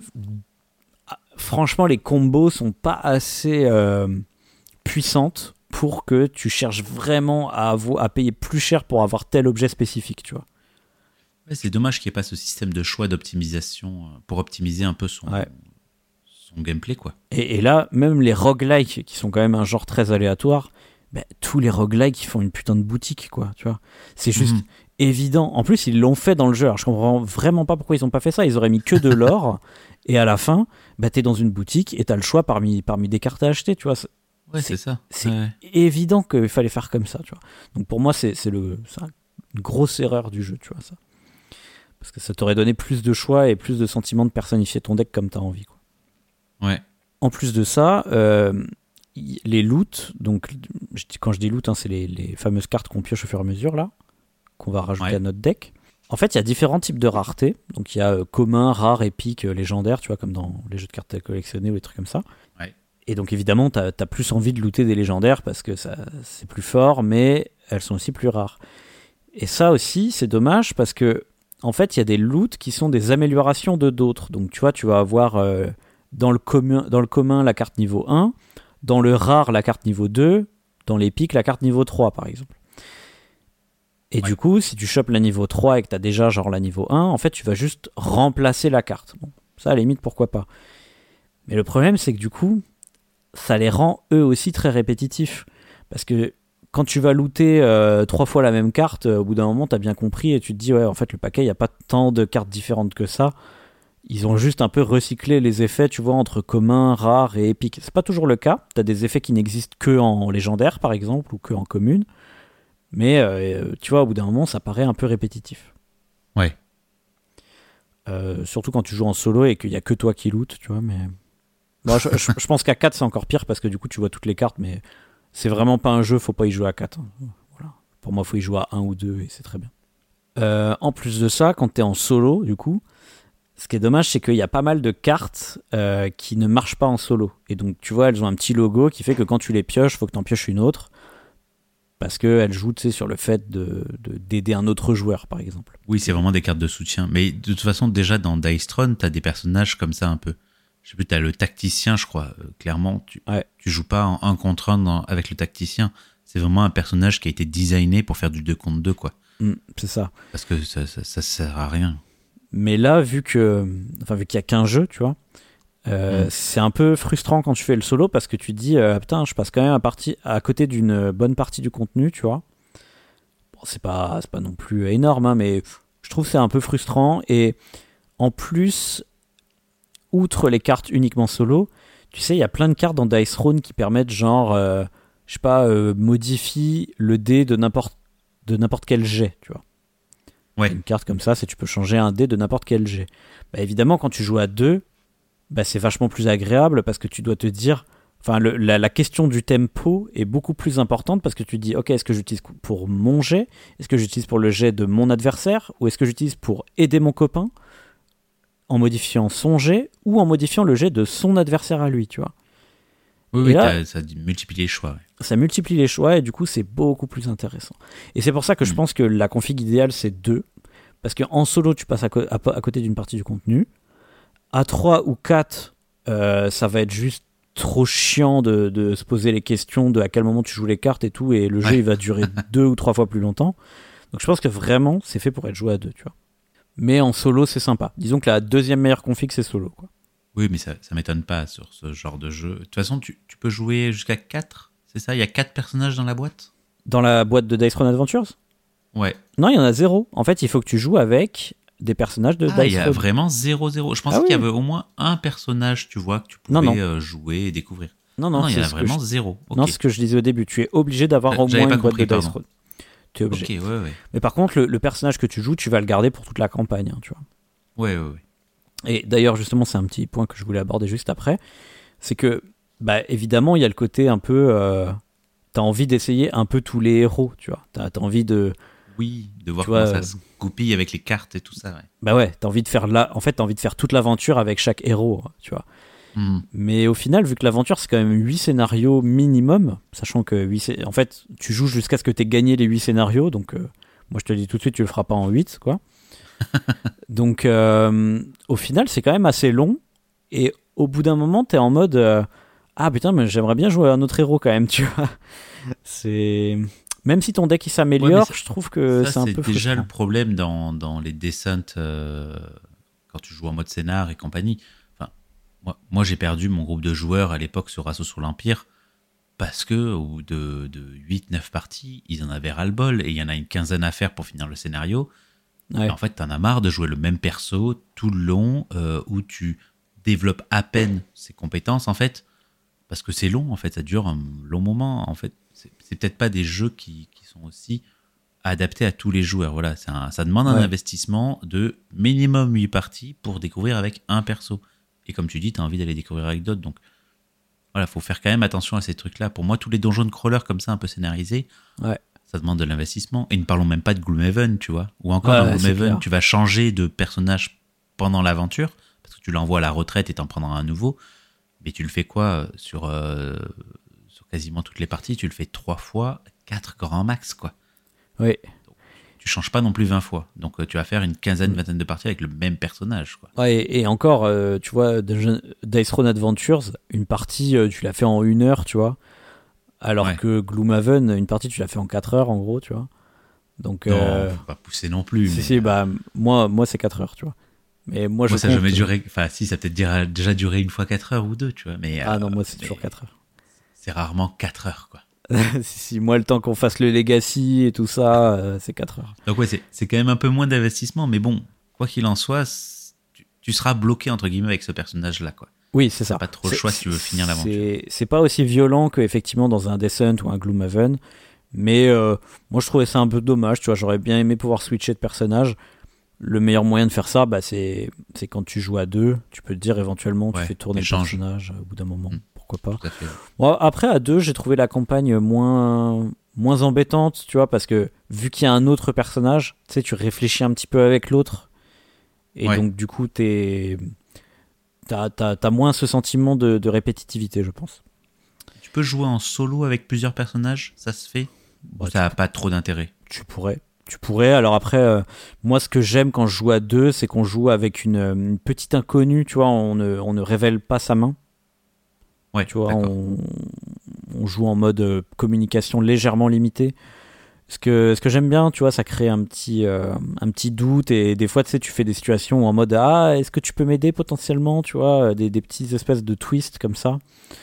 S2: franchement, les combos sont pas assez euh, puissantes pour que tu cherches vraiment à, avo- à payer plus cher pour avoir tel objet spécifique, tu vois.
S1: Ouais, c'est dommage qu'il n'y ait pas ce système de choix d'optimisation euh, pour optimiser un peu son,
S2: Ouais.
S1: son gameplay, quoi.
S2: Et, et là, même les roguelikes, qui sont quand même un genre très aléatoire, bah, tous les roguelikes, ils font une putain de boutique, quoi, tu vois. C'est juste
S1: Mhm.
S2: évident. En plus, ils l'ont fait dans le jeu. Alors, je comprends vraiment pas pourquoi ils ont pas fait ça. Ils auraient mis que de l'or, et à la fin, bah, t'es dans une boutique, et t'as le choix parmi, parmi des cartes à acheter, tu vois. C'est,
S1: Ouais, c'est ça.
S2: c'est
S1: Ouais.
S2: évident qu'il fallait faire comme ça, tu vois. Donc, pour moi, c'est, c'est, le, c'est une grosse erreur du jeu, tu vois, ça. Parce que ça t'aurait donné plus de choix et plus de sentiment de personnifier ton deck comme t'as envie, quoi.
S1: Ouais.
S2: En plus de ça, euh, y- les loots, donc je dis- quand je dis loot, hein, c'est les, les fameuses cartes qu'on pioche au fur et à mesure là, qu'on va rajouter
S1: Ouais.
S2: à notre deck. En fait, il y a différents types de raretés. Donc il y a euh, commun, rare, épique, euh, légendaire, tu vois, comme dans les jeux de cartes à collectionner ou des trucs comme ça.
S1: Ouais.
S2: Et donc évidemment, t'as as plus envie de looter des légendaires parce que ça, c'est plus fort, mais elles sont aussi plus rares. Et ça aussi, c'est dommage parce que en fait, il y a des loots qui sont des améliorations de d'autres. Donc tu vois, tu vas avoir euh, dans, le commun, dans le commun la carte niveau un, dans le rare la carte niveau deux, dans l'épique la carte niveau trois par exemple. Et
S1: Ouais.
S2: du coup, si tu chopes la niveau trois et que tu as déjà genre la niveau un, en fait, tu vas juste remplacer la carte. Bon, ça, à la limite, pourquoi pas. Mais le problème, c'est que du coup, ça les rend eux aussi très répétitifs. Parce que quand tu vas looter euh, trois fois la même carte, euh, au bout d'un moment, tu as bien compris et tu te dis, ouais, en fait, le paquet, il n'y a pas tant de cartes différentes que ça. Ils ont juste un peu recyclé les effets, tu vois, entre commun, rare et épique. C'est pas toujours le cas. Tu as des effets qui n'existent que en légendaire, par exemple, ou que en commune. Mais euh, tu vois, au bout d'un moment, ça paraît un peu répétitif.
S1: Ouais.
S2: Euh, surtout quand tu joues en solo et qu'il n'y a que toi qui loot, tu vois. Mais bon, je, je, je pense qu'à quatre, c'est encore pire parce que du coup, tu vois toutes les cartes, mais c'est vraiment pas un jeu, faut pas y jouer à quatre. Hein. Voilà. Pour moi, faut y jouer à un ou deux et c'est très bien. Euh, en plus de ça, quand tu es en solo, du coup, ce qui est dommage, c'est qu'il y a pas mal de cartes euh, qui ne marchent pas en solo. Et donc, tu vois, elles ont un petit logo qui fait que quand tu les pioches, il faut que tu en pioches une autre. Parce qu'elles jouent, tu sais, sur le fait de, de, d'aider un autre joueur, par exemple.
S1: Oui, c'est vraiment des cartes de soutien. Mais de toute façon, déjà dans Dice Throne, t'as des personnages comme ça un peu. Je sais plus, t'as le tacticien, je crois. Euh, clairement, tu,
S2: Ouais.
S1: tu joues pas en un contre un dans- avec le tacticien. C'est vraiment un personnage qui a été designé pour faire du deux contre deux, quoi.
S2: Mm, c'est ça.
S1: Parce que ça, ça, ça sert à rien.
S2: Mais là, vu que, enfin, vu qu'il y a qu'un jeu, tu vois, euh,
S1: Mm.
S2: c'est un peu frustrant quand tu fais le solo parce que tu te dis, euh, putain, je passe quand même à, partie, à côté d'une bonne partie du contenu, tu vois. Bon, c'est pas, c'est pas non plus énorme, hein, mais je trouve que c'est un peu frustrant. Et en plus, outre les cartes uniquement solo, tu sais, il y a plein de cartes dans Dice Throne qui permettent, genre, euh, je sais pas, euh, modifie le dé de n'importe, de n'importe quel jet, tu vois.
S1: Ouais.
S2: Une carte comme ça, c'est tu peux changer un dé de n'importe quel jet. Bah, évidemment, quand tu joues à deux, bah, c'est vachement plus agréable parce que tu dois te dire. Enfin, le, la, la question du tempo est beaucoup plus importante parce que tu te dis, ok, est-ce que j'utilise pour mon jet? Est-ce que j'utilise pour le jet de mon adversaire? Ou est-ce que j'utilise pour aider mon copain en modifiant son jet ou en modifiant le jet de son adversaire à lui, tu vois?
S1: Oui,
S2: Et
S1: oui,
S2: là-
S1: t'as- ça multiplie les choix. Ouais.
S2: Ça multiplie les choix et du coup c'est beaucoup plus intéressant. Et c'est pour ça que je
S1: Mm.
S2: pense que la config idéale c'est deux. Parce qu'en solo tu passes à, co- à, à côté d'une partie du contenu. À trois ou quatre, euh, ça va être juste trop chiant de, de se poser les questions de à quel moment tu joues les cartes et tout. Et le jeu
S1: Ouais.
S2: il va durer deux ou trois fois plus longtemps. Donc je pense que vraiment c'est fait pour être joué à deux, tu vois. mais en solo c'est sympa. Disons que la deuxième meilleure config c'est solo, quoi.
S1: Oui, mais ça, ça m'étonne pas sur ce genre de jeu. De toute façon, tu, tu peux jouer jusqu'à quatre, c'est ça? Il y a quatre personnages dans la boîte?
S2: Dans la boîte de Dice Run Adventures?
S1: Ouais.
S2: Non, il y en a zéro. En fait, il faut que tu joues avec des personnages de
S1: ah, Dice Run. Il y a
S2: Run.
S1: vraiment zéro zéro. Je pensais ah, oui. qu'il y avait au moins un personnage, tu vois, que tu pouvais non, non. jouer et découvrir.
S2: Non, non,
S1: non il y en a vraiment
S2: je...
S1: zéro. Okay.
S2: Non, c'est ce que je disais au début. Tu es obligé d'avoir au moins une boîte de Dice Run. Tu es obligé.
S1: Okay, ouais, ouais.
S2: Mais par contre, le, le personnage que tu joues, tu vas le garder pour toute la campagne, hein, tu vois.
S1: Ouais, ouais, ouais.
S2: Et d'ailleurs, justement, c'est un petit point que je voulais aborder juste après. C'est que, bah, évidemment, il y a le côté un peu... Euh, t'as envie d'essayer un peu tous les héros, tu vois. T'as, t'as envie de...
S1: Oui, de voir comment vois, ça se goupille avec les cartes et tout ça, ouais.
S2: Bah ouais, t'as envie de faire la... En fait, t'as envie de faire toute l'aventure avec chaque héros, tu vois.
S1: Mm.
S2: Mais au final, vu que l'aventure, c'est quand même huit scénarios minimum, sachant que huit scé... en fait, tu joues jusqu'à ce que t'aies gagné les huit scénarios, donc euh, moi, je te le dis tout de suite, tu le feras pas en huit, quoi. Donc, euh, au final, c'est quand même assez long. Et au bout d'un moment, t'es en mode euh, ah putain, mais j'aimerais bien jouer à un autre héros quand même, tu vois. C'est même si ton deck il s'améliore, ouais, je trouve que
S1: ça,
S2: c'est un
S1: c'est
S2: peu
S1: déjà
S2: frustrant.
S1: Le problème dans dans les descents euh, quand tu joues en mode scénar et compagnie. Enfin, moi, moi, j'ai perdu mon groupe de joueurs à l'époque sur Assaut sur l'Empire parce que au bout de de huit neuf parties, ils en avaient ras-le-bol et il y en a une quinzaine à faire pour finir le scénario.
S2: Ouais.
S1: En fait, t'en as marre de jouer le même perso tout le long euh, où tu développes à peine ses compétences, en fait, parce que c'est long, en fait, ça dure un long moment, en fait. C'est, c'est peut-être pas des jeux qui, qui sont aussi adaptés à tous les joueurs. Voilà, c'est un, ça demande un ouais. investissement de minimum huit parties pour découvrir avec un perso. Et comme tu dis, t'as envie d'aller découvrir avec d'autres, donc voilà, faut faire quand même attention à ces trucs-là. Pour moi, tous les donjons de crawler comme ça, un peu scénarisés,
S2: ouais.
S1: ça demande de l'investissement. Et ne parlons même pas de Gloomhaven, tu vois. Ou encore,
S2: ouais,
S1: dans Gloomhaven, tu vas changer de personnage pendant l'aventure, parce que tu l'envoies à la retraite et t'en prendras un nouveau. Mais tu le fais quoi sur, euh, sur quasiment toutes les parties? Tu le fais trois fois, quatre grands max, quoi.
S2: Oui.
S1: Donc, tu changes pas non plus vingt fois. Donc, tu vas faire une quinzaine, mmh. vingtaine de parties avec le même personnage, quoi.
S2: Ouais, et, et encore, euh, tu vois, Dice Run Adventures, une partie, euh, tu l'as fait en une heure, tu vois. Alors ouais. que Gloomhaven, une partie, tu l'as fait en quatre heures, en gros, tu vois. Donc,
S1: non,
S2: euh...
S1: faut pas pousser non plus.
S2: Si,
S1: mais...
S2: si, bah, moi, moi c'est quatre heures, tu vois. Mais moi, je
S1: moi ça
S2: compte...
S1: jamais duré. Enfin, si, ça a peut-être déjà duré une fois quatre heures ou deux, tu vois. Mais,
S2: ah
S1: euh,
S2: non, moi, c'est toujours quatre heures.
S1: C'est rarement quatre heures, quoi.
S2: si, si, moi, le temps qu'on fasse le Legacy et tout ça, euh, c'est quatre heures.
S1: Donc, ouais, c'est, c'est quand même un peu moins d'investissement, mais bon, quoi qu'il en soit, tu, tu seras bloqué, entre guillemets, avec ce personnage-là, quoi.
S2: Oui, c'est ça.
S1: T'as pas trop le choix si tu veux finir l'aventure.
S2: C'est, c'est pas aussi violent qu'effectivement dans un Descent ou un Gloomhaven, mais euh, moi je trouvais ça un peu dommage, tu vois, j'aurais bien aimé pouvoir switcher de personnage. Le meilleur moyen de faire ça, bah, c'est, c'est quand tu joues à deux, tu peux te dire éventuellement, tu ouais, fais tourner le personnage au bout d'un moment, mmh. pourquoi pas.
S1: Tout à fait.
S2: Bon, après, à deux, j'ai trouvé la campagne moins, moins embêtante, tu vois, parce que vu qu'il y a un autre personnage, tu sais, tu réfléchis un petit peu avec l'autre, et ouais. donc du coup, t'es... T'as, t'as, t'as moins ce sentiment de, de répétitivité, je pense.
S1: Tu peux jouer en solo avec plusieurs personnages, ça se fait? Bah, ça n'a pas trop d'intérêt.
S2: Tu pourrais. Tu pourrais. Alors après, euh, moi, ce que j'aime quand je joue à deux, c'est qu'on joue avec une, une petite inconnue, tu vois, on ne, on ne révèle pas sa main.
S1: Ouais,
S2: tu vois, on, on joue en mode euh, communication légèrement limitée. Ce que, ce que j'aime bien, tu vois, ça crée un petit, euh, un petit doute, et des fois, tu sais, tu fais des situations en mode ah, est-ce que tu peux m'aider potentiellement, tu vois, des, des petites espèces de twists comme ça.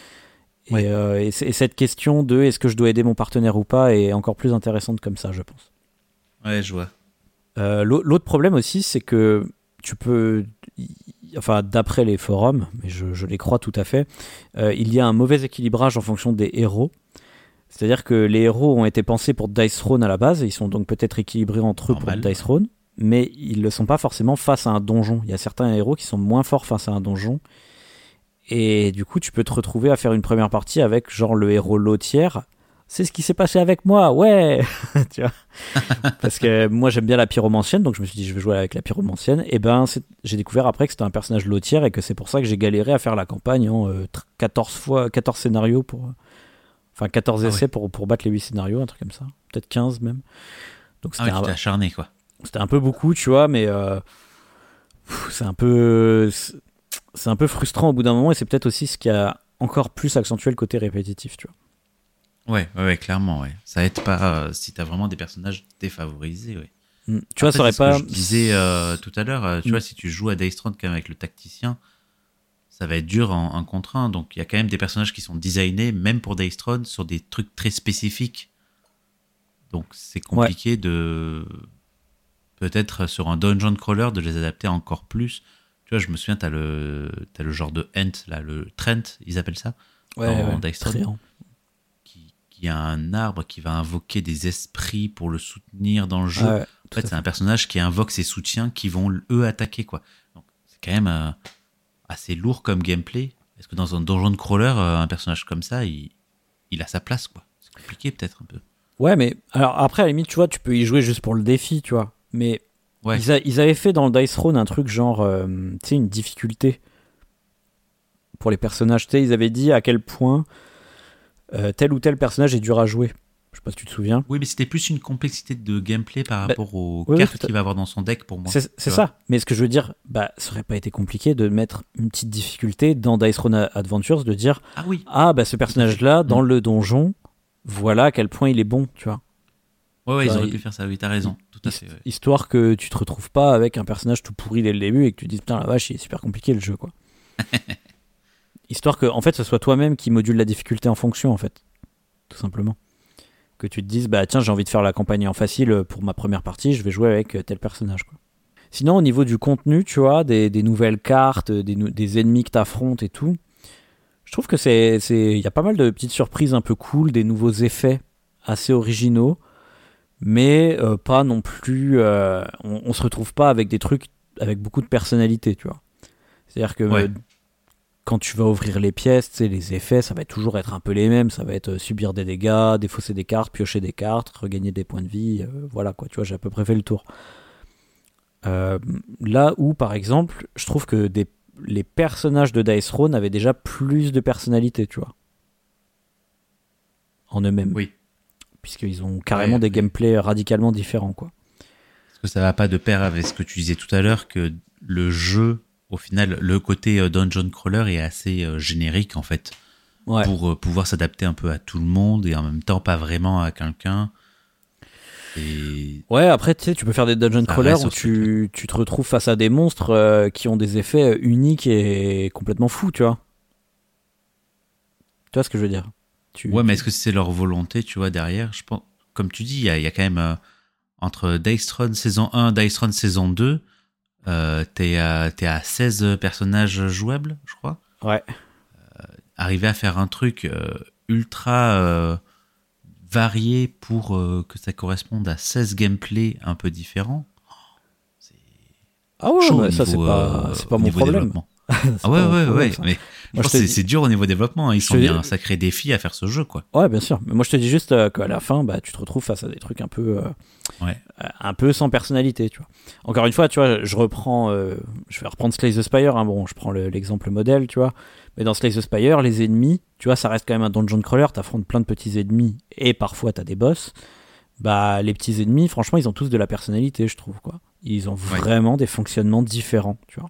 S2: Et, ouais. euh, et, et cette question de est-ce que je dois aider mon partenaire ou pas est encore plus intéressante comme ça, je pense.
S1: Ouais, je vois.
S2: Euh, l'autre problème aussi, c'est que tu peux, enfin, d'après les forums, mais je, je les crois tout à fait, euh, il y a un mauvais équilibrage en fonction des héros. C'est-à-dire que les héros ont été pensés pour Dice Throne à la base, et ils sont donc peut-être équilibrés entre eux Normal. Pour Dice Throne, mais ils ne le sont pas forcément face à un donjon. Il y a certains héros qui sont moins forts face à un donjon, et du coup tu peux te retrouver à faire une première partie avec genre le héros low tier. C'est ce qui s'est passé avec moi, ouais. Tu vois. Parce que moi j'aime bien la pyromancienne, donc je me suis dit je vais jouer avec la pyromancienne, et ben c'est... j'ai découvert après que c'était un personnage low tier, et que c'est pour ça que j'ai galéré à faire la campagne en euh, quatorze fois, quatorze scénarios pour... Enfin, quatorze essais ah ouais. pour, pour battre les huit scénarios, un truc comme ça. Peut-être quinze même. Donc, c'était
S1: ah ouais, tu t'es acharné, quoi.
S2: C'était un peu beaucoup, tu vois, mais euh, c'est un peu c'est un peu frustrant au bout d'un moment, et c'est peut-être aussi ce qui a encore plus accentué le côté répétitif, tu vois.
S1: Ouais, ouais, ouais clairement, ouais. Ça aide pas euh, si t'as vraiment des personnages défavorisés, ouais.
S2: Mm. Tu vois,
S1: Après,
S2: ça aurait
S1: c'est
S2: pas.
S1: ce que je disais euh, tout à l'heure. euh, Tu
S2: Mm.
S1: vois, si tu joues à Dice Throne quand même avec le tacticien, ça va être dur en, en contre un. Donc, il y a quand même des personnages qui sont designés, même pour Dice Throne, sur des trucs très spécifiques. Donc, c'est
S2: Ouais.
S1: compliqué de. Peut-être sur un dungeon crawler, de les adapter encore plus. Tu vois, je me souviens, t'as le, t'as le genre de Ent, là, le Trent, ils appellent ça,
S2: Ouais,
S1: dans
S2: ouais.
S1: Dice Throne,
S2: Très bien.
S1: qui, qui a un arbre qui va invoquer des esprits pour le soutenir dans le jeu.
S2: Ah ouais,
S1: En fait, c'est un personnage qui invoque ses soutiens qui vont, eux, attaquer, quoi. Donc, c'est quand même euh, assez lourd comme gameplay. Est-ce que dans un dungeon crawler, euh, un personnage comme ça, il, il a sa place, quoi. C'est compliqué, peut-être, un peu.
S2: Ouais, mais alors après, à la limite, tu vois, tu peux y jouer juste pour le défi, tu vois. Mais
S1: Ouais.
S2: ils, a- ils avaient fait dans le Dice Throne un truc genre, euh, tu sais, une difficulté pour les personnages. Tu sais, ils avaient dit à quel point euh, tel ou tel personnage est dur à jouer. Je sais pas si tu te souviens.
S1: Oui, mais c'était plus une complexité de gameplay par
S2: Bah,
S1: rapport aux
S2: oui, oui,
S1: cartes
S2: tout à-
S1: qu'il va avoir dans son deck, pour moi.
S2: C'est
S1: Tu
S2: c'est
S1: vois.
S2: ça. Mais ce que je veux dire, bah, ça aurait pas été compliqué de mettre une petite difficulté dans Dice Throne Adventures, de dire
S1: Ah oui.
S2: ah bah ce personnage-là dans
S1: Mm.
S2: le donjon, voilà à quel point il est bon, tu vois.
S1: Ouais, ouais,
S2: Tu
S1: ils
S2: vois,
S1: auraient
S2: il-
S1: pu faire ça, oui, t'as raison. Tout à fait, ouais.
S2: Histoire que tu te retrouves pas avec un personnage tout pourri dès le début et que tu te dises putain la vache il est super compliqué le jeu quoi. Histoire que en fait ce soit toi-même qui module la difficulté en fonction en fait, tout simplement. Que tu te dises bah tiens j'ai envie de faire la campagne en facile pour ma première partie, je vais jouer avec tel personnage quoi. Sinon au niveau du contenu tu vois des, des nouvelles cartes, des, nou- des ennemis que t'affrontes et tout, je trouve que c'est c'est il y a pas mal de petites surprises un peu cool, des nouveaux effets assez originaux. Mais euh, pas non plus euh, on, on se retrouve pas avec des trucs avec beaucoup de personnalité tu vois, c'est à dire que
S1: Ouais.
S2: euh, quand tu vas ouvrir les pièces tu sais, les effets ça va toujours être un peu les mêmes, ça va être euh, subir des dégâts, défausser des cartes, piocher des cartes, regagner des points de vie, euh, voilà quoi, tu vois, j'ai à peu près fait le tour. Euh, là où par exemple je trouve que des, les personnages de Dice Throne avaient déjà plus de personnalité tu vois, en eux-mêmes,
S1: Oui.
S2: puisqu'ils ont carrément
S1: Ouais,
S2: des
S1: mais-
S2: gameplays radicalement différents quoi.
S1: Est-ce que ça va pas de pair avec ce que tu disais tout à l'heure, que le jeu, au final, le côté euh, dungeon crawler est assez euh, générique, en fait,
S2: Ouais.
S1: pour euh, pouvoir s'adapter un peu à tout le monde et en même temps pas vraiment à quelqu'un. Et
S2: Ouais, après, tu sais, tu peux faire des dungeon
S1: Ça
S2: crawlers
S1: reste
S2: où
S1: sur ce
S2: tu, tu te retrouves face à des monstres euh, qui ont des effets uniques et complètement fous, tu vois. Tu vois ce que je veux dire? Tu,
S1: ouais, mais
S2: tu-
S1: est-ce que c'est leur volonté, tu vois, derrière? Je pense, comme tu dis, il y a, il y a quand même euh, entre Dice Throne saison un, Dice Throne saison deux, euh, t'es à, t'es à seize personnages jouables, je crois.
S2: Ouais.
S1: Arriver à faire un truc euh, ultra euh, varié pour euh, que ça corresponde à seize gameplays un peu différents.
S2: Ah ouais,
S1: Chaud
S2: bah,
S1: au
S2: ça, c'est
S1: niveau,
S2: pas,
S1: euh,
S2: c'est pas
S1: au
S2: mon
S1: niveau
S2: problème.
S1: développement.
S2: C'est
S1: Ah ouais,
S2: pas mon
S1: ouais,
S2: problème,
S1: ouais.
S2: ça.
S1: Mais
S2: Moi,
S1: je
S2: je
S1: pense
S2: te
S1: que c'est
S2: dis-
S1: c'est dur au niveau développement. hein. Ils
S2: je
S1: sont
S2: te
S1: mis
S2: dis-
S1: un sacré défi à faire ce jeu, quoi.
S2: Ouais, bien sûr. Mais moi, je te dis juste euh, qu'à la fin, bah, tu te retrouves face à des trucs un peu, euh,
S1: Ouais.
S2: euh, un peu sans personnalité, tu vois. Encore une fois, tu vois, je reprends, euh, je vais reprendre Slay the Spire. Hein, bon, je prends le- l'exemple modèle, tu vois. Mais dans Slay the Spire, les ennemis, tu vois, ça reste quand même un dungeon crawler. T'affrontes plein de petits ennemis et parfois t'as des boss. Bah, les petits ennemis, franchement, ils ont tous de la personnalité, je trouve, quoi. Ils ont
S1: Ouais.
S2: vraiment des fonctionnements différents, tu vois.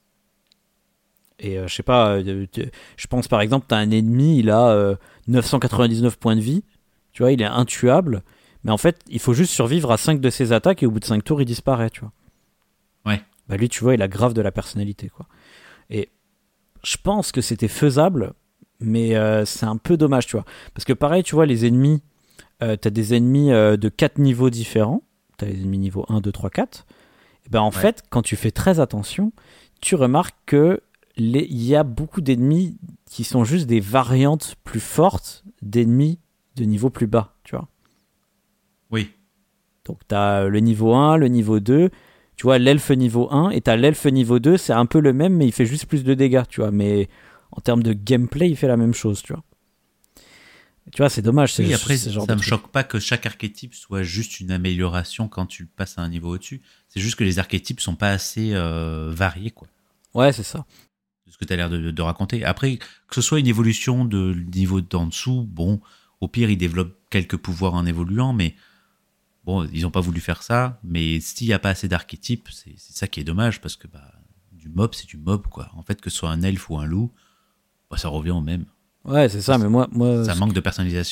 S2: Et euh, je sais pas, euh, tu- je pense par exemple, t'as un ennemi, il a euh, neuf cent quatre-vingt-dix-neuf points de vie, tu vois, il est intuable, mais en fait, il faut juste survivre à cinq de ses attaques et au bout de cinq tours, il disparaît, tu vois.
S1: Ouais.
S2: Bah lui, tu vois, il a grave de la personnalité, quoi. Et je pense que c'était faisable, mais euh, c'est un peu dommage, tu vois. Parce que pareil, tu vois, les ennemis, euh, t'as des ennemis euh, de quatre niveaux différents, t'as les ennemis niveau un, deux, trois, quatre, et ben en
S1: Ouais.
S2: fait, quand tu fais très attention, tu remarques que les- il y a beaucoup d'ennemis qui sont juste des variantes plus fortes d'ennemis de niveau plus bas, tu vois.
S1: Oui.
S2: Donc t'as le niveau un, le niveau deux, tu vois, l'elfe niveau un, et t'as l'elfe niveau deux, c'est un peu le même, mais il fait juste plus de dégâts, tu vois. Mais en termes de gameplay, il fait la même chose, tu vois. Tu vois, c'est dommage. C'est
S1: Oui, après,
S2: ce genre
S1: ça
S2: de
S1: me
S2: truc.
S1: choque pas que chaque archétype soit juste une amélioration quand tu passes à un niveau au-dessus. C'est juste que les archétypes sont pas assez euh, variés, quoi.
S2: Ouais, c'est ça.
S1: De ce que tu as l'air de, de raconter. Après, que ce soit une évolution de niveau d'en dessous, bon, au pire, ils développent quelques pouvoirs en évoluant, mais bon, ils ont pas voulu faire ça. Mais s'il y a pas assez d'archétypes, c'est c'est ça qui est dommage, parce que bah, du mob, c'est du mob, quoi. En fait, que ce soit un elfe ou un loup, bah, ça revient au même.
S2: Ouais, c'est ça, mais moi, moi
S1: Ça
S2: ce
S1: manque de personnalisation, quoi.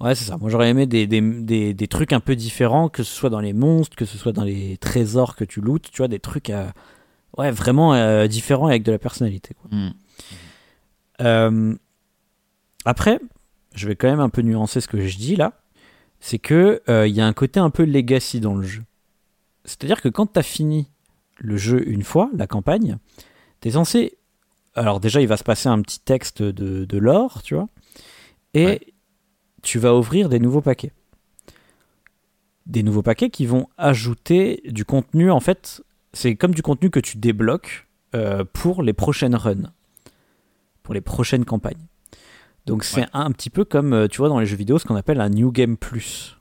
S2: Ouais, c'est ça. Moi, j'aurais aimé des, des, des, des trucs un peu différents, que ce soit dans les monstres, que ce soit dans les trésors que tu lootes, tu vois, des trucs euh, ouais, vraiment euh, différents et avec de la personnalité, quoi.
S1: Mm.
S2: Euh, après, je vais quand même un peu nuancer ce que je dis là. C'est que il euh, y a un côté un peu legacy dans le jeu. C'est-à-dire que quand tu as fini le jeu une fois, la campagne, tu es censé... Alors déjà, il va se passer un petit texte de, de lore, tu vois, et ouais. tu vas ouvrir des nouveaux paquets. Des nouveaux paquets qui vont ajouter du contenu, en fait, c'est comme du contenu que tu débloques euh, pour les prochaines runs, pour les prochaines campagnes. Donc c'est ouais. un, un petit peu comme, tu vois, dans les jeux vidéo, ce qu'on appelle un New Game Plus.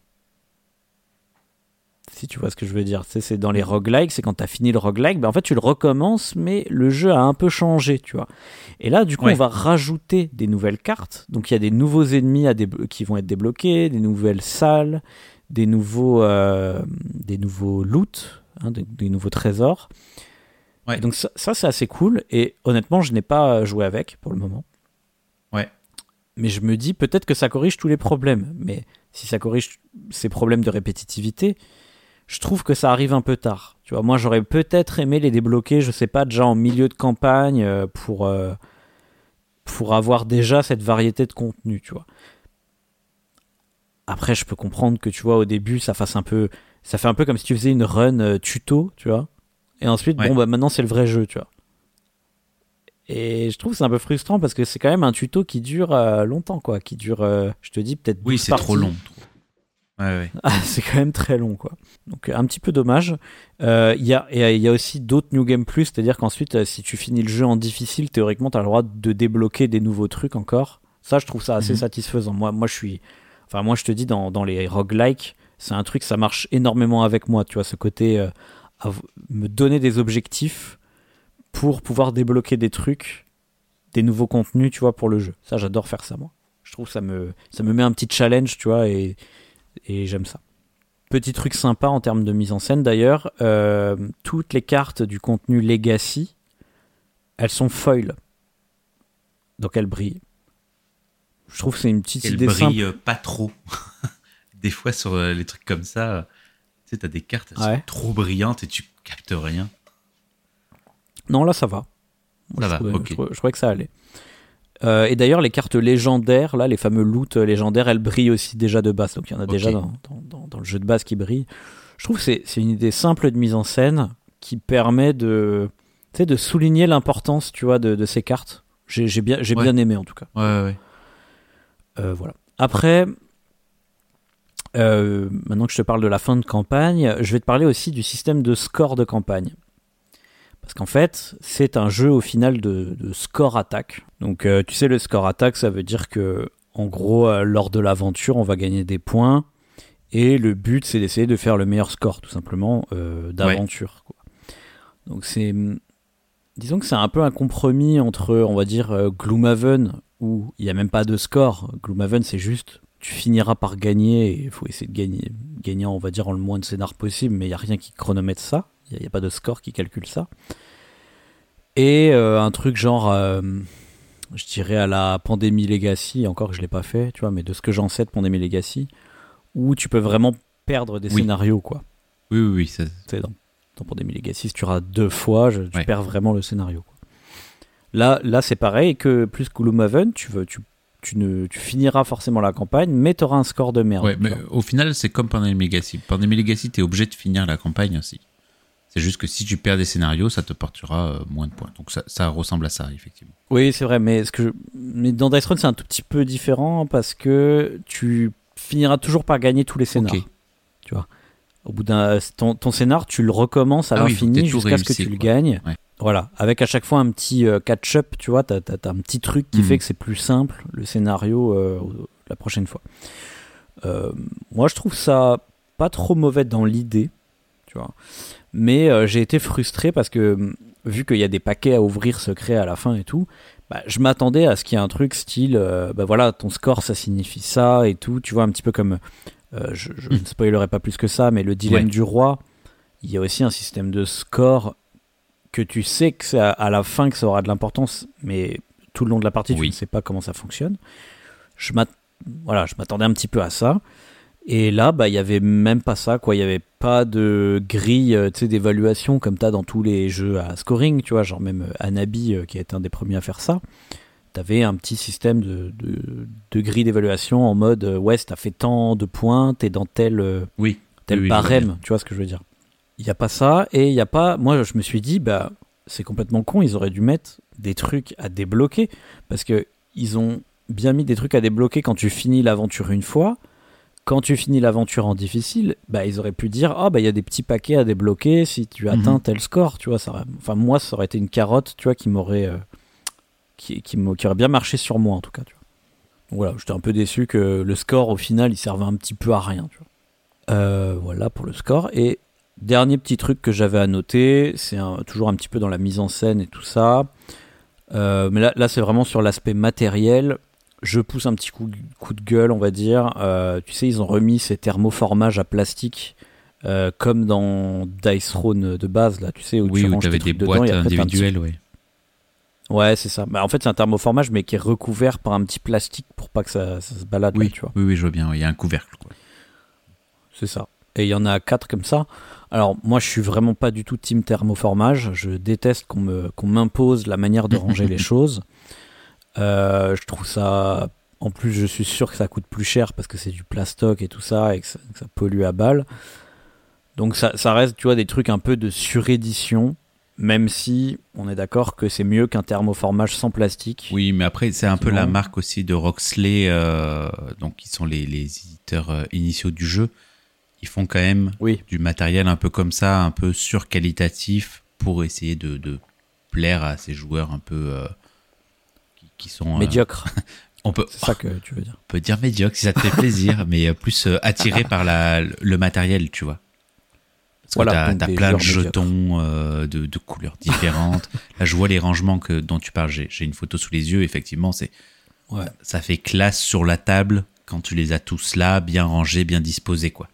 S2: Si tu vois ce que je veux dire. Tu sais, c'est dans les roguelikes, c'est quand tu as fini le roguelike, ben en fait tu le recommences, mais le jeu a un peu changé, tu vois. Et là, du coup, ouais. on va rajouter des nouvelles cartes. Donc il y a des nouveaux ennemis à déblo- qui vont être débloqués, des nouvelles salles, des nouveaux, euh, des nouveaux loots, hein, des, des nouveaux trésors. Ouais. Et donc ça, ça, c'est assez cool. Et honnêtement, je n'ai pas joué avec pour le moment.
S1: Ouais.
S2: Mais je me dis peut-être que ça corrige tous les problèmes. Mais si ça corrige ces problèmes de répétitivité, je trouve que ça arrive un peu tard. Tu vois, moi, j'aurais peut-être aimé les débloquer, je sais pas, déjà en milieu de campagne euh, pour, euh, pour avoir déjà cette variété de contenu, tu vois. Après, je peux comprendre que, tu vois, au début, ça fasse un peu... Ça fait un peu comme si tu faisais une run euh, tuto, tu vois. Et ensuite, ouais. bon, bah maintenant, c'est le vrai jeu, tu vois. Et je trouve que c'est un peu frustrant parce que c'est quand même un tuto qui dure euh, longtemps, quoi. Qui dure, euh, je te dis, peut-être
S1: oui, c'est
S2: parties.
S1: trop long. Ouais, ouais.
S2: Ah, c'est quand même très long, quoi. Donc un petit peu dommage. Il euh, y, y, y a aussi d'autres New Game Plus, c'est-à-dire qu'ensuite, si tu finis le jeu en difficile, théoriquement, tu as le droit de débloquer des nouveaux trucs encore. Ça, je trouve ça assez mm-hmm. satisfaisant. Moi, moi, je suis... Enfin, moi, je te dis, dans, dans les roguelikes, c'est un truc, ça marche énormément avec moi, tu vois, ce côté... Euh, à me donner des objectifs pour pouvoir débloquer des trucs, des nouveaux contenus, tu vois, pour le jeu. Ça, j'adore faire ça, moi. Je trouve que ça me, ça me met un petit challenge, tu vois, et... Et j'aime ça. Petit truc sympa en termes de mise en scène d'ailleurs, euh, toutes les cartes du contenu Legacy, elles sont foil. Donc elles brillent. Je trouve que c'est une petite
S1: elles
S2: idée simple.
S1: Elles brillent pas trop. Des fois sur les trucs comme ça, tu sais, t'as des cartes, elles ouais. sont trop brillantes et tu captes rien.
S2: Non, là ça va.
S1: Moi, ça
S2: je,
S1: va,
S2: trouvais,
S1: ok.
S2: je, trouvais, je trouvais que ça allait. Euh, et d'ailleurs, les cartes légendaires, là, les fameux loots légendaires, elles brillent aussi déjà de base. Donc il y en a okay. déjà dans, dans, dans le jeu de base qui brillent. Je trouve que c'est, c'est une idée simple de mise en scène qui permet de, tu sais, de souligner l'importance, tu vois, de, de ces cartes. J'ai, j'ai, bien, j'ai ouais. bien aimé en tout cas.
S1: Ouais, ouais, ouais.
S2: Euh, voilà. Après, euh, maintenant que je te parle de la fin de campagne, je vais te parler aussi du système de score de campagne. Parce qu'en fait, c'est un jeu au final de, de score attaque. Donc, euh, tu sais, le score attaque, ça veut dire que, en gros, euh, lors de l'aventure, on va gagner des points. Et le but, c'est d'essayer de faire le meilleur score, tout simplement, euh, d'aventure. Ouais. Quoi. Donc, c'est. Disons que c'est un peu un compromis entre, on va dire, euh, Gloomhaven, où il n'y a même pas de score. Gloomhaven, c'est juste, tu finiras par gagner, et il faut essayer de gagner, gagner, on va dire, en le moins de scénar possible, mais il n'y a rien qui chronomètre ça. Il n'y a, a pas de score qui calcule ça. Et euh, un truc genre, euh, je dirais à la Pandémie Legacy, encore que je ne l'ai pas fait, tu vois, mais de ce que j'en sais de Pandémie Legacy, où tu peux vraiment perdre des oui. scénarios, quoi.
S1: Oui, oui, oui. Ça...
S2: Tu sais, dans, dans Pandémie Legacy, si tu rates deux fois, je, tu ouais. perds vraiment le scénario, quoi. Là, là, c'est pareil, que plus que Gloomhaven, tu, veux, tu, tu, ne, tu finiras forcément la campagne, mais tu auras un score de merde.
S1: Ouais, mais au final, c'est comme Pandémie Legacy. Pandémie Legacy, tu es obligé de finir la campagne aussi. C'est juste que si tu perds des scénarios, ça te portera euh, moins de points. Donc ça, ça ressemble à ça, effectivement.
S2: Oui, c'est vrai, mais, ce que je... mais dans Dice Throne, c'est un tout petit peu différent parce que tu finiras toujours par gagner tous les scénarios. Okay. Tu vois, au bout d'un ton, ton scénar, tu le recommences à ah l'infini oui, jusqu'à ce que tu quoi. le gagnes. Ouais. Voilà, avec à chaque fois un petit euh, catch-up, tu vois, t'as, t'as, t'as un petit truc qui mmh. fait que c'est plus simple le scénario euh, la prochaine fois. Euh, moi, je trouve ça pas trop mauvais dans l'idée, tu vois. Mais euh, j'ai été frustré parce que, vu qu'il y a des paquets à ouvrir secrets à la fin et tout, bah, je m'attendais à ce qu'il y ait un truc style, euh, bah voilà, ton score ça signifie ça et tout, tu vois, un petit peu comme, euh, je, je mmh. ne spoilerai pas plus que ça, mais le dilemme ouais. du roi, il y a aussi un système de score que tu sais que c'est à, à la fin que ça aura de l'importance, mais tout le long de la partie, oui. tu ne sais pas comment ça fonctionne. Je, m'att- voilà, je m'attendais un petit peu à ça. Et là, bah, il y avait même pas ça, quoi. Il y avait pas de grille, tu sais, d'évaluation comme t'as dans tous les jeux à scoring, tu vois, genre même Anabi, euh, qui a été un des premiers à faire ça. T'avais un petit système de, de, de grille d'évaluation en mode, euh, ouais, t'as fait tant de points, t'es dans tel, euh,
S1: oui.
S2: tel
S1: oui, oui,
S2: barème, tu vois ce que je veux dire. Il y a pas ça, et il y a pas. Moi, je me suis dit, bah, c'est complètement con. Ils auraient dû mettre des trucs à débloquer, parce que ils ont bien mis des trucs à débloquer quand tu finis l'aventure une fois. Quand tu finis l'aventure en difficile, bah, ils auraient pu dire ah oh, bah il y a des petits paquets à débloquer si tu atteins mm-hmm. tel score, tu vois. Ça, enfin moi, ça aurait été une carotte, tu vois, qui m'aurait, euh, qui, qui, qui aurait bien marché sur moi en tout cas. Tu vois. Donc voilà, j'étais un peu déçu que le score au final, il servait un petit peu à rien. Tu vois. Euh, voilà pour le score. Et dernier petit truc que j'avais à noter, c'est un, toujours un petit peu dans la mise en scène et tout ça. Euh, mais là, là, c'est vraiment sur l'aspect matériel. Je pousse un petit coup, coup de gueule, on va dire. Euh, tu sais, ils ont remis ces thermoformages à plastique, euh, comme dans Dice Throne de base, là, tu sais, où
S1: oui,
S2: tu
S1: où
S2: ranges
S1: t'avais
S2: tes
S1: des
S2: trucs
S1: boîtes
S2: dedans,
S1: individuelles,
S2: petit...
S1: oui.
S2: Ouais, c'est ça. Bah, en fait, c'est un thermoformage, mais qui est recouvert par un petit plastique pour pas que ça, ça se balade,
S1: oui,
S2: là, tu vois.
S1: Oui, oui, je vois bien. Il y a un couvercle, quoi.
S2: C'est ça. Et il y en a quatre comme ça. Alors, moi, je suis vraiment pas du tout team thermoformage. Je déteste qu'on me, qu'on m'impose la manière de ranger les choses. Euh, je trouve ça... En plus, je suis sûr que ça coûte plus cher parce que c'est du plastoc et tout ça et que ça, que ça pollue à balle. Donc ça, ça reste, tu vois, des trucs un peu de surédition, même si on est d'accord que c'est mieux qu'un thermoformage sans plastique.
S1: Oui, mais après, c'est un peu la marque aussi de Roxley, euh, donc qui sont les, les éditeurs euh, initiaux du jeu. Ils font quand même
S2: oui.
S1: du matériel un peu comme ça, un peu surqualitatif pour essayer de, de plaire à ces joueurs un peu euh, qui, qui sont... Euh,
S2: médiocres.
S1: On peut,
S2: c'est ça que tu veux dire.
S1: On peut dire médiocre si ça te fait plaisir, mais plus euh, attiré par la, le matériel, tu vois. Parce voilà, que t'as, t'as plein de jetons euh, de, de couleurs différentes. Là, je vois les rangements que, dont tu parles. J'ai, j'ai une photo sous les yeux. Effectivement, c'est,
S2: ouais.
S1: ça fait classe sur la table quand tu les as tous là, bien rangés, bien disposés, quoi.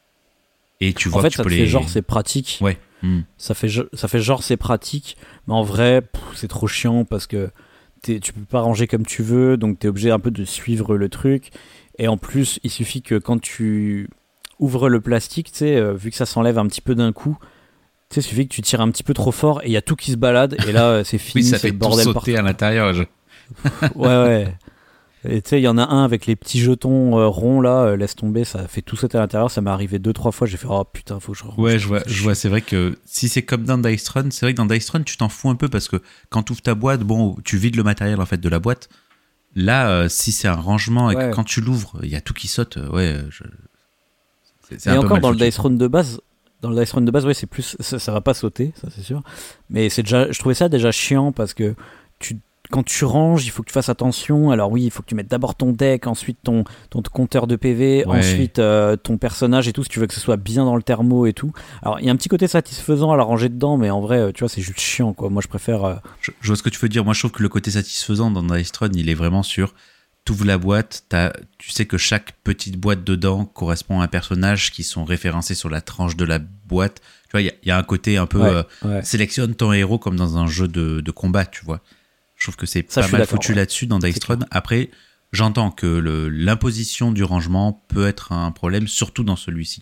S1: Et tu vois
S2: en fait,
S1: que tu
S2: ça
S1: peux
S2: te
S1: les...
S2: fait genre c'est pratique.
S1: Ouais. Mm.
S2: Ça fait ça fait genre c'est pratique, mais en vrai, pff, c'est trop chiant parce que tu peux pas ranger comme tu veux, donc tu es obligé un peu de suivre le truc. Et en plus, il suffit que quand tu ouvres le plastique, tu sais, euh, vu que ça s'enlève un petit peu d'un coup, tu sais, il suffit que tu tires un petit peu trop fort et il y a tout qui se balade. Et là, c'est fini,
S1: oui, ça
S2: c'est
S1: fait
S2: le bordel
S1: tout
S2: partout.
S1: sauter à l'intérieur. Je...
S2: ouais, ouais. Et tu sais, il y en a un avec les petits jetons euh, ronds là, euh, laisse tomber, ça fait tout sauter à l'intérieur. Ça m'est arrivé deux, trois fois. J'ai fait, oh putain, faut que je range.
S1: Ouais, je vois, je vois. C'est vrai que si c'est comme dans Dice Throne, c'est vrai que dans Dice Throne, tu t'en fous un peu parce que quand tu ouvres ta boîte, bon, tu vides le matériel en fait de la boîte. Là, euh, si c'est un rangement et ouais. que quand tu l'ouvres, il y a tout qui saute, euh, ouais. Je...
S2: C'est, c'est et un encore peu dans le Dice Throne de base, dans le Dice Throne de base, ouais, c'est plus, ça, ça va pas sauter, ça c'est sûr. Mais c'est déjà, je trouvais ça déjà chiant parce que tu quand tu ranges, il faut que tu fasses attention. Alors oui, il faut que tu mettes d'abord ton deck, ensuite ton, ton compteur de P V, ouais. ensuite euh, ton personnage et tout, si tu veux que ce soit bien dans le thermo et tout. Alors il y a un petit côté satisfaisant à la ranger dedans, mais en vrai, tu vois, c'est juste chiant, quoi. Moi, je préfère... Euh...
S1: Je, je vois ce que tu veux dire. Moi, je trouve que le côté satisfaisant dans Dice Throne, il est vraiment sur... T'ouvres la boîte, t'as, tu sais que chaque petite boîte dedans correspond à un personnage qui sont référencés sur la tranche de la boîte. Tu vois, il y, y a un côté un peu...
S2: Ouais,
S1: euh,
S2: ouais.
S1: Sélectionne ton héros comme dans un jeu de, de combat, tu vois. Je trouve que c'est
S2: ça,
S1: pas mal
S2: d'accord,
S1: foutu
S2: ouais.
S1: là-dessus dans Dice Throne. Après, j'entends que le, l'imposition du rangement peut être un problème, surtout dans celui-ci.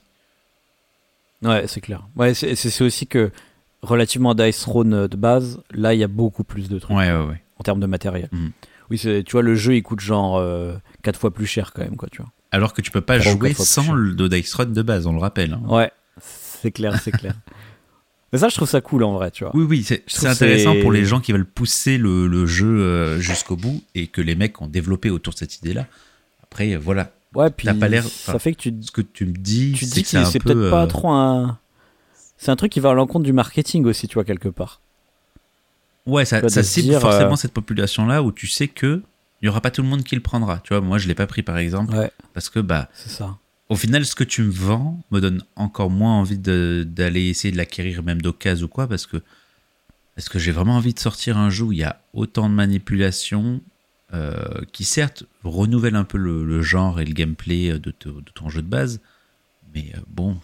S2: Ouais, c'est clair. Ouais, c'est, c'est, c'est aussi que, relativement à Dice Throne de base, là, il y a beaucoup plus de trucs.
S1: Ouais, ouais, ouais.
S2: En termes de matériel.
S1: Mmh.
S2: Oui, c'est, tu vois, le jeu, il coûte genre euh, quatre fois plus cher quand même, quoi, tu vois.
S1: Alors que tu peux pas jouer sans le de Dice Throne de base, on le rappelle. Hein.
S2: Ouais, c'est clair, c'est clair. Mais ça, je trouve ça cool en vrai, tu vois.
S1: Oui, oui, c'est, c'est intéressant c'est... pour les gens qui veulent pousser le, le jeu euh, jusqu'au bout et que les mecs ont développé autour de cette idée-là. Après, euh, voilà.
S2: Ouais, puis
S1: t'as pas l'air.
S2: Ça fait que tu.
S1: Ce que tu me dis,
S2: tu
S1: c'est
S2: dis
S1: que c'est,
S2: c'est
S1: un
S2: peut-être
S1: peu,
S2: pas
S1: euh...
S2: trop un. C'est un truc qui va à l'encontre du marketing aussi, tu vois, quelque part.
S1: Ouais, ça,
S2: vois,
S1: ça cible
S2: dire,
S1: forcément
S2: euh...
S1: cette population-là où tu sais que il y aura pas tout le monde qui le prendra. Tu vois, moi, je l'ai pas pris par exemple,
S2: ouais.
S1: parce que bah.
S2: C'est ça.
S1: Au final, ce que tu me vends me donne encore moins envie de, d'aller essayer de l'acquérir même d'occasion ou quoi, parce que est-ce que j'ai vraiment envie de sortir un jeu où il y a autant de manipulations euh, qui certes renouvelle un peu le, le genre et le gameplay de, te, de ton jeu de base, mais euh, bon,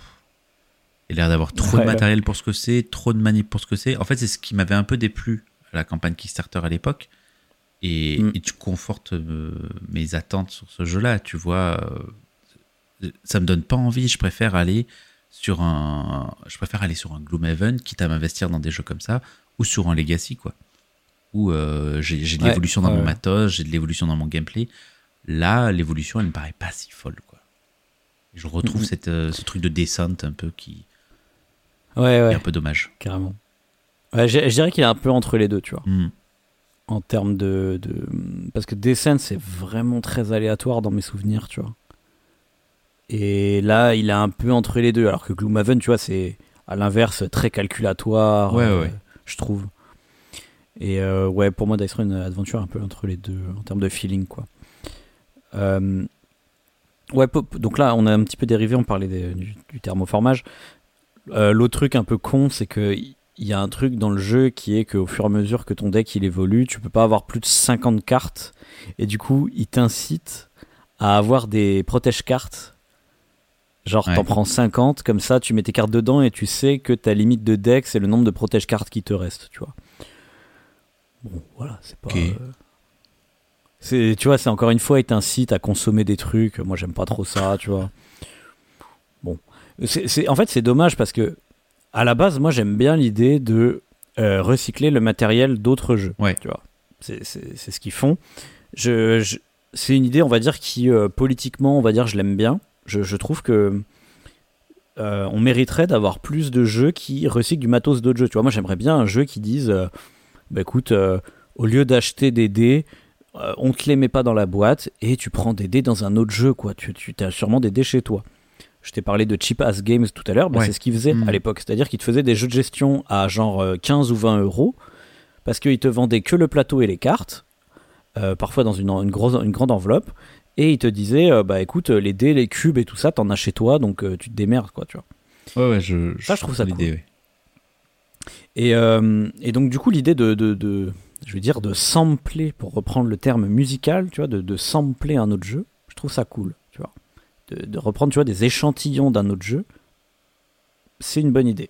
S1: il a l'air d'avoir trop
S2: ouais,
S1: de matériel
S2: ouais.
S1: pour ce que c'est, trop de manip pour ce que c'est. En fait, c'est ce qui m'avait un peu déplu à la campagne Kickstarter à l'époque, Et, mm. et tu confortes euh, mes attentes sur ce jeu-là. Tu vois, euh, ça me donne pas envie. Je préfère aller sur un, je préfère aller sur un Gloomhaven, quitte à m'investir dans des jeux comme ça, ou sur un Legacy, quoi. Où euh, j'ai, j'ai de
S2: ouais,
S1: l'évolution dans
S2: ouais.
S1: mon matos, j'ai de l'évolution dans mon gameplay. Là, l'évolution, elle me paraît pas si folle, quoi. Je retrouve mm-hmm. cette, euh, ce truc de descente un peu qui,
S2: ouais, ouais.
S1: qui est un peu dommage.
S2: Carrément. Ouais, je, je dirais qu'il est un peu entre les deux, tu vois.
S1: Mm.
S2: En termes de, de... Parce que Descent, c'est vraiment très aléatoire dans mes souvenirs, tu vois. Et là, il est un peu entre les deux. Alors que Gloomhaven, tu vois, c'est à l'inverse très calculatoire,
S1: ouais,
S2: euh,
S1: ouais.
S2: je trouve. Et euh, ouais, pour moi, Dice Run Adventure, un peu entre les deux, en termes de feeling, quoi. Euh... Ouais, donc là, on a un petit peu dérivé, on parlait des, du, du thermoformage. Euh, l'autre truc un peu con, c'est que... il y a un truc dans le jeu qui est qu'au fur et à mesure que ton deck il évolue, tu peux pas avoir plus de cinquante cartes, et du coup il t'incite à avoir des protège cartes, genre ouais. T'en prends cinquante, comme ça tu mets tes cartes dedans et tu sais que ta limite de deck c'est le nombre de protège cartes qui te reste, tu vois. Bon voilà, c'est pas okay. euh... c'est, tu vois, c'est encore une fois il t'incite à consommer des trucs, moi j'aime pas trop ça, tu vois. Bon, c'est, c'est, en fait c'est dommage parce que à la base, moi, j'aime bien l'idée de euh, recycler le matériel d'autres jeux.
S1: Ouais.
S2: Tu vois, c'est, c'est, c'est ce qu'ils font. Je, je, c'est une idée, on va dire, qui euh, politiquement, on va dire, je l'aime bien. Je, je trouve que euh, on mériterait d'avoir plus de jeux qui recyclent du matos d'autres jeux. Tu vois, moi, j'aimerais bien un jeu qui dise, euh, bah écoute, euh, au lieu d'acheter des dés, euh, on te les met pas dans la boîte et tu prends des dés dans un autre jeu, quoi. Tu, tu as sûrement des dés chez toi. Je t'ai parlé de Cheap Ass Games tout à l'heure, bah ouais. C'est ce qu'ils faisaient mmh. à l'époque. C'est-à-dire qu'ils te faisaient des jeux de gestion à genre quinze ou vingt euros parce qu'ils te vendaient que le plateau et les cartes, euh, parfois dans une, une, grosse, une grande enveloppe, et ils te disaient euh, bah écoute, les dés, les cubes et tout ça, t'en as chez toi, donc euh, tu te démerdes, quoi, tu vois.
S1: Ouais, ouais, je,
S2: ça, je trouve ça
S1: l'idée,
S2: cool.
S1: Ouais.
S2: Et, euh, et donc, du coup, l'idée de, de, de, je veux dire, de sampler, pour reprendre le terme musical, tu vois, de, de sampler un autre jeu, je trouve ça cool. De, de reprendre, tu vois, des échantillons d'un autre jeu, c'est une bonne idée.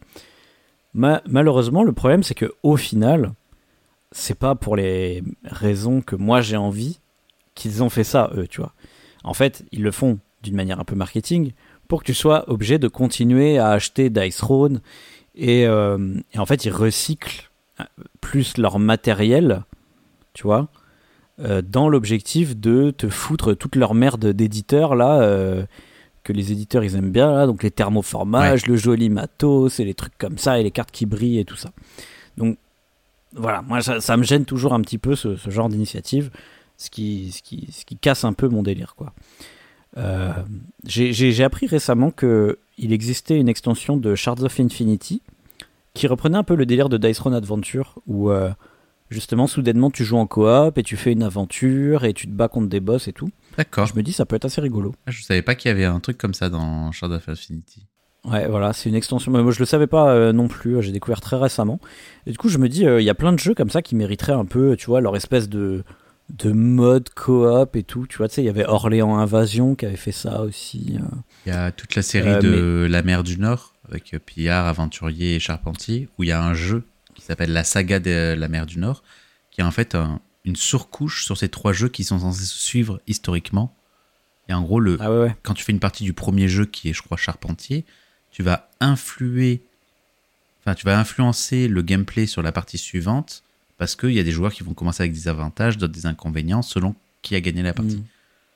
S2: Ma- malheureusement, le problème, c'est que au final, c'est pas pour les raisons que moi j'ai envie qu'ils ont fait ça, eux, tu vois. En fait, ils le font d'une manière un peu marketing pour que tu sois obligé de continuer à acheter Dice Throne et, euh, et en fait, ils recyclent plus leur matériel, tu vois. Euh, dans l'objectif de te foutre toute leur merde d'éditeurs là, euh, que les éditeurs ils aiment bien là, donc les thermoformages, ouais. Le joli matos et les trucs comme ça et les cartes qui brillent et tout ça. Donc voilà, moi ça, ça me gêne toujours un petit peu ce, ce genre d'initiative, ce qui, ce, qui, ce qui casse un peu mon délire, quoi. Euh, j'ai, j'ai, j'ai appris récemment qu'il existait une extension de Shards of Infinity qui reprenait un peu le délire de Dice Run Adventure où euh, justement, soudainement, tu joues en coop et tu fais une aventure et tu te bats contre des boss et tout.
S1: D'accord.
S2: Je me dis, ça peut être assez rigolo.
S1: Je savais pas qu'il y avait un truc comme ça dans Shards of Infinity.
S2: Ouais, voilà, c'est une extension. Mais moi, je le savais pas euh, non plus. J'ai découvert très récemment. Et du coup, je me dis, il euh, y a plein de jeux comme ça qui mériteraient un peu, tu vois, leur espèce de, de mode coop et tout. Tu vois, tu sais, il y avait Orléans Invasion qui avait fait ça aussi.
S1: Il y a toute la série euh, de mais... La Mer du Nord avec Pillard, Aventurier et Charpentier où il y a un jeu qui s'appelle La Saga de la Mer du Nord, qui est en fait un, une surcouche sur ces trois jeux qui sont censés se suivre historiquement. Et en gros, le,
S2: ah ouais, ouais.
S1: quand tu fais une partie du premier jeu, qui est, je crois, Charpentier, tu vas influer, enfin, tu vas influencer le gameplay sur la partie suivante, parce qu'il y a des joueurs qui vont commencer avec des avantages, d'autres des inconvénients, selon qui a gagné la partie. Mmh.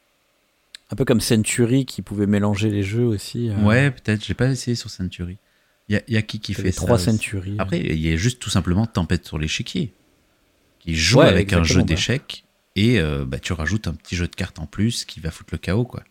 S2: Un peu comme Century, qui pouvait mélanger les jeux aussi. Euh...
S1: Ouais, peut-être. J'ai pas essayé sur Century. Il y, y a qui qui fait ça?
S2: Trois Century.
S1: Après, il y a juste tout simplement Tempête sur l'échiquier, qui joue
S2: ouais,
S1: avec un jeu
S2: bah.
S1: d'échecs, et euh, bah, tu rajoutes un petit jeu de cartes en plus qui va foutre le chaos, quoi.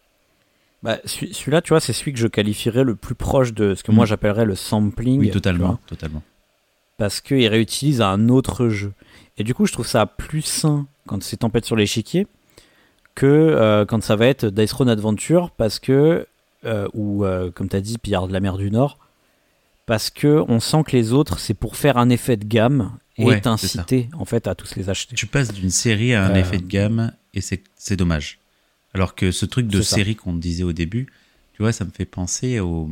S2: Bah, celui-là, tu vois, c'est celui que je qualifierais le plus proche de ce que mmh. moi j'appellerais le sampling.
S1: Oui, totalement, totalement.
S2: Parce qu'il réutilise un autre jeu. Et du coup, je trouve ça plus sain quand c'est Tempête sur l'échiquier que euh, quand ça va être Dice Run Adventure, parce que, euh, ou euh, comme tu as dit, Pillard de la Mer du Nord, parce que on sent que les autres, c'est pour faire un effet de gamme et ouais, t'inciter en fait à tous les acheter.
S1: Tu passes d'une série à un euh... effet de gamme et c'est, c'est dommage. Alors que ce truc de série qu'on disait au début, tu vois, ça me fait penser au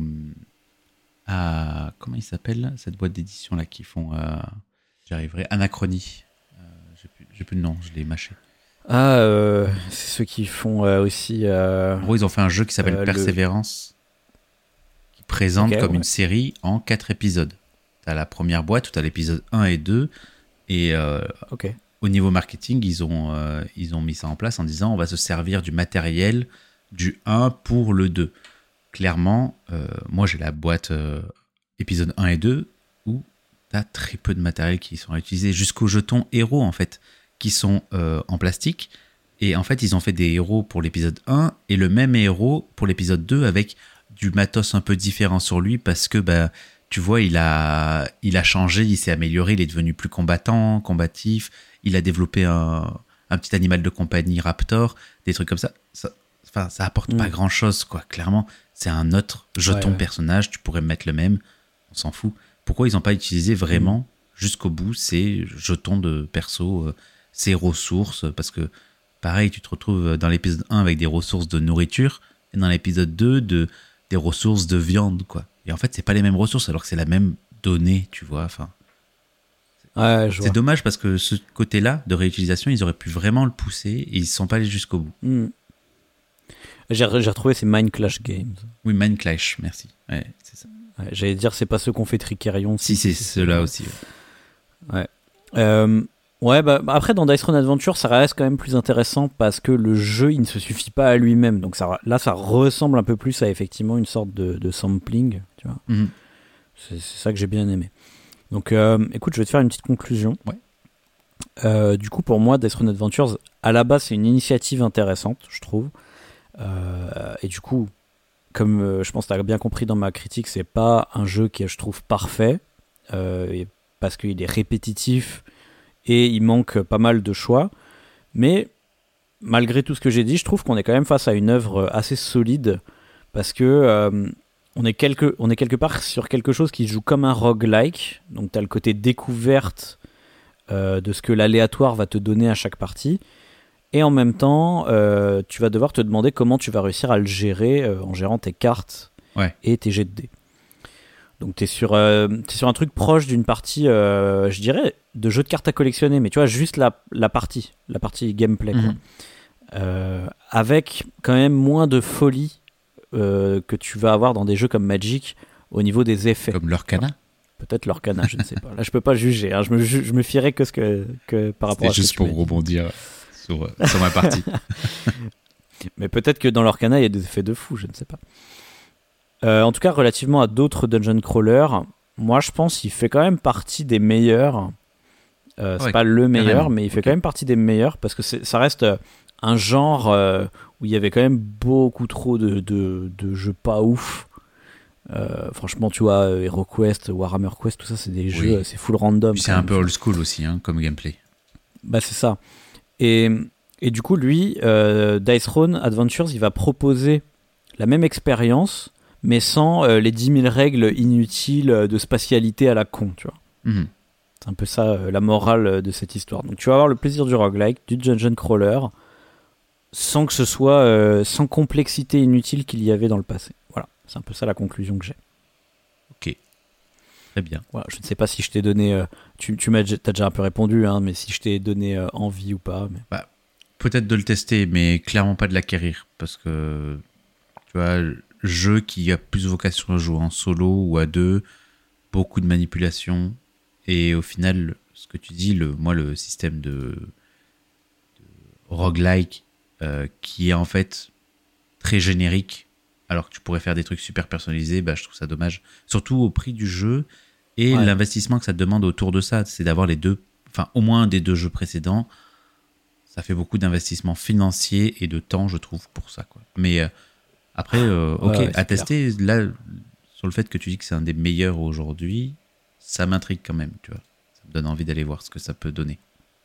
S1: à comment il s'appelle cette boîte d'édition là qui font, euh, j'y arriverai, Anachronie. Euh, j'ai plus, j'ai plus le nom, je l'ai mâché.
S2: Ah, euh, c'est ceux qui font euh, aussi. Euh,
S1: en gros, ils ont fait un jeu qui s'appelle euh, Persévérance, le... qui présente okay, comme ouais. une série en quatre épisodes. T'as la première boîte où t'as l'épisode un et deux, et euh,
S2: okay.
S1: au niveau marketing, ils ont, euh, ils ont mis ça en place en disant on va se servir du matériel du un pour le deux. Clairement, euh, moi j'ai la boîte euh, épisode un et deux où t'as très peu de matériel qui sont utilisés, jusqu'aux jetons héros en fait, qui sont euh, en plastique. Et en fait, ils ont fait des héros pour l'épisode un et le même héros pour l'épisode deux avec du matos un peu différent sur lui parce que, bah, tu vois, il a, il a changé, il s'est amélioré, il est devenu plus combattant, combatif, il a développé un, un petit animal de compagnie raptor, des trucs comme ça. Ça, enfin, ça apporte mmh. pas grand-chose, quoi. Clairement, c'est un autre jeton ouais, ouais. personnage, tu pourrais mettre le même, on s'en fout. Pourquoi ils n'ont pas utilisé vraiment, mmh. jusqu'au bout, ces jetons de perso, euh, ces ressources, parce que pareil, tu te retrouves dans l'épisode un avec des ressources de nourriture et dans l'épisode deux de, des ressources de viande, quoi. Et en fait, c'est pas les mêmes ressources alors que c'est la même donnée, tu vois. Enfin,
S2: ouais, je
S1: c'est
S2: vois.
S1: dommage parce que ce côté-là de réutilisation, ils auraient pu vraiment le pousser et ils ne sont pas allés jusqu'au bout.
S2: Mm. J'ai, j'ai retrouvé ces Mind Clash Games.
S1: Oui, Mind Clash, merci. Ouais, c'est ça.
S2: Ouais, j'allais dire, c'est pas ceux qu'on fait Tricerion.
S1: Si, si c'est, c'est ceux-là aussi.
S2: Ouais. ouais. Euh, Ouais, bah, après, dans Dice Throne Adventure, ça reste quand même plus intéressant parce que le jeu, il ne se suffit pas à lui-même. Donc ça, là, ça ressemble un peu plus à effectivement une sorte de, de sampling, tu vois. Mm-hmm. C'est, c'est ça que j'ai bien aimé. Donc, euh, écoute, je vais te faire une petite conclusion.
S1: Ouais.
S2: Euh, du coup, pour moi, Dice Throne Adventures, à la base, c'est une initiative intéressante, je trouve. Euh, et du coup, comme euh, je pense que tu as bien compris dans ma critique, c'est pas un jeu qui est, je trouve, parfait. Euh, parce qu'il est répétitif. Et il manque pas mal de choix. Mais malgré tout ce que j'ai dit, je trouve qu'on est quand même face à une œuvre assez solide. Parce que euh, on, est quelque, on est quelque part sur quelque chose qui joue comme un roguelike. Donc tu as le côté découverte euh, de ce que l'aléatoire va te donner à chaque partie. Et en même temps, euh, tu vas devoir te demander comment tu vas réussir à le gérer euh, en gérant tes cartes
S1: ouais.
S2: et tes jets de dés. Donc t'es sur, euh, t'es sur un truc proche d'une partie, euh, je dirais, de jeu de cartes à collectionner, mais tu vois, juste la, la partie, la partie gameplay, quoi. Mmh. Euh, avec quand même moins de folie euh, que tu vas avoir dans des jeux comme Magic au niveau des effets.
S1: Comme l'Orcana.
S2: Peut-être l'Orcana, je ne sais pas. Là, je peux pas juger, hein. je, me ju- je me fierais que, ce que, que par rapport
S1: C'était
S2: à
S1: juste pour rebondir sur, sur ma partie.
S2: Mais peut-être que dans l'Orcana, il y a des effets de fou, je ne sais pas. Euh, en tout cas, relativement à d'autres dungeon crawlers, moi je pense qu'il fait quand même partie des meilleurs. Euh, c'est
S1: ouais,
S2: pas le meilleur,
S1: carrément.
S2: mais il fait
S1: okay.
S2: quand même partie des meilleurs parce que c'est, ça reste un genre euh, où il y avait quand même beaucoup trop de, de, de jeux pas ouf. Euh, franchement, tu vois, HeroQuest, Warhammer Quest, tout ça, c'est des oui. jeux, c'est full random.
S1: Puis c'est un peu old school aussi, hein, comme gameplay.
S2: Bah, c'est ça. Et, et du coup, lui, euh, Dice Throne Adventures, il va proposer la même expérience mais sans euh, les dix mille règles inutiles de spatialité à la con, tu vois.
S1: Mm-hmm.
S2: C'est un peu ça, euh, la morale de cette histoire. Donc tu vas avoir le plaisir du roguelike, du dungeon crawler, sans que ce soit, euh, sans complexité inutile qu'il y avait dans le passé. Voilà, c'est un peu ça la conclusion que j'ai.
S1: Ok, très bien.
S2: Voilà, je ne sais pas si je t'ai donné, euh, tu, tu m'as t'as déjà un peu répondu, hein, mais si je t'ai donné euh, envie ou pas. Mais...
S1: Bah, peut-être de le tester, mais clairement pas de l'acquérir, parce que, tu vois... jeu qui a plus vocation à jouer en solo ou à deux, beaucoup de manipulation, et au final, ce que tu dis, le, moi, le système de, de roguelike, euh, qui est en fait très générique, alors que tu pourrais faire des trucs super personnalisés, bah, je trouve ça dommage, surtout au prix du jeu, et ouais. l'investissement que ça te demande autour de ça, c'est d'avoir les deux, enfin au moins des deux jeux précédents, ça fait beaucoup d'investissement financier et de temps, je trouve, pour ça, quoi. Mais... Euh, Après, euh, ok, ouais, ouais, à tester, clair. Là, sur le fait que tu dis que c'est un des meilleurs aujourd'hui, ça m'intrigue quand même, tu vois. Ça me donne envie d'aller voir ce que ça peut donner.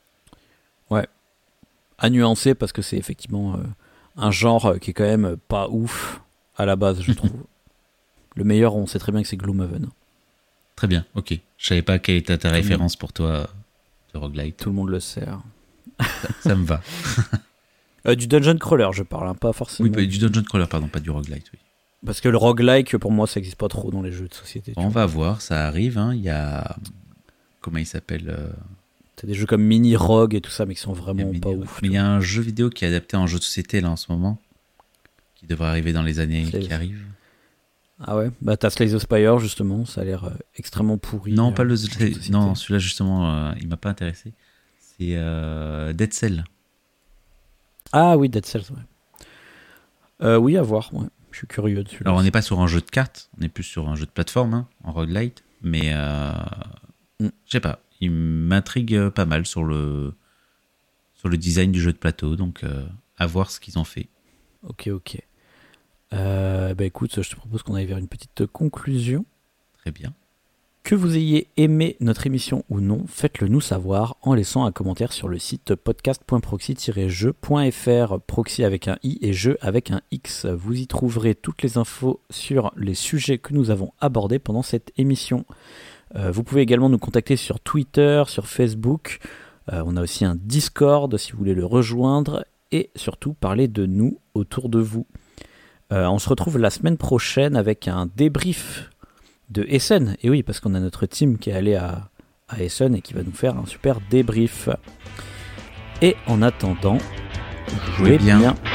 S2: Ouais. À nuancer, parce que c'est effectivement euh, un genre qui est quand même pas ouf à la base, je trouve. Le meilleur, on sait très bien que c'est Gloomhaven.
S1: Très bien, ok. Je savais pas quelle était ta Tout référence pour toi de roguelite.
S2: Tout le monde le sait.
S1: Ça, ça me va.
S2: Euh, du dungeon crawler, je parle, hein, pas forcément.
S1: Oui, du dungeon crawler, pardon, pas du roguelite, oui.
S2: Parce que le roguelike, pour moi, ça n'existe pas trop dans les jeux de société.
S1: On va voir, ça arrive. Hein. Il y a... Comment il s'appelle euh...
S2: T'as des jeux comme Mini Rogue et tout ça, mais qui sont vraiment pas
S1: Mini...
S2: ouf.
S1: Mais il y a un jeu vidéo qui est adapté en jeu de société là en ce moment, qui devrait arriver dans les années Slay. qui arrivent.
S2: Ah ouais, bah t'as Slay the Spire justement, ça a l'air euh, extrêmement pourri.
S1: Non,
S2: euh,
S1: pas le non, celui-là justement, euh, il m'a pas intéressé. C'est euh, Dead Cell.
S2: Ah oui, Dead Cells, ouais. Euh, oui, à voir, ouais. Je suis curieux dessus.
S1: Alors on n'est pas sur un jeu de cartes, on est plus sur un jeu de plateforme, hein, en roguelite, mais euh, mm. je sais pas, il m'intrigue pas mal sur le sur le design du jeu de plateau, donc euh, à voir ce qu'ils ont fait.
S2: Ok, ok. Euh, bah écoute, je te propose qu'on aille vers une petite conclusion.
S1: Très bien.
S2: Que vous ayez aimé notre émission ou non, faites-le nous savoir en laissant un commentaire sur le site podcast point proxy tiret jeu point f r, proxy avec un i et jeu avec un x. Vous y trouverez toutes les infos sur les sujets que nous avons abordés pendant cette émission. Euh, vous pouvez également nous contacter sur Twitter, sur Facebook. Euh, on a aussi un Discord si vous voulez le rejoindre et surtout parler de nous autour de vous. Euh, on se retrouve la semaine prochaine avec un débrief de Essen. Et oui, parce qu'on a notre team qui est allé à, à Essen et qui va nous faire un super débrief. Et en attendant, jouez bien. bien.